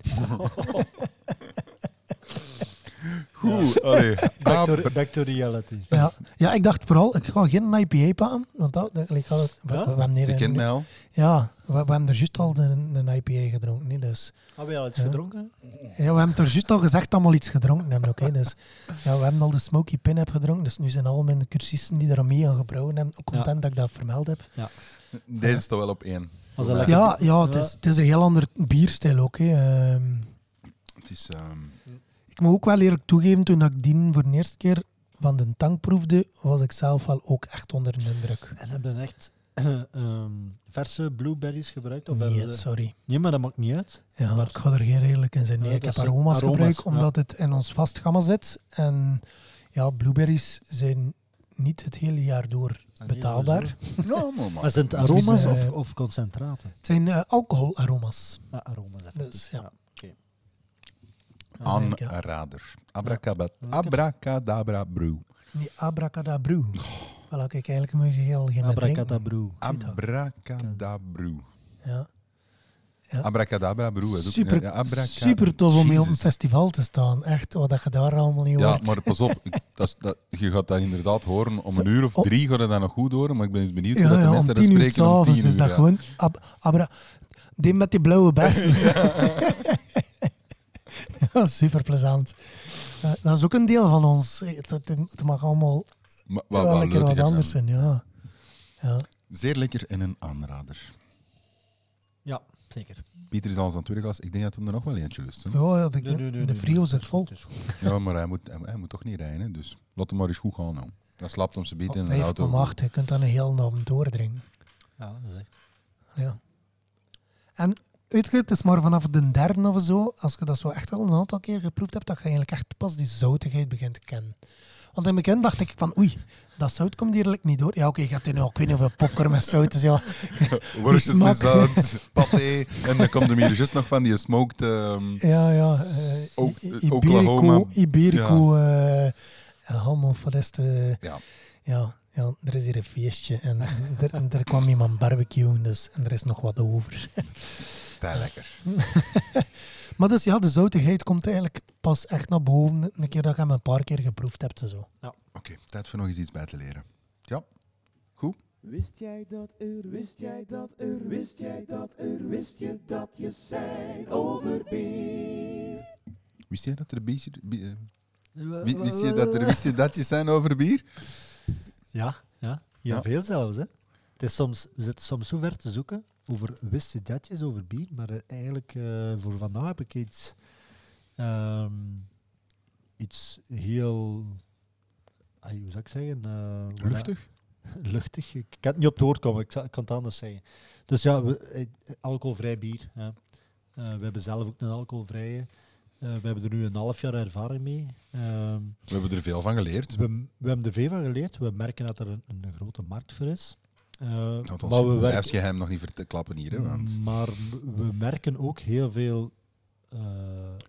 Goed, allee. Back to, Ah, back to reality. Ja. ja, ik dacht vooral, ik ga geen I P A pakken, want dat, dat, ik had het, we, Ja? we hebben hier je een- kent mij al. Ja, we, we hebben er juist al een, een I P A gedronken. Nee, dus. Heb je al iets Ja. gedronken? Ja, we hebben er juist al gezegd dat we al iets gedronken hebben. Oké, dus, ja, we hebben al de Smoky Pin gedronken, dus nu zijn al mijn cursisten die er mee aan gebrouwen hebben ook content dat ik dat vermeld heb. Deze is toch wel op één. Was dat Ja. lekker? Ja, ja het, is, het is een heel ander bierstijl ook. Hè. Ehm, Het is... ehm, ik moet ook wel eerlijk toegeven, toen ik die voor de eerste keer van de tank proefde, was ik zelf wel ook echt onder de indruk. En hebben we echt ehm, verse blueberries gebruikt? Of hebben Nee, we- sorry. nee, maar dat maakt niet uit. Ja, Maar- ik ga er geen redelijk in zijn. Nee, Ja, ik dat heb zijn aroma's, aroma's, gebruikt ja. omdat het in ons vastgamma zit. En ja, blueberries zijn niet het hele jaar door betaalbaar. ja, maar, maar. Maar zijn het Dus aroma's eh, of, of concentraten? Het zijn eh, alcoholaroma's. Ah, aroma's. effectief. Dus, ja. Ja, oké. Dat denk ik, ja. Aanrader. Abracaba- Lekker. Abracadabra brew. Die abracadabra. Voilà, kijk, eigenlijk moet je heel geen meer drinken. Abracadabra. Abracadabra. Ja. Ja. Abracadabra brew. is ook- Super, ja, abraca- super tof om mee op een Jezus. festival te staan. Echt, wat dat je daar allemaal niet Ja, hoort. maar pas op. ik- Dat is, dat, je gaat dat inderdaad horen. Om Zo, een uur of op- drie gaat je dat nog goed horen. Maar ik ben eens benieuwd hoe Ja, dat de ja, om mensen dat tien uur spreken om s'avonds tien is uur. dat ja. gewoon... Ab, abra, die met die blauwe besten. Ja, super plezant. Uh, dat is ook een deel van ons. Het, het, het mag allemaal Maar, wel wat, een wat keer wat leuk anders zijn. Ja. Ja. Zeer lekker en een aanrader. Ja, zeker. Pieter is al aan het tweede glas. Ik denk dat hij er nog wel eentje lust. hè. Ja, ja, de, de frio zit vol. Ja, maar hij moet, hij, hij moet toch niet rijden. Hè. Dus laat hem maar eens goed gaan. Nou. Dan slaapt hem ze beet in de Vijf auto. om acht, je kunt dan een heel avond doordringen. Ja, dat is echt. Ja. En weet je, het is maar vanaf de derde of zo, als je dat zo echt al een aantal keer geproefd hebt, dat je eigenlijk echt pas die zoutigheid begint te kennen. Want in het begin dacht ik van, oei, dat zout komt hier eigenlijk niet door. Ja, oké, je hebt hier nu, ik weet niet hoeveel popcorn met zout, dus ja. Worstjes Die met smaak. zout, paté. En dan komt er hier juist nog van die smoked... ehm, Ja, ja. eh, Ook- I- eh, Oklahoma. Iberico, Iberico, eh ja, ham of wat is het? eh, ja. ja, ja, er is hier een feestje en er, en er kwam iemand barbecuen, dus en er is nog wat over. Tij lekker. Maar dus ja, de zoutigheid komt eigenlijk pas echt naar boven een keer dat je hem een paar keer geproefd hebt. en Zo. Oké, tijd voor nog eens iets bij te leren. Ja, goed. Wist jij dat er, wist jij dat er, wist jij dat er, wist je dat je zijn over bier? Wist jij dat er bier... bi- eh, wi- Wist je dat er wist je dat je zijn over bier? Ja, ja. Heel Ja. veel zelfs. Hè. Het is soms, we zitten soms zo ver te zoeken over wist je datjes over bier, maar eh, eigenlijk eh, voor vandaag heb ik iets, ehm, iets heel, ah, hoe zou ik zeggen? eh, wat- Luchtig? Luchtig. Ik kan het niet op het woord komen, ik, zal- ik kan het anders zeggen. Dus ja, we, eh, alcoholvrij bier. Ja. Eh, we hebben zelf ook een alcoholvrije. Eh, we hebben er nu een half jaar ervaring mee. Ehm, We hebben er veel van geleerd. we, we hebben er veel van geleerd. We merken dat er een, een grote markt voor is. Uh, Nou, maar, ons we werken, bedrijfsgeheim nog niet verklappen hier. Hè, want maar we merken ook heel veel uh,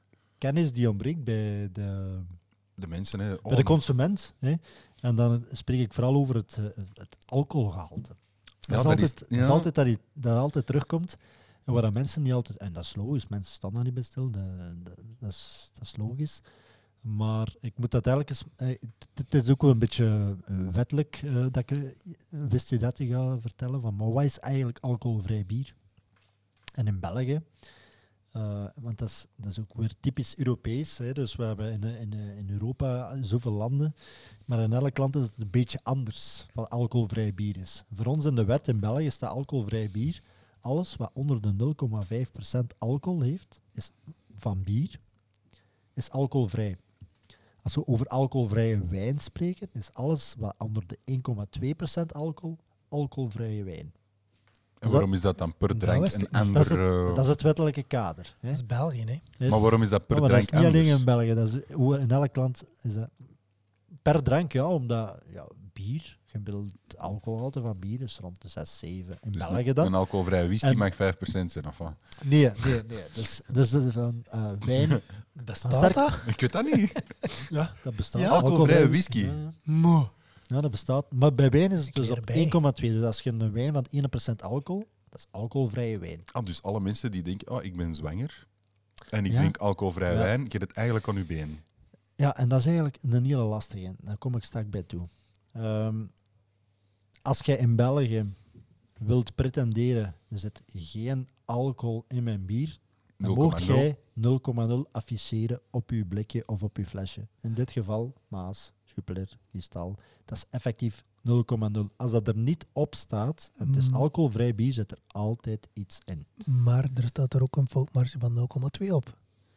kennis die ontbreekt bij de, De mensen, hè. Oh, bij de consument. Hè. En dan spreek ik vooral over het, eh, het alcoholgehalte. Dat, Ja, is dat altijd, is- dat, is ja. altijd dat, die, dat altijd terugkomt. En waar dat mensen niet altijd... En dat is logisch, mensen staan daar niet bij stil. Dat, dat, dat, is, dat is logisch. Maar ik moet dat eigenlijk eens... eh, Het het is ook wel een beetje eh, wettelijk eh, dat ik eh, wist je dat je ga vertellen. Van, maar wat is eigenlijk alcoholvrij bier? En in België... Uh, want dat is, dat is ook weer typisch Europees. Hè. Dus we hebben in, in, in Europa zoveel landen. Maar in elk land is het een beetje anders wat alcoholvrij bier is. Voor ons in de wet in België staat alcoholvrij bier. Alles wat onder de nul komma vijf procent alcohol heeft, is van bier, is alcoholvrij. Als we over alcoholvrije wijn spreken, is alles wat onder de één komma twee procent alcohol, alcoholvrije wijn. En waarom is dat dan per Dat drank wist een ik niet. ander... Dat is, het, eh, dat is het wettelijke kader. Hè. Dat is België, hè. Hè. maar waarom is dat per Ja, maar dat drank is niet alleen anders? in België. Dat is, hoe- in elk land is dat per drank, ja, omdat ja, bier, gemiddeld alcoholgehalte van bier is rond de zes, zeven. In Dus België een, dan? een alcoholvrije whisky En- mag vijf procent zijn, of wat? Nee, nee, nee. Dus, dus dat is van eh, wijn. Bestaat sterk- dat? Ik weet dat niet. Ja, dat bestaat. Ja? Alcoholvrije whisky. Ja, ja. Moe. Ja, dat bestaat. Maar bij wijn is het dus keer op bij. één komma twee. Dus als je een wijn van één procent alcohol, dat is alcoholvrije wijn. Ah, dus alle mensen die denken, oh, ik ben zwanger en ik Ja. drink alcoholvrij Ja. wijn, je hebt het eigenlijk aan je been. Ja, en dat is eigenlijk een hele lastige. Daar kom ik straks bij toe. Ehm, als jij in België wilt pretenderen, er zit geen alcohol in mijn bier, dan nul komma mocht nul. jij nul komma nul afficheren op je blikje of op je flesje. In dit geval Maas, Jupiler, Kristal. Dat is effectief nul komma nul. Als dat er niet op staat, en het is Mm. alcoholvrij bier, zit er altijd iets in. Maar er staat er ook een foutmarge van nul komma twee op.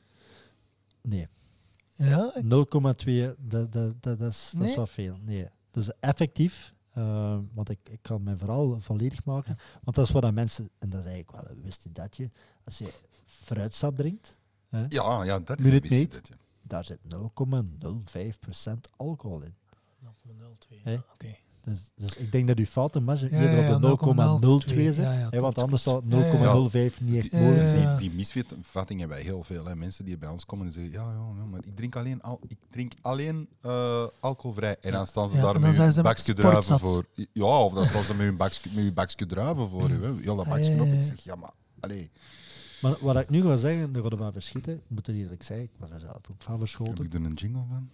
Nee, Ja, ik- nul komma twee, dat, dat, dat, dat, is, dat is Nee? wat veel. Nee. Dus effectief, uh, want ik, ik kan mijn verhaal volledig maken, want dat is wat dat mensen, en dat is eigenlijk wel een wist dat je, als je fruitsap drinkt, hè, Ja, ja, dat is Minute een wist Maid. dat, ja. daar zit nul komma nul vijf procent alcohol in. nul komma nul twee. Hè? Oké. Dus, dus ik denk dat uw foutmarge Ja, eerder ja, op de nul komma nul twee ja, zit, ja, hè, klopt, want anders zou klopt. Ja, ja, nul komma nul vijf niet echt Ja, mogelijk ja, zijn. ja. Die, die misvatting hebben wij heel veel. Hè. Mensen die bij ons komen en zeggen, ja, ja, ja maar ik drink alleen, al, ik drink alleen uh, alcoholvrij. En dan staan ze Ja, daar en met dan zijn hun ze bakje druiven sportzat. voor. Ja, of dan staan ze met hun bakje, met hun bakje druiven voor u. Hè. Heel dat bakje Ja, ja, op. ja. Ik zeg, ja, maar, allee. Maar wat ik nu ga zeggen, daar ga je van verschieten. Ik moet er eerlijk zeggen, ik was er zelf ook van Heb verschoten. ik er een jingle van?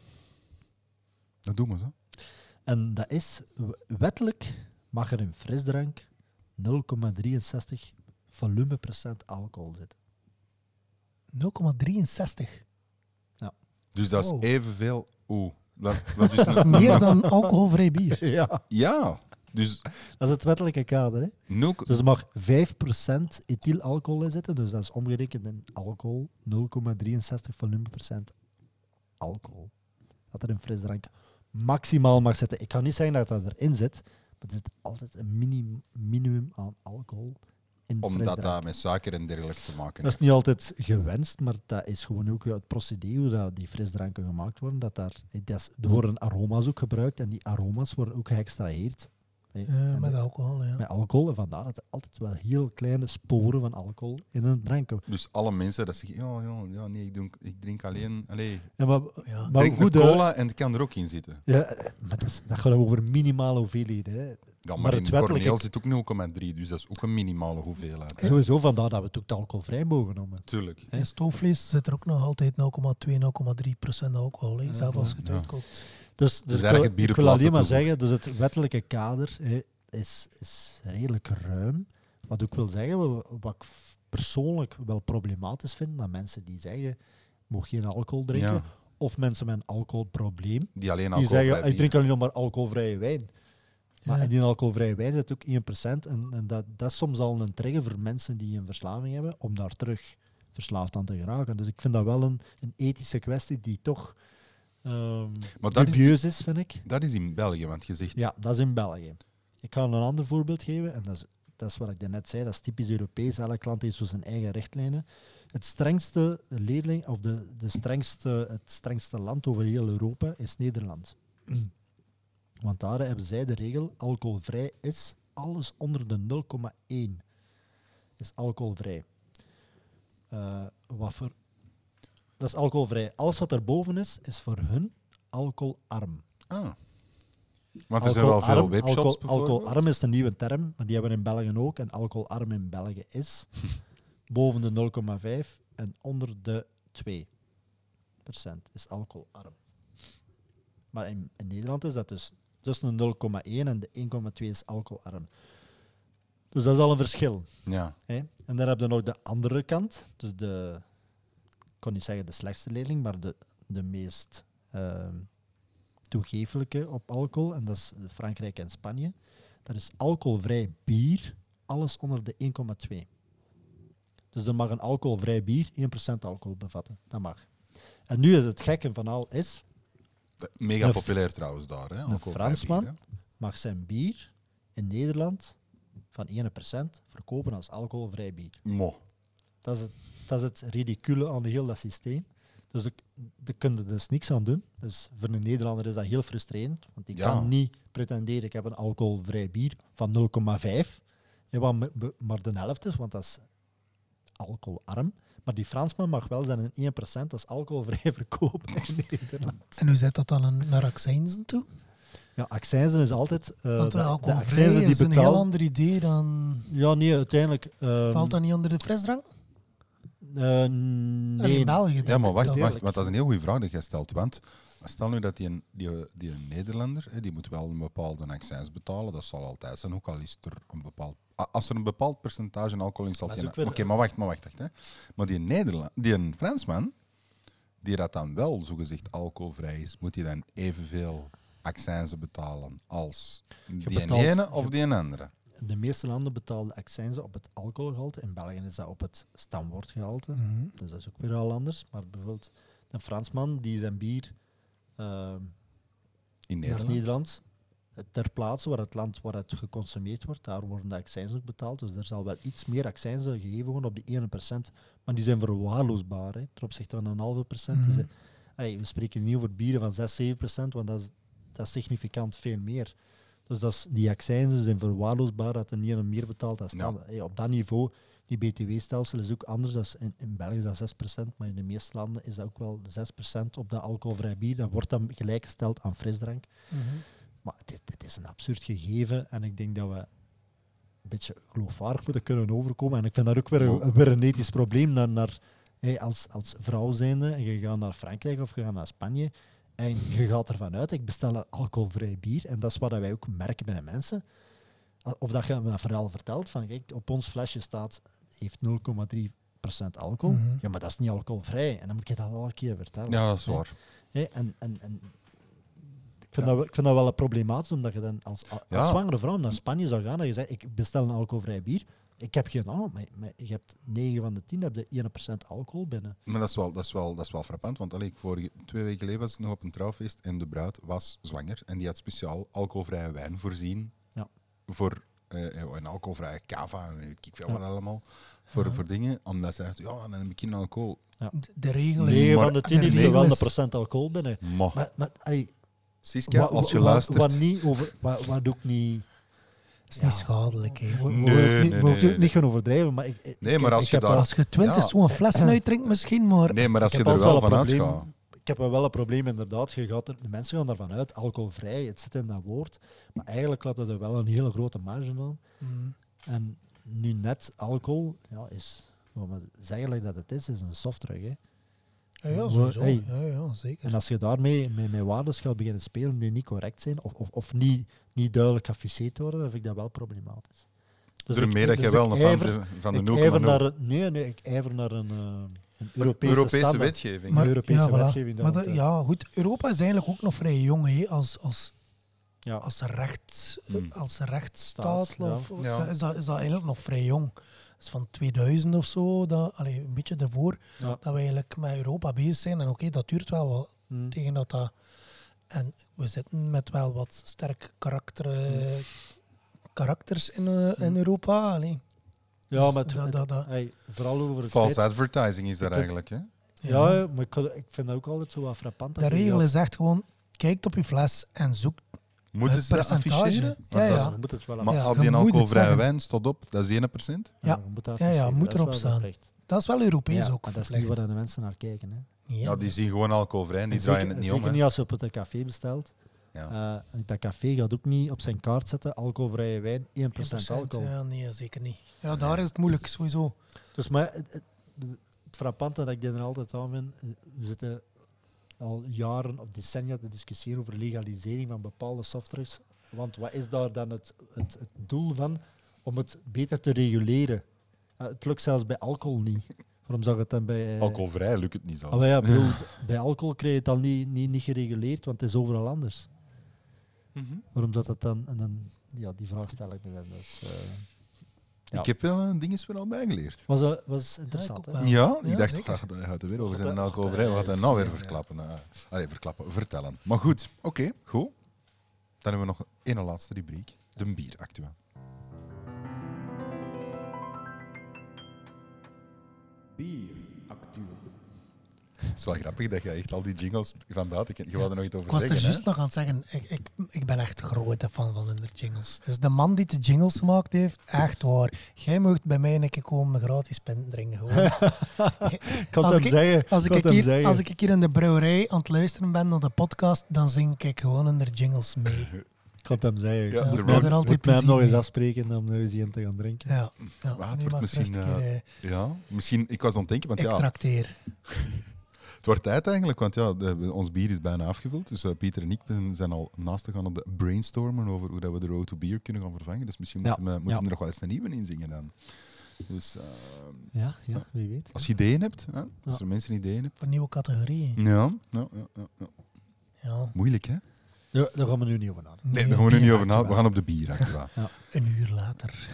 Dat doen we zo. En dat is, w- wettelijk mag er in frisdrank nul komma drieënzestig volumeprocent alcohol zitten. nul komma drieënzestig. Dus dat is Wow. evenveel... Oeh. Dat, dat is Dat is meer dan alcoholvrij bier. Ja. Ja. Dus Dat is het wettelijke kader. Hè? nul... Dus er mag vijf procent ethylalcohol in zitten, dus dat is omgerekend in alcohol, nul komma drieënzestig volumeprocent alcohol. Dat er in frisdrank maximaal mag zitten. Ik kan niet zeggen dat dat erin zit, maar er zit altijd een minim, minimum aan alcohol in Omdat frisdrank. dat met suiker en dergelijke te maken Dat is heeft. niet altijd gewenst, maar dat is gewoon ook het procedé hoe dat die frisdranken gemaakt worden. Dat daar, dat is, er worden aroma's ook gebruikt en die aroma's worden ook geëxtraheerd. hè. Eh, En met de- alcohol, ja. met alcohol. En vandaar dat er altijd wel heel kleine sporen van alcohol in een drank komen. Dus alle mensen dat zeggen, ja, ja, ja nee, ik, doe, ik drink alleen... Allee, Ja, maar, Ja. maar drink goed, een hè. cola en het kan er ook in zitten. Ja, maar dat, is, dat gaat over minimale hoeveelheden. Hè. Ja, maar, Maar in het wettelijke- Corneel zit ook nul komma drie, dus dat is ook een minimale hoeveelheid. Sowieso vandaar dat we het ook te alcoholvrij mogen noemen. Tuurlijk. In stoofvlees zit er ook nog altijd nul komma twee, nul komma drie procent alcohol. Hè, Ja, zelfs als je het ja. uitkoopt. Dus, dus ik, eigenlijk wil, het bier ik op wil alleen laatste maar toevoegt. zeggen, dus het wettelijke kader hè, is, is redelijk ruim. Wat ik wil zeggen, wa- wat ik f- persoonlijk wel problematisch vind, dat mensen die zeggen, mocht geen alcohol drinken, Ja, of mensen met een alcoholprobleem, die alleen die alcoholvrij zeggen, ik bier. drink alleen nog maar alcoholvrije wijn. Maar Ja. in die alcoholvrije wijn zit ook één procent. En, en dat, dat is soms al een trigger voor mensen die een verslaving hebben, om daar terug verslaafd aan te geraken. Dus ik vind dat wel een, een ethische kwestie die toch ehm Maar dat is, dubieus is, vind ik. dat is in België, want je zegt... Ja, dat is in België. Ik ga een ander voorbeeld geven, en dat is, dat is wat ik daarnet zei, dat is typisch Europees. Elk land heeft zo zijn eigen richtlijnen. Het strengste leerling, of de, de strengste, het strengste land over heel Europa is Nederland. Want daar hebben zij de regel, alcoholvrij is alles onder de nul komma één is alcoholvrij. Uh, wat voor dat is alcoholvrij. Alles wat erboven is, is voor hun alcoholarm. Ah. Want er zijn wel veel Alcoholarm- webshops alcohol- bijvoorbeeld. Alcoholarm is een nieuwe term, maar die hebben we in België ook. En alcoholarm in België is boven de nul komma vijf en onder de twee procent is alcoholarm. Maar in, in Nederland is dat dus tussen de nul komma één en de één komma twee is alcoholarm. Dus dat is al een verschil. Ja. Hè? En dan heb je nog de andere kant. Dus de, ik kon niet zeggen de slechtste leerling, maar de, de meest ehm, toegeeflijke op alcohol. En dat is Frankrijk en Spanje. Dat is alcoholvrij bier, alles onder de één komma twee. Dus dan mag een alcoholvrij bier één procent alcohol bevatten. Dat mag. En nu is het gekke van al is, Mega Een- populair trouwens daar. Hè? een Alcoholvrij Fransman bier, mag zijn bier in Nederland van één procent verkopen als alcoholvrij bier. hè. Mo. Dat is het, dat is het ridicule aan heel dat systeem. Dus daar daar kun je dus niks aan doen. Dus voor een Nederlander is dat heel frustrerend, want die Ja. kan niet pretenderen ik heb een alcoholvrij bier van nul komma vijf, ja, wat me- be- maar de helft is, want dat is alcoholarm. Maar die Fransman mag wel zijn één procent als alcoholvrij verkopen in Nederland. En hoe zit dat dan een- naar accijnsen toe? Ja, accijnzen is altijd... eh, Want de de, de alcoholvrij accijnzen die is een heel betalen... ander idee dan... Ja, nee, uiteindelijk... ehm, Valt dat niet onder de frisdrank? eh, En nee, in België, denk Ja, maar ik wacht, dan. wacht, want dat is een heel goede vraag die jij stelt. Want stel nu dat die, een, die, die een Nederlander, hè, die moet wel een bepaalde accijns betalen. Dat zal altijd zijn, ook al is er een bepaald... a- Als er een bepaald percentage alcohol in zal Dat is geen- ook weer- Oké, maar wacht, maar wacht. wacht hè. Maar die, Nederland, die een Fransman, die dat dan wel zogezegd alcoholvrij is, moet hij dan evenveel accijnsen betalen als die betaalt- ene of je- die een andere? De meeste landen betalen accijnzen op het alcoholgehalte. In België is dat op het stamwoordgehalte. Mhm. Dus dat is ook weer al anders. Maar bijvoorbeeld een Fransman die zijn bier uh, In naar Nederland? Nederland, eh, ter plaatse waar het land waar het geconsumeerd wordt, daar worden de accijnzen ook betaald. Dus er zal wel iets meer accijnzen gegeven worden op die één procent. Maar die zijn verwaarloosbaar hè, ten opzichte van een halve procent. Mhm. Die zijn- hey, we spreken niet over bieren van zes, zeven procent, want dat is, dat is significant veel meer. Dus dat is, die accijnzen zijn verwaarloosbaar dat er niet een meer betaalt dan standaard. Hey, op dat niveau, die B T W-stelsel is ook anders. Dat is in, in België is dat zes procent, maar in de meeste landen is dat ook wel zes procent op dat alcoholvrij bier. Dat wordt dan gelijkgesteld aan frisdrank. Mhm. Maar dit, dit is een absurd gegeven en ik denk dat we een beetje geloofwaardig moeten kunnen overkomen. En ik vind dat ook weer een, weer een ethisch probleem naar, naar, hey, als, als vrouw zijnde en je gaat naar Frankrijk of je gaat naar Spanje en je gaat ervan uit, ik bestel een alcoholvrij bier. En dat is wat wij ook merken bij de mensen. Of dat je me dat verhaal vertelt, van kijk, op ons flesje staat, heeft nul komma drie procent alcohol. Mhm. Ja, maar dat is niet alcoholvrij. En dan moet je dat al een keer vertellen. Ja, dat is Hè? waar. Hè, en, en, en ik, vind dat, wel- ik vind dat wel een problematisch, omdat je dan als, als Ja. zwangere vrouw naar Spanje zou gaan en je zegt, ik bestel een alcoholvrij bier. Ik heb geen naam, maar, maar je hebt negen van de tien heb je één procent alcohol binnen. Maar dat is wel, dat is wel, dat is wel frappant, want allee, ik vorige, twee weken geleden was ik nog op een trouwfeest en de bruid was zwanger en die had speciaal alcoholvrije wijn voorzien. Ja. Voor eh, een alcoholvrije cava en weet ik veel Ja. wat allemaal. Voor, Ja. voor dingen, omdat ze dachten, ja, dan heb ik geen alcohol. De, de regel is... negen maar- van de tien de heeft regel wel een is- procent alcohol binnen. Maar, Maar, maar allee, Siska, wa- als je wa- luistert... Wat, niet over, wat, wat ook niet... is Ja. niet schadelijk. Hè. We, we, Nee, we- nee, we nee, ook nee. niet gaan overdrijven, maar ik, ik, Nee, ik maar heb- als ik je heb daar- wel- Als je twintig Ja. zo'n flessen uitdrinkt misschien, maar... Nee, maar als ik je heb er altijd wel wel van een probleem. uitgaat... Ik heb wel een probleem, inderdaad. Je gaat er, de mensen gaan ervan uit, alcoholvrij, het zit in dat woord. Maar eigenlijk laten er wel een hele grote marge aan. Mhm. En nu net alcohol, ja, is, wat we zeggen like dat het is, is een softdrug. Hè. Ja, ja, We- sowieso. hey. Ja, ja, zeker. En als je daarmee met, met waardes gaat beginnen spelen die niet correct zijn, of, of, of niet, niet duidelijk geafficheerd worden, dan vind ik dat wel problematisch. Dus Daarmee ik- dat je dus wel ik een fan ijver- bent van de ik nul ijver komma naar nul. een, nee, nee, ik ijver naar een, eh, een Europese, Europese standaard. wetgeving. Maar- Europese voilà. wetgeving dan Maar ook, dat- ja. ja, goed. Europa is eigenlijk ook nog vrij jong hè, als, als, Ja. als, rechts, Hmm. als rechtsstaat. Staat, Of, ja. of- Ja. Is, dat, is dat eigenlijk nog vrij jong. Dat is van tweeduizend of zo, dat, allee, een beetje ervoor, Ja. dat we eigenlijk met Europa bezig zijn. En oké, dat duurt wel wat Hm. tegen dat dat... En we zitten met wel wat sterk karakter, eh, karakters in, eh, in Hmm. Europa. Allee. Ja, Dus maar het, dat- het- dat- dat- hey, vooral over het False feit... advertising is dat Ik vind- eigenlijk, hè? Ja, ja, maar ik, ik vind dat ook altijd zo wat frappant. dat De je regel dat- is echt gewoon, kijk op je fles en zoek Moeten het ze dat percentage. afficheren? Ja, Want dat ja. is- Je moet het wel Maar Ja, al je die moet het alcoholvrije zeggen. wijn staat op, dat is één procent. Ja. je moet dat Ja, ja, afficheren, moet dat is erop wel staan. verplicht. dat is wel Europees Ja, ook. maar dat is niet verplicht. waar de mensen naar kijken. Hè. Ja, Ja, die zien gewoon alcoholvrij en die En draaien zeker, het niet om. zeker Hè. niet als je op het café bestelt. Ja. Uh, dat café gaat ook niet op zijn kaart zetten alcoholvrije wijn, één procent één procent, alcohol. ja, nee, zeker niet. Ja, daar is het moeilijk, sowieso. Dus maar het, het, het frappante dat ik er altijd aan vind, we zitten al jaren of decennia te discussiëren over legalisering van bepaalde softdrugs. Want wat is daar dan het, het, het doel van om het beter te reguleren? Uh, het lukt zelfs bij alcohol niet. Waarom zou het dan bij... Uh, Alcoholvrij lukt het niet zelfs. Ah, maar ja, bedoel, bij alcohol krijg je het al niet, niet, niet gereguleerd, want het is overal anders. Mhm. Waarom zou dat dan... En dan ja, die vraag stel ik me dan. Dus, uh, ja. Ik heb wel een ding eens weer al bijgeleerd. Was, uh, was interessant, Ja, hè? ik ook Ja, ik Ja, dacht, zeker. ga je gaat er weer over God, zijn dat- alcoholvrij. We God, gaan het dat nou is- weer ja. verklappen. Uh, allee, verklappen, vertellen. Maar goed, oké, okay, goed. Dan hebben we nog één laatste rubriek. De bieractua. Bieractua. Het is wel grappig dat je echt al die jingles van buiten kent. Je wou er nog iets over Ik was er zeggen, juist nog aan het zeggen, ik, ik, ik ben echt grote fan van hun jingles. Dus de man die de jingles gemaakt heeft, echt waar. Jij mag bij mij een keer komen gratis pinten drinken. Gewoon. Ik kan Als het ik- hem zeggen. Als kan ik, het hem hier, zeggen. als ik hier in de brouwerij aan het luisteren ben naar de podcast, dan zing ik gewoon in de jingles mee. Ik kan het hem zeggen. Ja, Ja, moet er mij, wordt- er altijd moet mij hem nog plezier eens mee. afspreken om er eens in te gaan drinken. Ja, ja Maar het nu wordt mag misschien, rustig hier, eh, eh, hè? Ja, misschien... Ik was aan het denken, want ik ja, trakteer. het wordt tijd eigenlijk, want ja, de- ons bier is bijna afgevuld. Dus eh, Pieter en ik ben- zijn al naast te gaan op de brainstormen over hoe dat we de Road to Beer kunnen gaan vervangen. Dus misschien Ja, moeten, we, moeten ja. we er nog wel eens een nieuwe in zingen dan. Dus eh, Ja, ja, wie weet. als je ideeën hebt, hè, als Ja. er mensen ideeën hebben. Voor nieuwe categorieën. Ja, ja, ja, ja, ja. Ja. Moeilijk, hè? Ja, daar gaan we nu niet over nadenken. Nee, daar gaan we nu niet over bieractua. na. We gaan op de bier actua. Een uur later.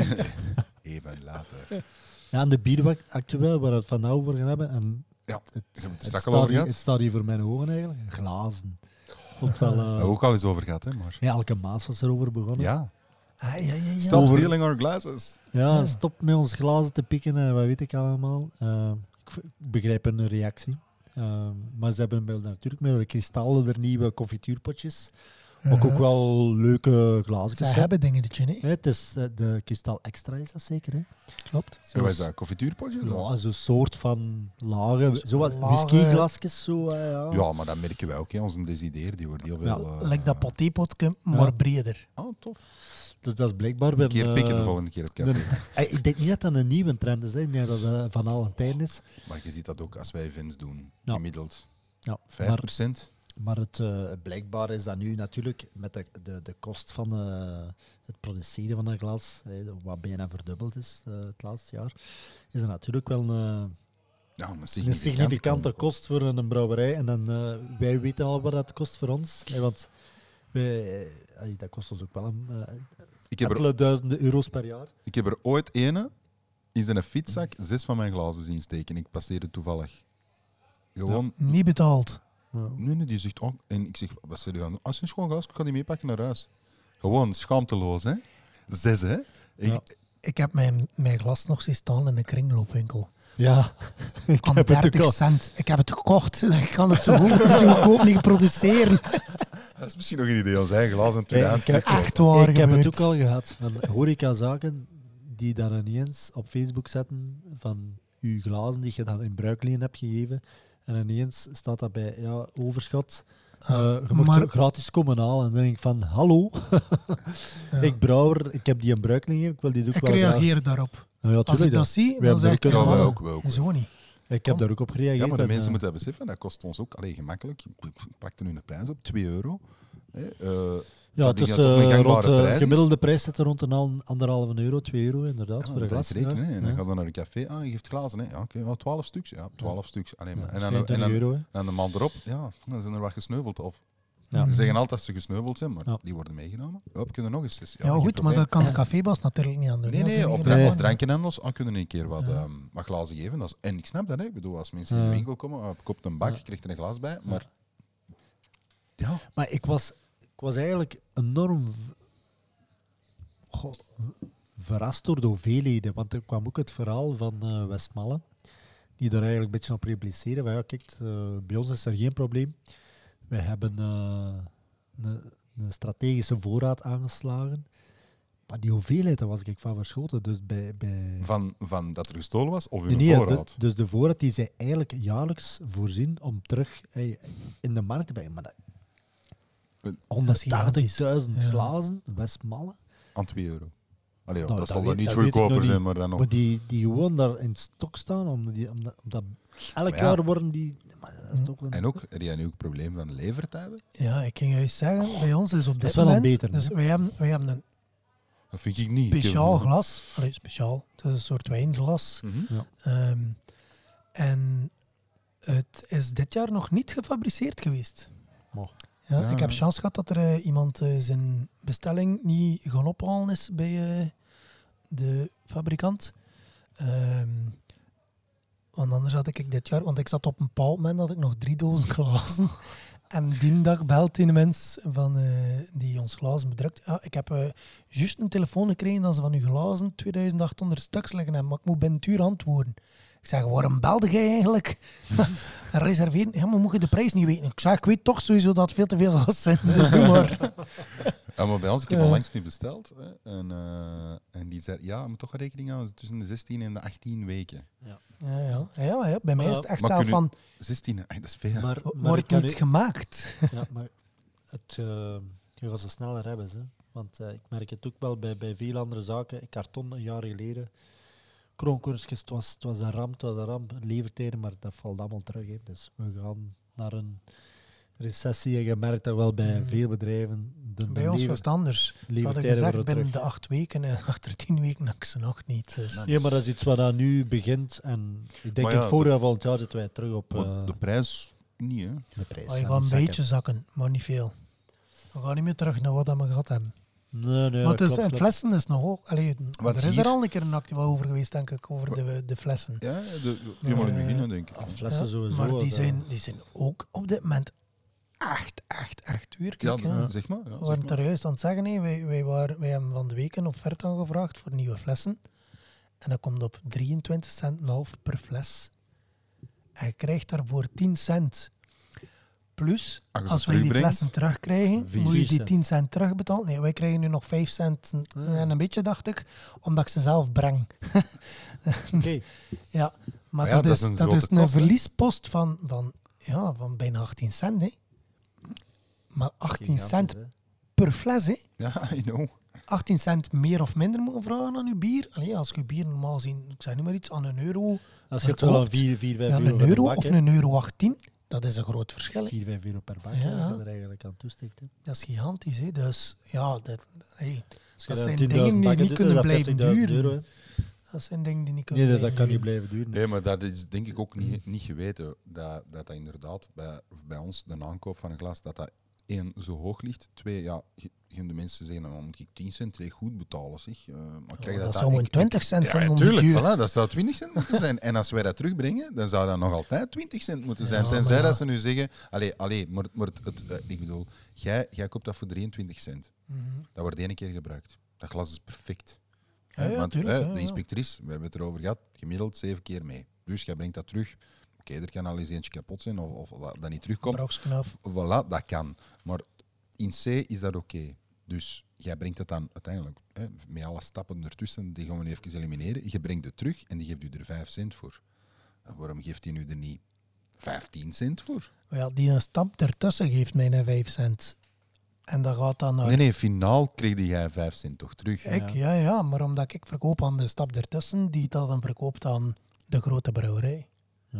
Even later. Ja, en de bieractua, waar we het van nou over gaan hebben. En Ja, het, is het het, straks al staat over hier, gehad? het staat hier voor mijn ogen eigenlijk. Glazen. Vond wel, Daar uh, hebben we ook al eens over gehad, hè? Maar... ja, elke maas was erover begonnen. Ja, Ah, ja, ja, ja. stop Over- stealing our glasses. Ja, Ja. stop met ons glazen te pikken en wat weet ik allemaal. Uh, ik v- ik begrijp hun reactie. Uh, maar ze hebben wel natuurlijk met de kristallen er nieuwe confituurpotjes. Maar ook, ook wel leuke glazen. Ze hebben dingen, dit hè? Het is uh, de kristal extra, is dat zeker? Hè? Klopt. En wat is dat? Confituurpotje? Ja, zo'n soort van lage, zo wat Lage- whiskyglasjes. Zo, uh, ja. Ja, maar dat merken wij ook. Hè. Onze desideer, die wordt heel veel... Ja, eh, Lijkt dat patépotje, maar breder. Oh, tof. Dus dat is blijkbaar weer Een keer een, pikken de uh, volgende keer op café. een- Eh, ik denk niet dat dat een nieuwe trend is. Hè. Ik denk dat dat van alle tijden is. Maar je ziet dat ook als wij events doen. Ja. Gemiddeld Ja, vijf maar, procent. maar het uh, blijkbaar is dat nu natuurlijk met de, de, de kost van uh, het produceren van een glas, hè, wat bijna verdubbeld is uh, het laatste jaar, is dat natuurlijk wel een, Ja, een een significante, significante kost voor een brouwerij. En dan, uh, wij weten al wat dat kost voor ons. Hè, want wij, uh, dat kost ons ook wel een, uh, Ik heb, er, enkele duizenden euro's per jaar. ik heb er ooit ene in een fietszak zes van mijn glazen zien steken. Ik passeerde toevallig. Gewoon... Niet betaald. Nee, nee, die zegt... Oh, en ik zeg, wat zeg je dan? Als je een schoon glas, ik ga die meepakken naar huis. Gewoon schaamteloos, hè? Zes, hè? Ik, Ja. Ik heb mijn, mijn glas nog zien staan in een kringloopwinkel. Ja, ik Aan heb het ook dertig al. cent. Ik heb het gekocht. Ik kan het zo goed, zo goedkoop niet produceren. Dat is misschien nog een idee, ons eigen glas en twee Ja, ik heb- aanstekers. Echt waar Ik heb het gebeurd. ook al gehad. Van horecazaken die daar ineens op Facebook zetten van uw glazen die je dan in bruikleen hebt gegeven. En ineens staat dat bij ja, overschot. Uh, je mag maar- er gratis komen halen. En dan denk ik van, hallo, Ja. ik brouwer, ik heb die een bruikleen gegeven, ik wil die ook Ik wel graag. reageer daarop. Nou ja, Als tuurlijk ik dat dan. zie, Wij dan zeg ik... hebben Ja, er wij ja, ook, wij ook. Zo niet. Ik heb daar ook op gereageerd. Ja, maar de en, mensen uh, moeten dat beseffen. Dat kost ons ook allee, gemakkelijk. Ik ik plakte nu een prijs op, twee euro. Hè, eh, ja, dat het die is dat toch een uh, gangbare rond de prijs is. gemiddelde prijs zit er rond een al- anderhalve euro, twee euro inderdaad, ja, voor een dat glas. is rekenen. ja. hè. En dan Ja. gaat dan naar een café. Ah, je geeft glazen. Hè. Ja, oké, wel twaalf stuks. Ja, twaalf stuks. Allee, maar- Ja, en, dan, en, vijfentwintig dan, euro, hè. dan de man erop, ja, dan zijn er wat gesneuveld. Of, Ja. Ze zeggen altijd dat ze gesneuveld zijn, maar Ja. die worden meegenomen. Hop, kunnen nog eens. Dus, Ja, geen goed, maar probleem. dat kan de cafébas natuurlijk niet aan doen. Nee, hè, nee, als of, die drank, niet of aan- drankenhandels ah, kunnen een keer wat, Ja. ehm, wat glazen geven. Dat is, en ik snap dat, hè. Ik bedoel, als mensen in de Ja. winkel komen, uh, koopt een bak, Ja. krijgt er een glas bij. Maar ja, Maar ik was, ik was eigenlijk enorm v- goh, verrast door de hoeveelheden. Want er kwam ook het verhaal van uh, Westmalle, die daar eigenlijk een beetje op repliceren. Van, ja, kijk, uh, bij ons is er geen probleem. Wij hebben uh, een, een strategische voorraad aangeslagen. Maar die hoeveelheid, daar was ik van verschoten. Dus bij, bij... Van, van dat er gestolen was of hun Nee, nee, voorraad? de- dus de voorraad die zij eigenlijk jaarlijks voorzien om terug hey, in de markt te brengen. Maar dat... honderdtachtigduizend Ja. glazen, Westmalle. Aan twee euro. Allee, ja, Nou, dat dat zal dan weet- niet dat weet ik goedkoper nog zijn, niet. maar dan nog. Maar die, die gewoon daar in stok staan, omdat, die, omdat, omdat elk Maar ja. jaar worden die... Maar dat is toch een... En ook, heb jij nu ook het probleem van levertijden? Ja, ik ging juist zeggen, bij ons is op Dat dit is wel al moment... beter, dus hè? wij hebben, wij hebben een Dat vind ik niet. Ik heb- speciaal glas. Allee, speciaal. Het is een soort wijnglas. Mhm. Ehm, en het is dit jaar nog niet gefabriceerd geweest. Maar, Ja, Ja. Ik heb chance gehad dat er eh, iemand eh, zijn bestelling niet gaan ophalen is bij eh, de fabrikant. Ehm, want anders had ik dit jaar... Want ik zat op een bepaald moment dat ik nog drie dozen glazen. En die dag belt een mens van, eh, die ons glazen bedrukt. Ja, ik heb eh, juist een telefoon gekregen dat ze van uw glazen tweeduizend achthonderd stuks liggen hebben, maar ik moet binnen het uur antwoorden. Ik zeg, waarom belde jij eigenlijk? En reserveren? Ja, maar moet je de prijs niet weten? Ik zeg, ik weet toch sowieso dat het veel te veel glas zijn, dus doe maar. Ja, maar bij ons, ik heb Ja. al langs nu besteld. Hè, en, eh, en die zei, ja, je moet toch een rekening houden tussen de zestien en de achttien weken. Ja, ja. ja, ja bij mij is het echt Maar zelf kunnen- van, zestien, ey, dat is veel. maar, wo- maar wordt ik kan niet u- gemaakt. Ja, maar het, uh, je gaat ze sneller hebben. Hè. Want uh, ik merk het ook wel bij, bij veel andere zaken. Karton een jaar geleden. Kroonkorstjes, het was, het was een ramp, het was een ramp. Levertijden, maar dat valt allemaal terug. Hè. Dus we gaan naar een recessie. En je merkt dat wel bij Mm. veel bedrijven. De, de Bij ons lever- was het anders. Ze hadden levertijden gezegd worden binnen terug. de acht weken en achter tien weken heb ik ze nog niet. Dus. Nou, Ja, maar dat is iets wat dat nu begint. En ik denk Maar in ja, het voorjaar volgend jaar zitten wij terug op Maar uh, de prijs niet, hè. de prijs. Maar je Ja, gaat die een zakken. beetje zakken, maar niet veel. We gaan niet meer terug naar wat we gehad hebben. Nee, nee, maar het dat is, klopt, en klopt. flessen is nog ook... Allee, Wat er is hier- er al een keer een actie over geweest, denk ik, over de, de flessen. Ja, de, de, helemaal in het Eh, begin, denk ik. Ah, flessen Ja, sowieso. maar die dat- zijn, die zijn ook op dit moment echt, echt, echt duur. Ja, Kijk, ja. zeg maar. Ja, We zeg waren maar. het er juist aan het zeggen. Hè. Wij, wij, waren, wij hebben van de week een offerte aangevraagd voor nieuwe flessen. En dat komt op drieëntwintig cent en half per fles. En je krijgt daarvoor tien cent. Plus, Als je ze als wij die terugbrengt, flessen terugkrijgen, vier moet je die cent. tien cent terugbetalen. Nee, wij krijgen nu nog vijf cent en een beetje, dacht ik, omdat ik ze zelf breng. Oké. Ja, maar ja, dat, dat is, is een dat grote is een kost, hè? verliespost van, van, ja, van bijna achttien cent. Hè. Maar achttien cent Gigantisch, per fles, hè. Ja, I know. achttien cent meer of minder moeten vragen aan uw bier. Allee, als je bier normaal zien, ik zeg niet maar iets, aan een euro, hè. Als je het wel aan vier, vier, vijf ja, euro een per euro bak, of hè. een euro achttien, dat is een groot verschil. Hè. vier, vijf euro per bak, Ja. hè, dat je er eigenlijk aan toestikt. Hè. Dat is gigantisch. Hè. Dus ja, dat, hey, Als je Dat daar zijn tienduizend dingen die bakken niet doet, kunnen is dat blijven vijftigduizend duren. euro, hè. dat zijn dingen die niet kunnen Nee, dat, dat kan blijven niet blijven duren. Nee, maar dat is denk ik ook niet, niet geweten. Dat, dat dat inderdaad bij, bij ons, de aankoop van een glas, dat dat één, zo hoog ligt. Twee, ja, je- je de mensen zeggen, dan moet ik tien cent echt goed betalen. Zeg. Uh, maar krijg dat dat zou een ik- twintig cent Ja, zijn om natuurlijk. die duur. Voilà, dat zou twintig cent moeten zijn. En als wij dat terugbrengen, dan zou dat nog altijd twintig cent moeten zijn. Ja, Tenzij maar ja. dat ze nu zeggen, allee, allee maar, maar het, het, eh, ik bedoel, jij, jij koopt dat voor drieëntwintig cent. Mhm. Dat wordt één keer gebruikt. Dat glas is perfect. Ja, Hè, ja, want tuurlijk, hè, ja, de ja. inspectrice, we hebben het erover gehad, gemiddeld zeven keer mee. Dus jij brengt dat terug. Oké, er kan al eens eentje kapot zijn of, of dat dat niet terugkomt. Gebruiksknaf. Voilà, dat kan. Maar in C is dat oké. Dus jij brengt het dan uiteindelijk, hè, met alle stappen ertussen, die gaan we nu even elimineren. Je brengt het terug en die geeft u er vijf cent voor. En waarom geeft hij nu er niet vijftien cent voor? Maar ja, die een stap ertussen geeft mij een vijf cent. En dat gaat dan naar Nee, nee, finaal kreeg jij vijf cent toch terug. ik. Ja, ja, maar omdat ik verkoop aan de stap ertussen, die dat dan verkoopt aan de grote brouwerij. Ja.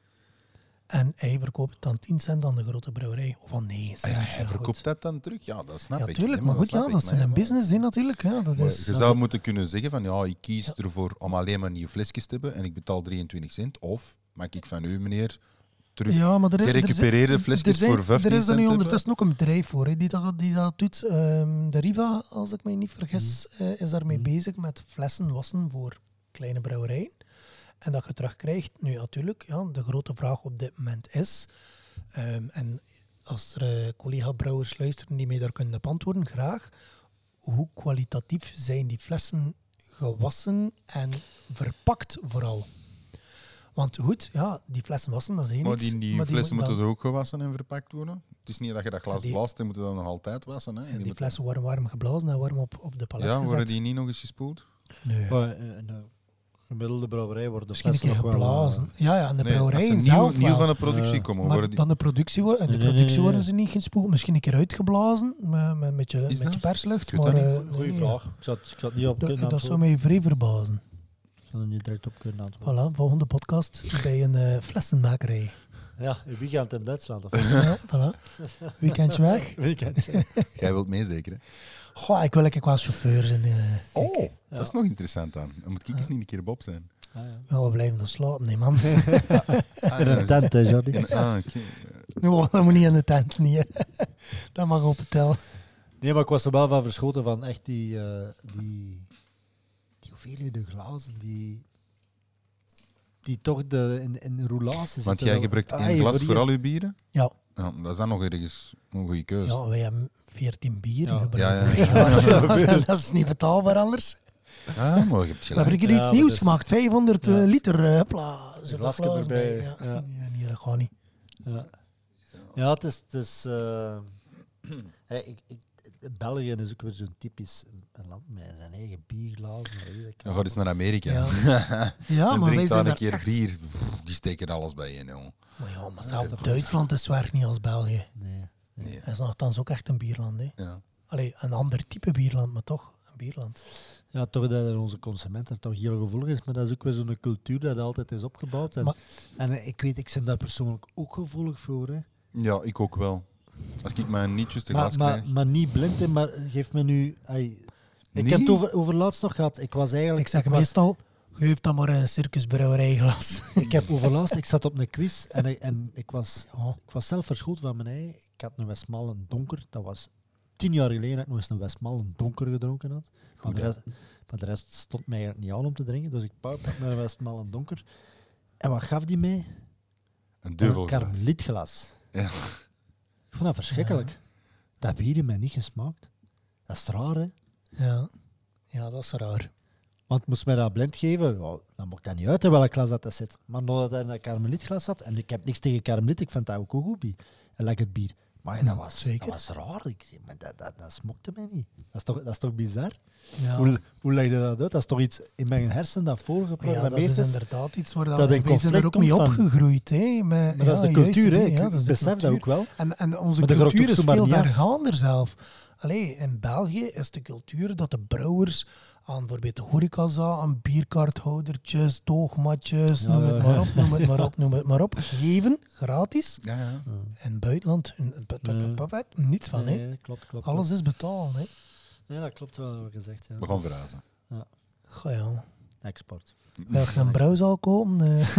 En hij verkoopt dan tien cent aan de grote brouwerij. Of aan negen Ah cent. ja, ja, hij goed. verkoopt dat dan terug. Ja, dat snap Ja, ik. tuurlijk. hè, Maar goed, snap ja, ik. dat is Maar ja, een maar- business, hè, natuurlijk. Ja, dat Maar is, je zou moeten kunnen zeggen van ja, ik kies ervoor om alleen maar nieuwe flesjes te hebben en ik betaal drieëntwintig cent. Of maak ik van u, meneer, terug ja, maar er, er gerecupereerde zijn- flesjes er zijn- voor vijftien Er is er cent nu hebben. ondertussen ook een bedrijf voor hè, die, dat, die dat doet. Ehm, de Riva, als ik me niet vergis, eh, is daarmee Mm. bezig met flessen wassen voor kleine brouwerijen. En dat je terugkrijgt. Nu natuurlijk, ja, de grote vraag op dit moment is, ehm, en als er eh, collega-brouwers luisteren die mij daar kunnen op antwoorden, graag, hoe kwalitatief zijn die flessen gewassen en verpakt vooral? Want goed, ja, die flessen wassen, dat is één Maar iets, die, die maar flessen moeten moeten er ook gewassen en verpakt worden. Het is niet dat je dat glas Die- blaast en moet je dat nog altijd wassen. Hè. dan- Die die moeten- flessen worden warm geblazen en warm op, op de palet ja, gezet. worden die niet nog eens gespoeld? Nee. Maar in een gemiddelde brouwerij worden de Misschien een flessen keer nog wel... geblazen. Ja, ja, en de Nee, als brouwerijen ze nieuw, zelf nieuw wel. van de productie Ja. komen, Maar worden die... dan de productie, wo- en de Nee, nee, productie nee, nee. worden ze niet gespoeld. Misschien een keer uitgeblazen met, met, met, je, Is met je dat? perslucht. Ik weet Maar, dat eh, eh, Goeie nee, vraag. Ik zou het, ik zou het niet op Dat, kunnen dat zou antwoorden. mij vrij verbazen. Ik zou er niet direct op kunnen antwoorden. Voilà, volgende podcast bij een eh, flessenmakerij. Ja, wie gaat in Duitsland? Of Ja, voilà. Weekendje weg. weekend. Jij wilt mee, zeker? Hè? Goh, ik wil ik wel chauffeur zijn. eh. Oh, dat is nog interessant aan. Dan moet ik eens niet een keer Bob zijn. Ah, ja. Ja, we blijven dan slapen, nee man. Ah, In een tent, hè, Jordi. In- ah, oké. Nee, dat moet niet in de tent, niet. Hè. Dat mag op het tel. Nee, maar ik was er wel van verschoten van echt die... eh die, die hoeveelheden glazen, die... Die toch de, in, in roulaties Want zitten. jij Dat- gebruikt Ah, één je glas voor voor je- al uw bieren? Ja, Ja, dat is dan nog ergens een goede keuze. ja, wij hebben veertien bier Ja. gebruikt. Ja, ja. Dat is niet betaalbaar anders. Ah, maar je hebt We hebben gelijk. hier Ja, iets maar nieuws dus- gemaakt. vijfhonderd eh, Ja. liter. eh, Hopla. Er zit een glasje glas erbij, bij. Ja. ja. Ja, nee, dat gaat niet. Ja, ja het is... Het is eh, hey, ik, ik, België is ook weer zo'n typisch een land met zijn eigen bierglazen. weet ik Dan gaat eens naar Amerika. Ja. Ja, en maar wij drink zijn daar een daar keer echt... bier. Pff, die steken alles bij in, jongen. Maar ja, maar dat zelfs is toch Duitsland is zwaar niet als België. Nee. Nee. Dat is nogthans ook echt een bierland. Hè. Ja. Allee, een ander type bierland, maar toch een bierland. Ja, toch dat onze consument er toch heel gevoelig is, maar dat is ook weer zo'n cultuur dat altijd is opgebouwd. En, Maar- en eh, ik weet, ik ben daar persoonlijk ook gevoelig voor. Hè. ja, ik ook wel. Als ik mijn nietjes te Maar, glas maar, krijg. maar niet blind, hè, maar geef me nu... ai, ik Niet? heb het over, over laatst nog gehad. Ik was eigenlijk... Ik zeg was- meestal, geef dan maar een circusbrouwerijglas. Ik heb overlaatst, ik zat op een quiz en, ik- en ik, was, Ja. ik was zelf verschoten van mijn ei. Ik had een Westmalle donker. Dat was tien jaar geleden dat ik nog eens een Westmalle donker gedronken had. Maar Goed, de, hè? rest, maar de rest stond mij eigenlijk niet aan om te drinken. Dus ik pauwde met een Westmalle donker. En wat gaf die mij? Een Een duvelglas. karmelietglas. Ja. Ik vond dat verschrikkelijk. Dat bier heeft mij niet gesmaakt. Dat is raar, hè? Ja. Ja, dat is raar. Want moest mij dat blind geven, ja, dan maakt dat niet uit in welk glas dat, dat zit. Maar nadat hij in een karmelietglas zat, en ik heb niks tegen karmeliet, ik vind dat ook een goed bier. En lekker bier. Maar ja, dat, was, zeker. dat was raar. Ik zei, maar dat, dat, dat smokte mij niet. Dat is toch, dat is toch bizar? Ja. Hoe, hoe leg je dat uit? Dat is toch iets in mijn hersenen dat Maar ja, dat voorgeprogrammeerd is is? inderdaad iets waar dat dat in wij zijn er conflict ook mee komt van- opgegroeid. Hè, met, Maar dat is ja, de juist, cultuur, hè? ja, Ik dat is de besef dat cultuur. ook wel. En, en onze Maar dat gaat cultuur ook is zomaar veel niet af. vergaander zelf. Allee, in België is de cultuur dat de brouwers aan bijvoorbeeld de horecaza, aan bierkaarthoudertjes, toogmatjes, Ja, noem ja. het maar op, noem het maar op, noem het maar op, geven, gratis. Ja, ja. In het buitenland, een- een- Ja. een- een- niets van. Hè. Nee, klopt, klopt. Alles is betaald. Hè. Nee, dat klopt wel, wat we gezegd. Ja. We gaan Dat is verhuizen. Goh, ja. Export. Wil je een brouwzaal kopen? Eh,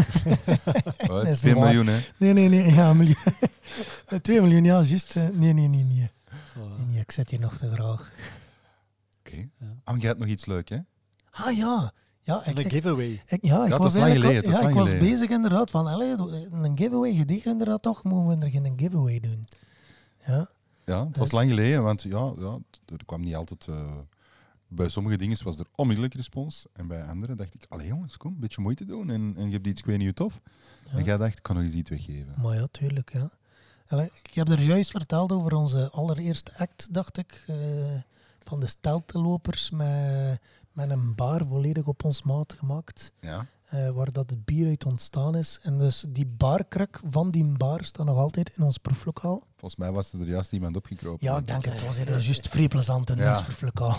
Oh, is twee niet waar. miljoen, hè. nee, nee, nee. Ja, een miljoen. Eh, Twee miljoen, ja, juist. eh, Nee, nee, nee, nee. Voilà. Nee, nee, ik zit hier nog te graag. Oké. Ja. Ah, maar jij hebt nog iets leuk, hè? Ah ja. Ja, En ik, een ik, giveaway. ik, ja, ik dat was is lang eigenlijk geleden, al- dat is ja, ik lang was geleden. bezig inderdaad van, allee, een giveaway gedicht inderdaad toch, moeten we er geen giveaway doen. Ja, Ja, het Dus- was lang geleden, want ja, ja, er kwam niet altijd... eh, bij sommige dingen was er onmiddellijk respons. En bij andere dacht ik, allee jongens, kom, een beetje moeite doen. En, en je hebt iets, ik weet niet hoe tof. Ja. En jij dacht, ik kan nog eens iets weggeven. maar ja, tuurlijk, ja. Allee, ik heb er juist verteld over onze allereerste act, dacht ik, eh, van de steltelopers met, met een bar volledig op ons maat gemaakt. Ja. eh, waar dat het bier uit ontstaan is. En dus die barkruk van die bar staat nog altijd in ons proeflokaal. Volgens mij was er juist iemand opgekropen. Ja, ik denk het was hier juist vrij plezant in Ja. ons proeflokaal.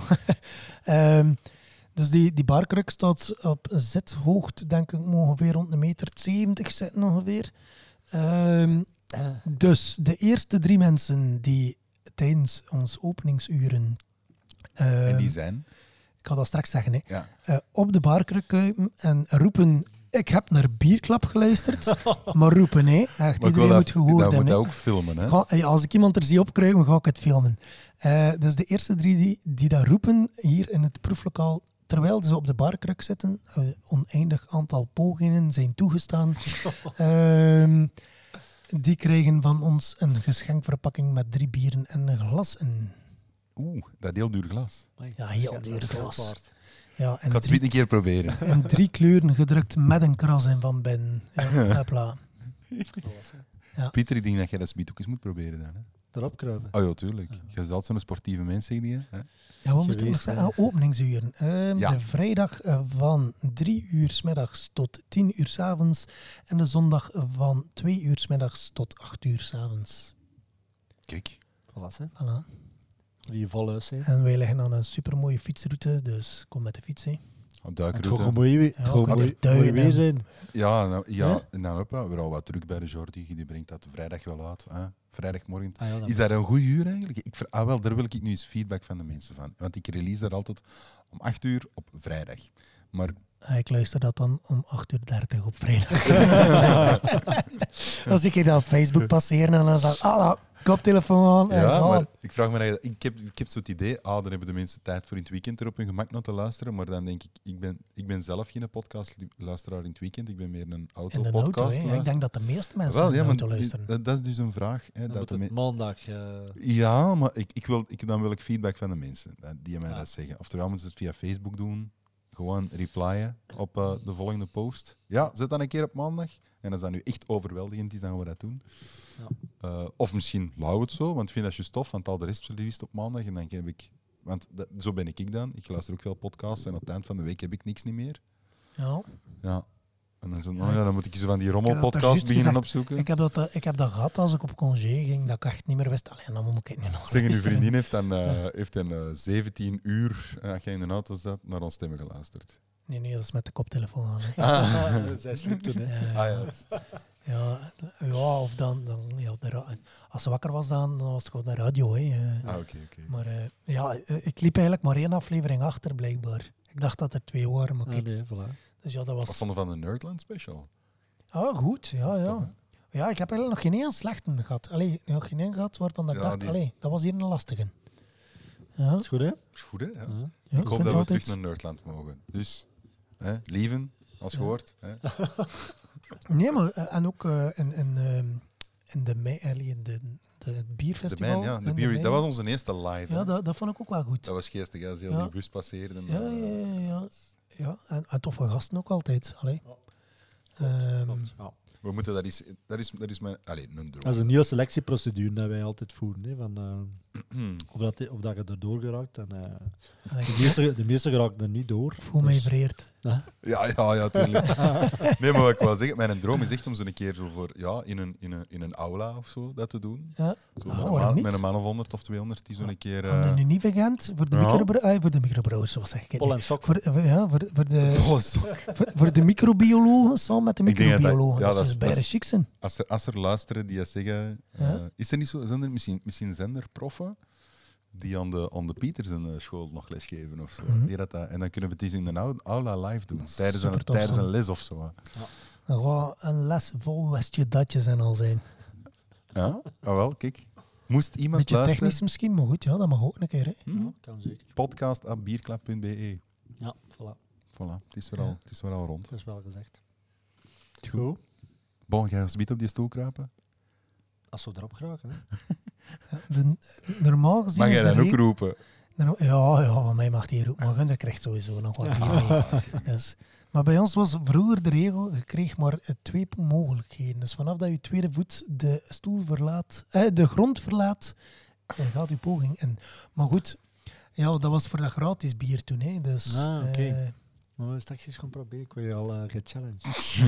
Ehm, dus die, die barkruk staat op zithoogte, denk ik, ongeveer rond een meter zeventig zitten ongeveer. Ehm, dus de eerste drie mensen die tijdens ons openingsuren... En ehm, die zijn... ik ga dat straks zeggen, hè, Ja. eh, op de barkruk kruipen en roepen... Ik heb naar Bierklap geluisterd, maar roepen, hè. Echt, Maar ik wil iedereen dat, moet gehoord dat hebben. moet hè. dat ook filmen, hè? Ga- ja, als ik iemand er zie opkruipen, ga ik het filmen. Eh, dus de eerste drie die, die dat roepen hier in het proeflokaal, terwijl ze op de barkruk zitten, uh, oneindig aantal pogingen zijn toegestaan, ehm, die krijgen van ons een geschenkverpakking met drie bieren en een glas in. Oeh, dat heel duur glas. Amai, Ja, heel dat is duur geld glas. waard. Ja, Ik en ga het drie, een keer proberen. en drie kleuren gedrukt met een kras in van binnen. Ja, hopla. Pieter, ik denk dat jij dat zoiets ook eens moet proberen dan. Hè? Erop kruipen. Oh ja, tuurlijk. Je is altijd zo'n sportieve mens, zeg je. Hè? Ja, wat moest ik nog Geweest, zeggen? hè. Ah, openingsuren. Ehm, Ja. De vrijdag eh, van drie uur 's middags tot tien uur 's avonds. En de zondag van twee uur 's middags tot acht uur 's avonds. Kijk. Voilà, hè. Voilà. Die vol huis zijn. En wij liggen aan een supermooie fietsroute, dus kom met de fiets. Hè. Oh, Het duikroute. gaat mooi weer- Ja, het gaat kan mooi je duinen. mooi weer zijn. Ja, nou, ja Hè? en dan hoppa, weer al wat druk bij de Jordi. Die brengt dat vrijdag wel uit. Hè? Vrijdagmorgen. Ah, ja, dat Is dat een goed uur eigenlijk? Ik, ver- ah, wel, daar wil ik nu eens feedback van de mensen van. Want ik release dat altijd om acht uur op vrijdag. Maar Ah, Ik luister dat dan om acht uur dertig op vrijdag. Dan zie ik dat op Facebook passeren en dan zeg ik, ah, koptelefoon aan. en ja, gaan. maar ik vraag me eigenlijk- ik heb, ik heb zo het idee, ah, dan hebben de mensen tijd voor in het weekend er op hun gemak naar te luisteren. Maar dan denk ik, ik ben, ik ben zelf geen podcastluisteraar in het weekend. Ik ben meer een In de autopodcast. auto, hè. Ja, ik denk dat de meeste mensen Wel, in de ja, maar auto luisteren. dat, dat is dus een vraag. Hè, Dan dat moet de het me- maandag... eh, Ja, maar ik, ik wil, ik, dan wil ik feedback van de mensen dat- die mij Ja. dat zeggen. Oftewel moeten ze het via Facebook doen. Gewoon replyen op eh, de volgende post. Ja, zet dan een keer op maandag. En als dat nu echt overweldigend is, dan gaan we dat doen. Ja. Eh, of misschien lauw het zo, want ik vind dat je stof, want al de rest released op maandag. En dan heb ik... Want dat, zo ben ik dan. Ik luister ook veel podcasts en op het eind van de week heb ik niks niet meer. Ja. Ja. En dan, zo, oh ja, dan moet ik zo van die Ik heb dat er rommelpodcast juist beginnen gezegd. opzoeken. Ik heb, dat, eh, ik heb dat gehad als ik op congé ging, dat ik echt niet meer wist. Alleen dan moet ik het niet nog Zeg, uw luisteren. vriendin heeft dan, eh, heeft dan eh, zeventien uur, eh, als jij in de auto zat, naar ons stemmen geluisterd. Nee, nee, dat is met de koptelefoon aan. Hè. Ah. Zij sliep toen, hè. Eh, Ah, ja. ja, ja, of dan, dan ja, de ra- als ze wakker was, dan, dan was het gewoon de radio. Hè. eh. Ah, oké, oké. Maar eh, ja, eh, ik liep eigenlijk maar één aflevering achter, blijkbaar. Ik dacht dat er twee waren, maar Ah, kijk. nee, voilà. Dus ja, dat Wat was... vonden van de Nerdland special? Ah, goed, ja, Toch, hè? ja. Ja, ik heb eigenlijk nog geen één slechte gehad. Allee, nog geen één gehad waarvan ik Ja, dacht, die- allee, dat was hier een lastige. Ja, Is goed, hè? Is goed, hè? Ja. Ja. ja Ik hoop vind dat we altijd- terug naar Nerdland mogen. Dus, hè, lieven, als je Ja. hoort. Hè. Nee, maar eh, en ook eh, in, in, ehm, in de mei, allee, in de, de, het De bierfestival. band, ja. in De beer, mei. dat was onze eerste live. Ja, hè. dat, dat vond ik ook wel goed. Dat was geestig, hè, als heel Ja. die bus passeerde. En Ja, dan, ja, eh, ja. ja. ja en, en toffe gasten ook altijd. Allee. Ehm, Klopt, ja. We moeten dat is, dat is, dat is mijn, allez, een droom. Dat is een nieuwe selectieprocedure dat wij altijd voeren. Hè, van, eh, of, dat, of dat je erdoor geraakt. En, eh, en ik de, meeste, de meeste geraken er niet door. voel mij Dus- vereerd. Ja, ja, ja, tuurlijk. Nee, maar wat ik wil zeggen, mijn droom is echt om zo een keer zo voor, ja, in een, in een, in een aula of zo dat te doen. Ja. Zo Ah, met, een waarom man, niet? met een man of honderd of tweehonderd die zo'n een keer... Aan eh een nieuwe Gent voor de, Ja. microbro eh, voor de microbrouwers, wat zeg ik? Pol en sok. Voor, voor, ja, voor, voor, de, bolle stok. voor, voor de microbiologen, samen met de Ik denk dat dat- microbiologen. ja, dat, dat is is- bij dat de is- chic zijn. Als er, als er luisteren die zeggen... eh, Ja. is er niet zo... Zijn er misschien, misschien zijn er proffen die aan de, aan de Pietersen eh, school nog lesgeven of zo. Mhm. Die dat, dat, en dan kunnen we het eens in de au- aula live doen. is Tijdens een, supertof, tijdens zo. een les of zo. Hè. Dan gaat een les vol westje datjes en al zijn. Ja? Ah, wel, kijk. Moest iemand Beetje luisteren... technisch misschien, maar goed, ja, dat mag ook een keer. Hè. Hm? Ja, kan zeker. Podcast at bierklap punt be. Ja, voilà. Voilà, het is weer al, het is weer al rond. Dat is wel gezegd. Goed. Bon, ga je alsjeblieft op die stoel kruipen? Als we erop geraken. Hè. De, normaal gezien Mag is jij de dan ook regel- roepen? norma- Ja, ja, van mij mag die ook. Maar Gunder krijgt sowieso nog wat bier mee. Dus, maar bij ons was vroeger de regel, je kreeg maar eh, twee mogelijkheden. Dus vanaf dat je tweede voet de stoel verlaat, eh, de grond verlaat, eh, gaat je poging in. Maar goed, ja, dat was voor dat gratis bier toen. Hè. Dus, Ah, oké. eh, Maar we straks eens gaan proberen. Ik word je al uh, gechallenged.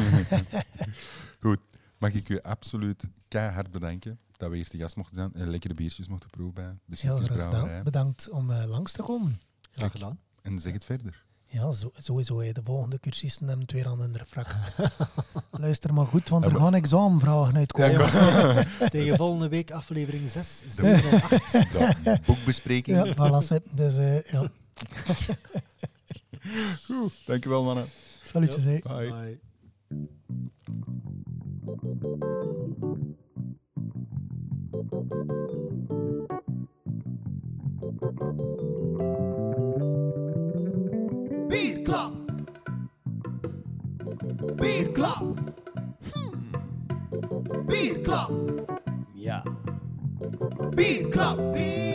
Goed, mag ik u absoluut keihard bedanken dat we hier te gast mochten zijn en lekkere biertjes mochten proeven bij de heel graag Circusbrouwerij. gedaan. Bedankt om eh, langs te komen. Graag gedaan. En zeg het verder. Ja, zo, sowieso. Hè. De volgende cursisten hebben het weer aan hun frak. Luister maar goed, want Ja, er maar- gaan examenvragen uitkomen. Ja, Tegen volgende week aflevering zes, zeven en acht. De boekbespreking. Ja, voilà, ze- dus eh, ja. Goed, dankjewel mannen. Salutjes, hè. Bye. Bye. Bierklap. Bierklap. Bierklap. Ja. Bierklap. Bierklap.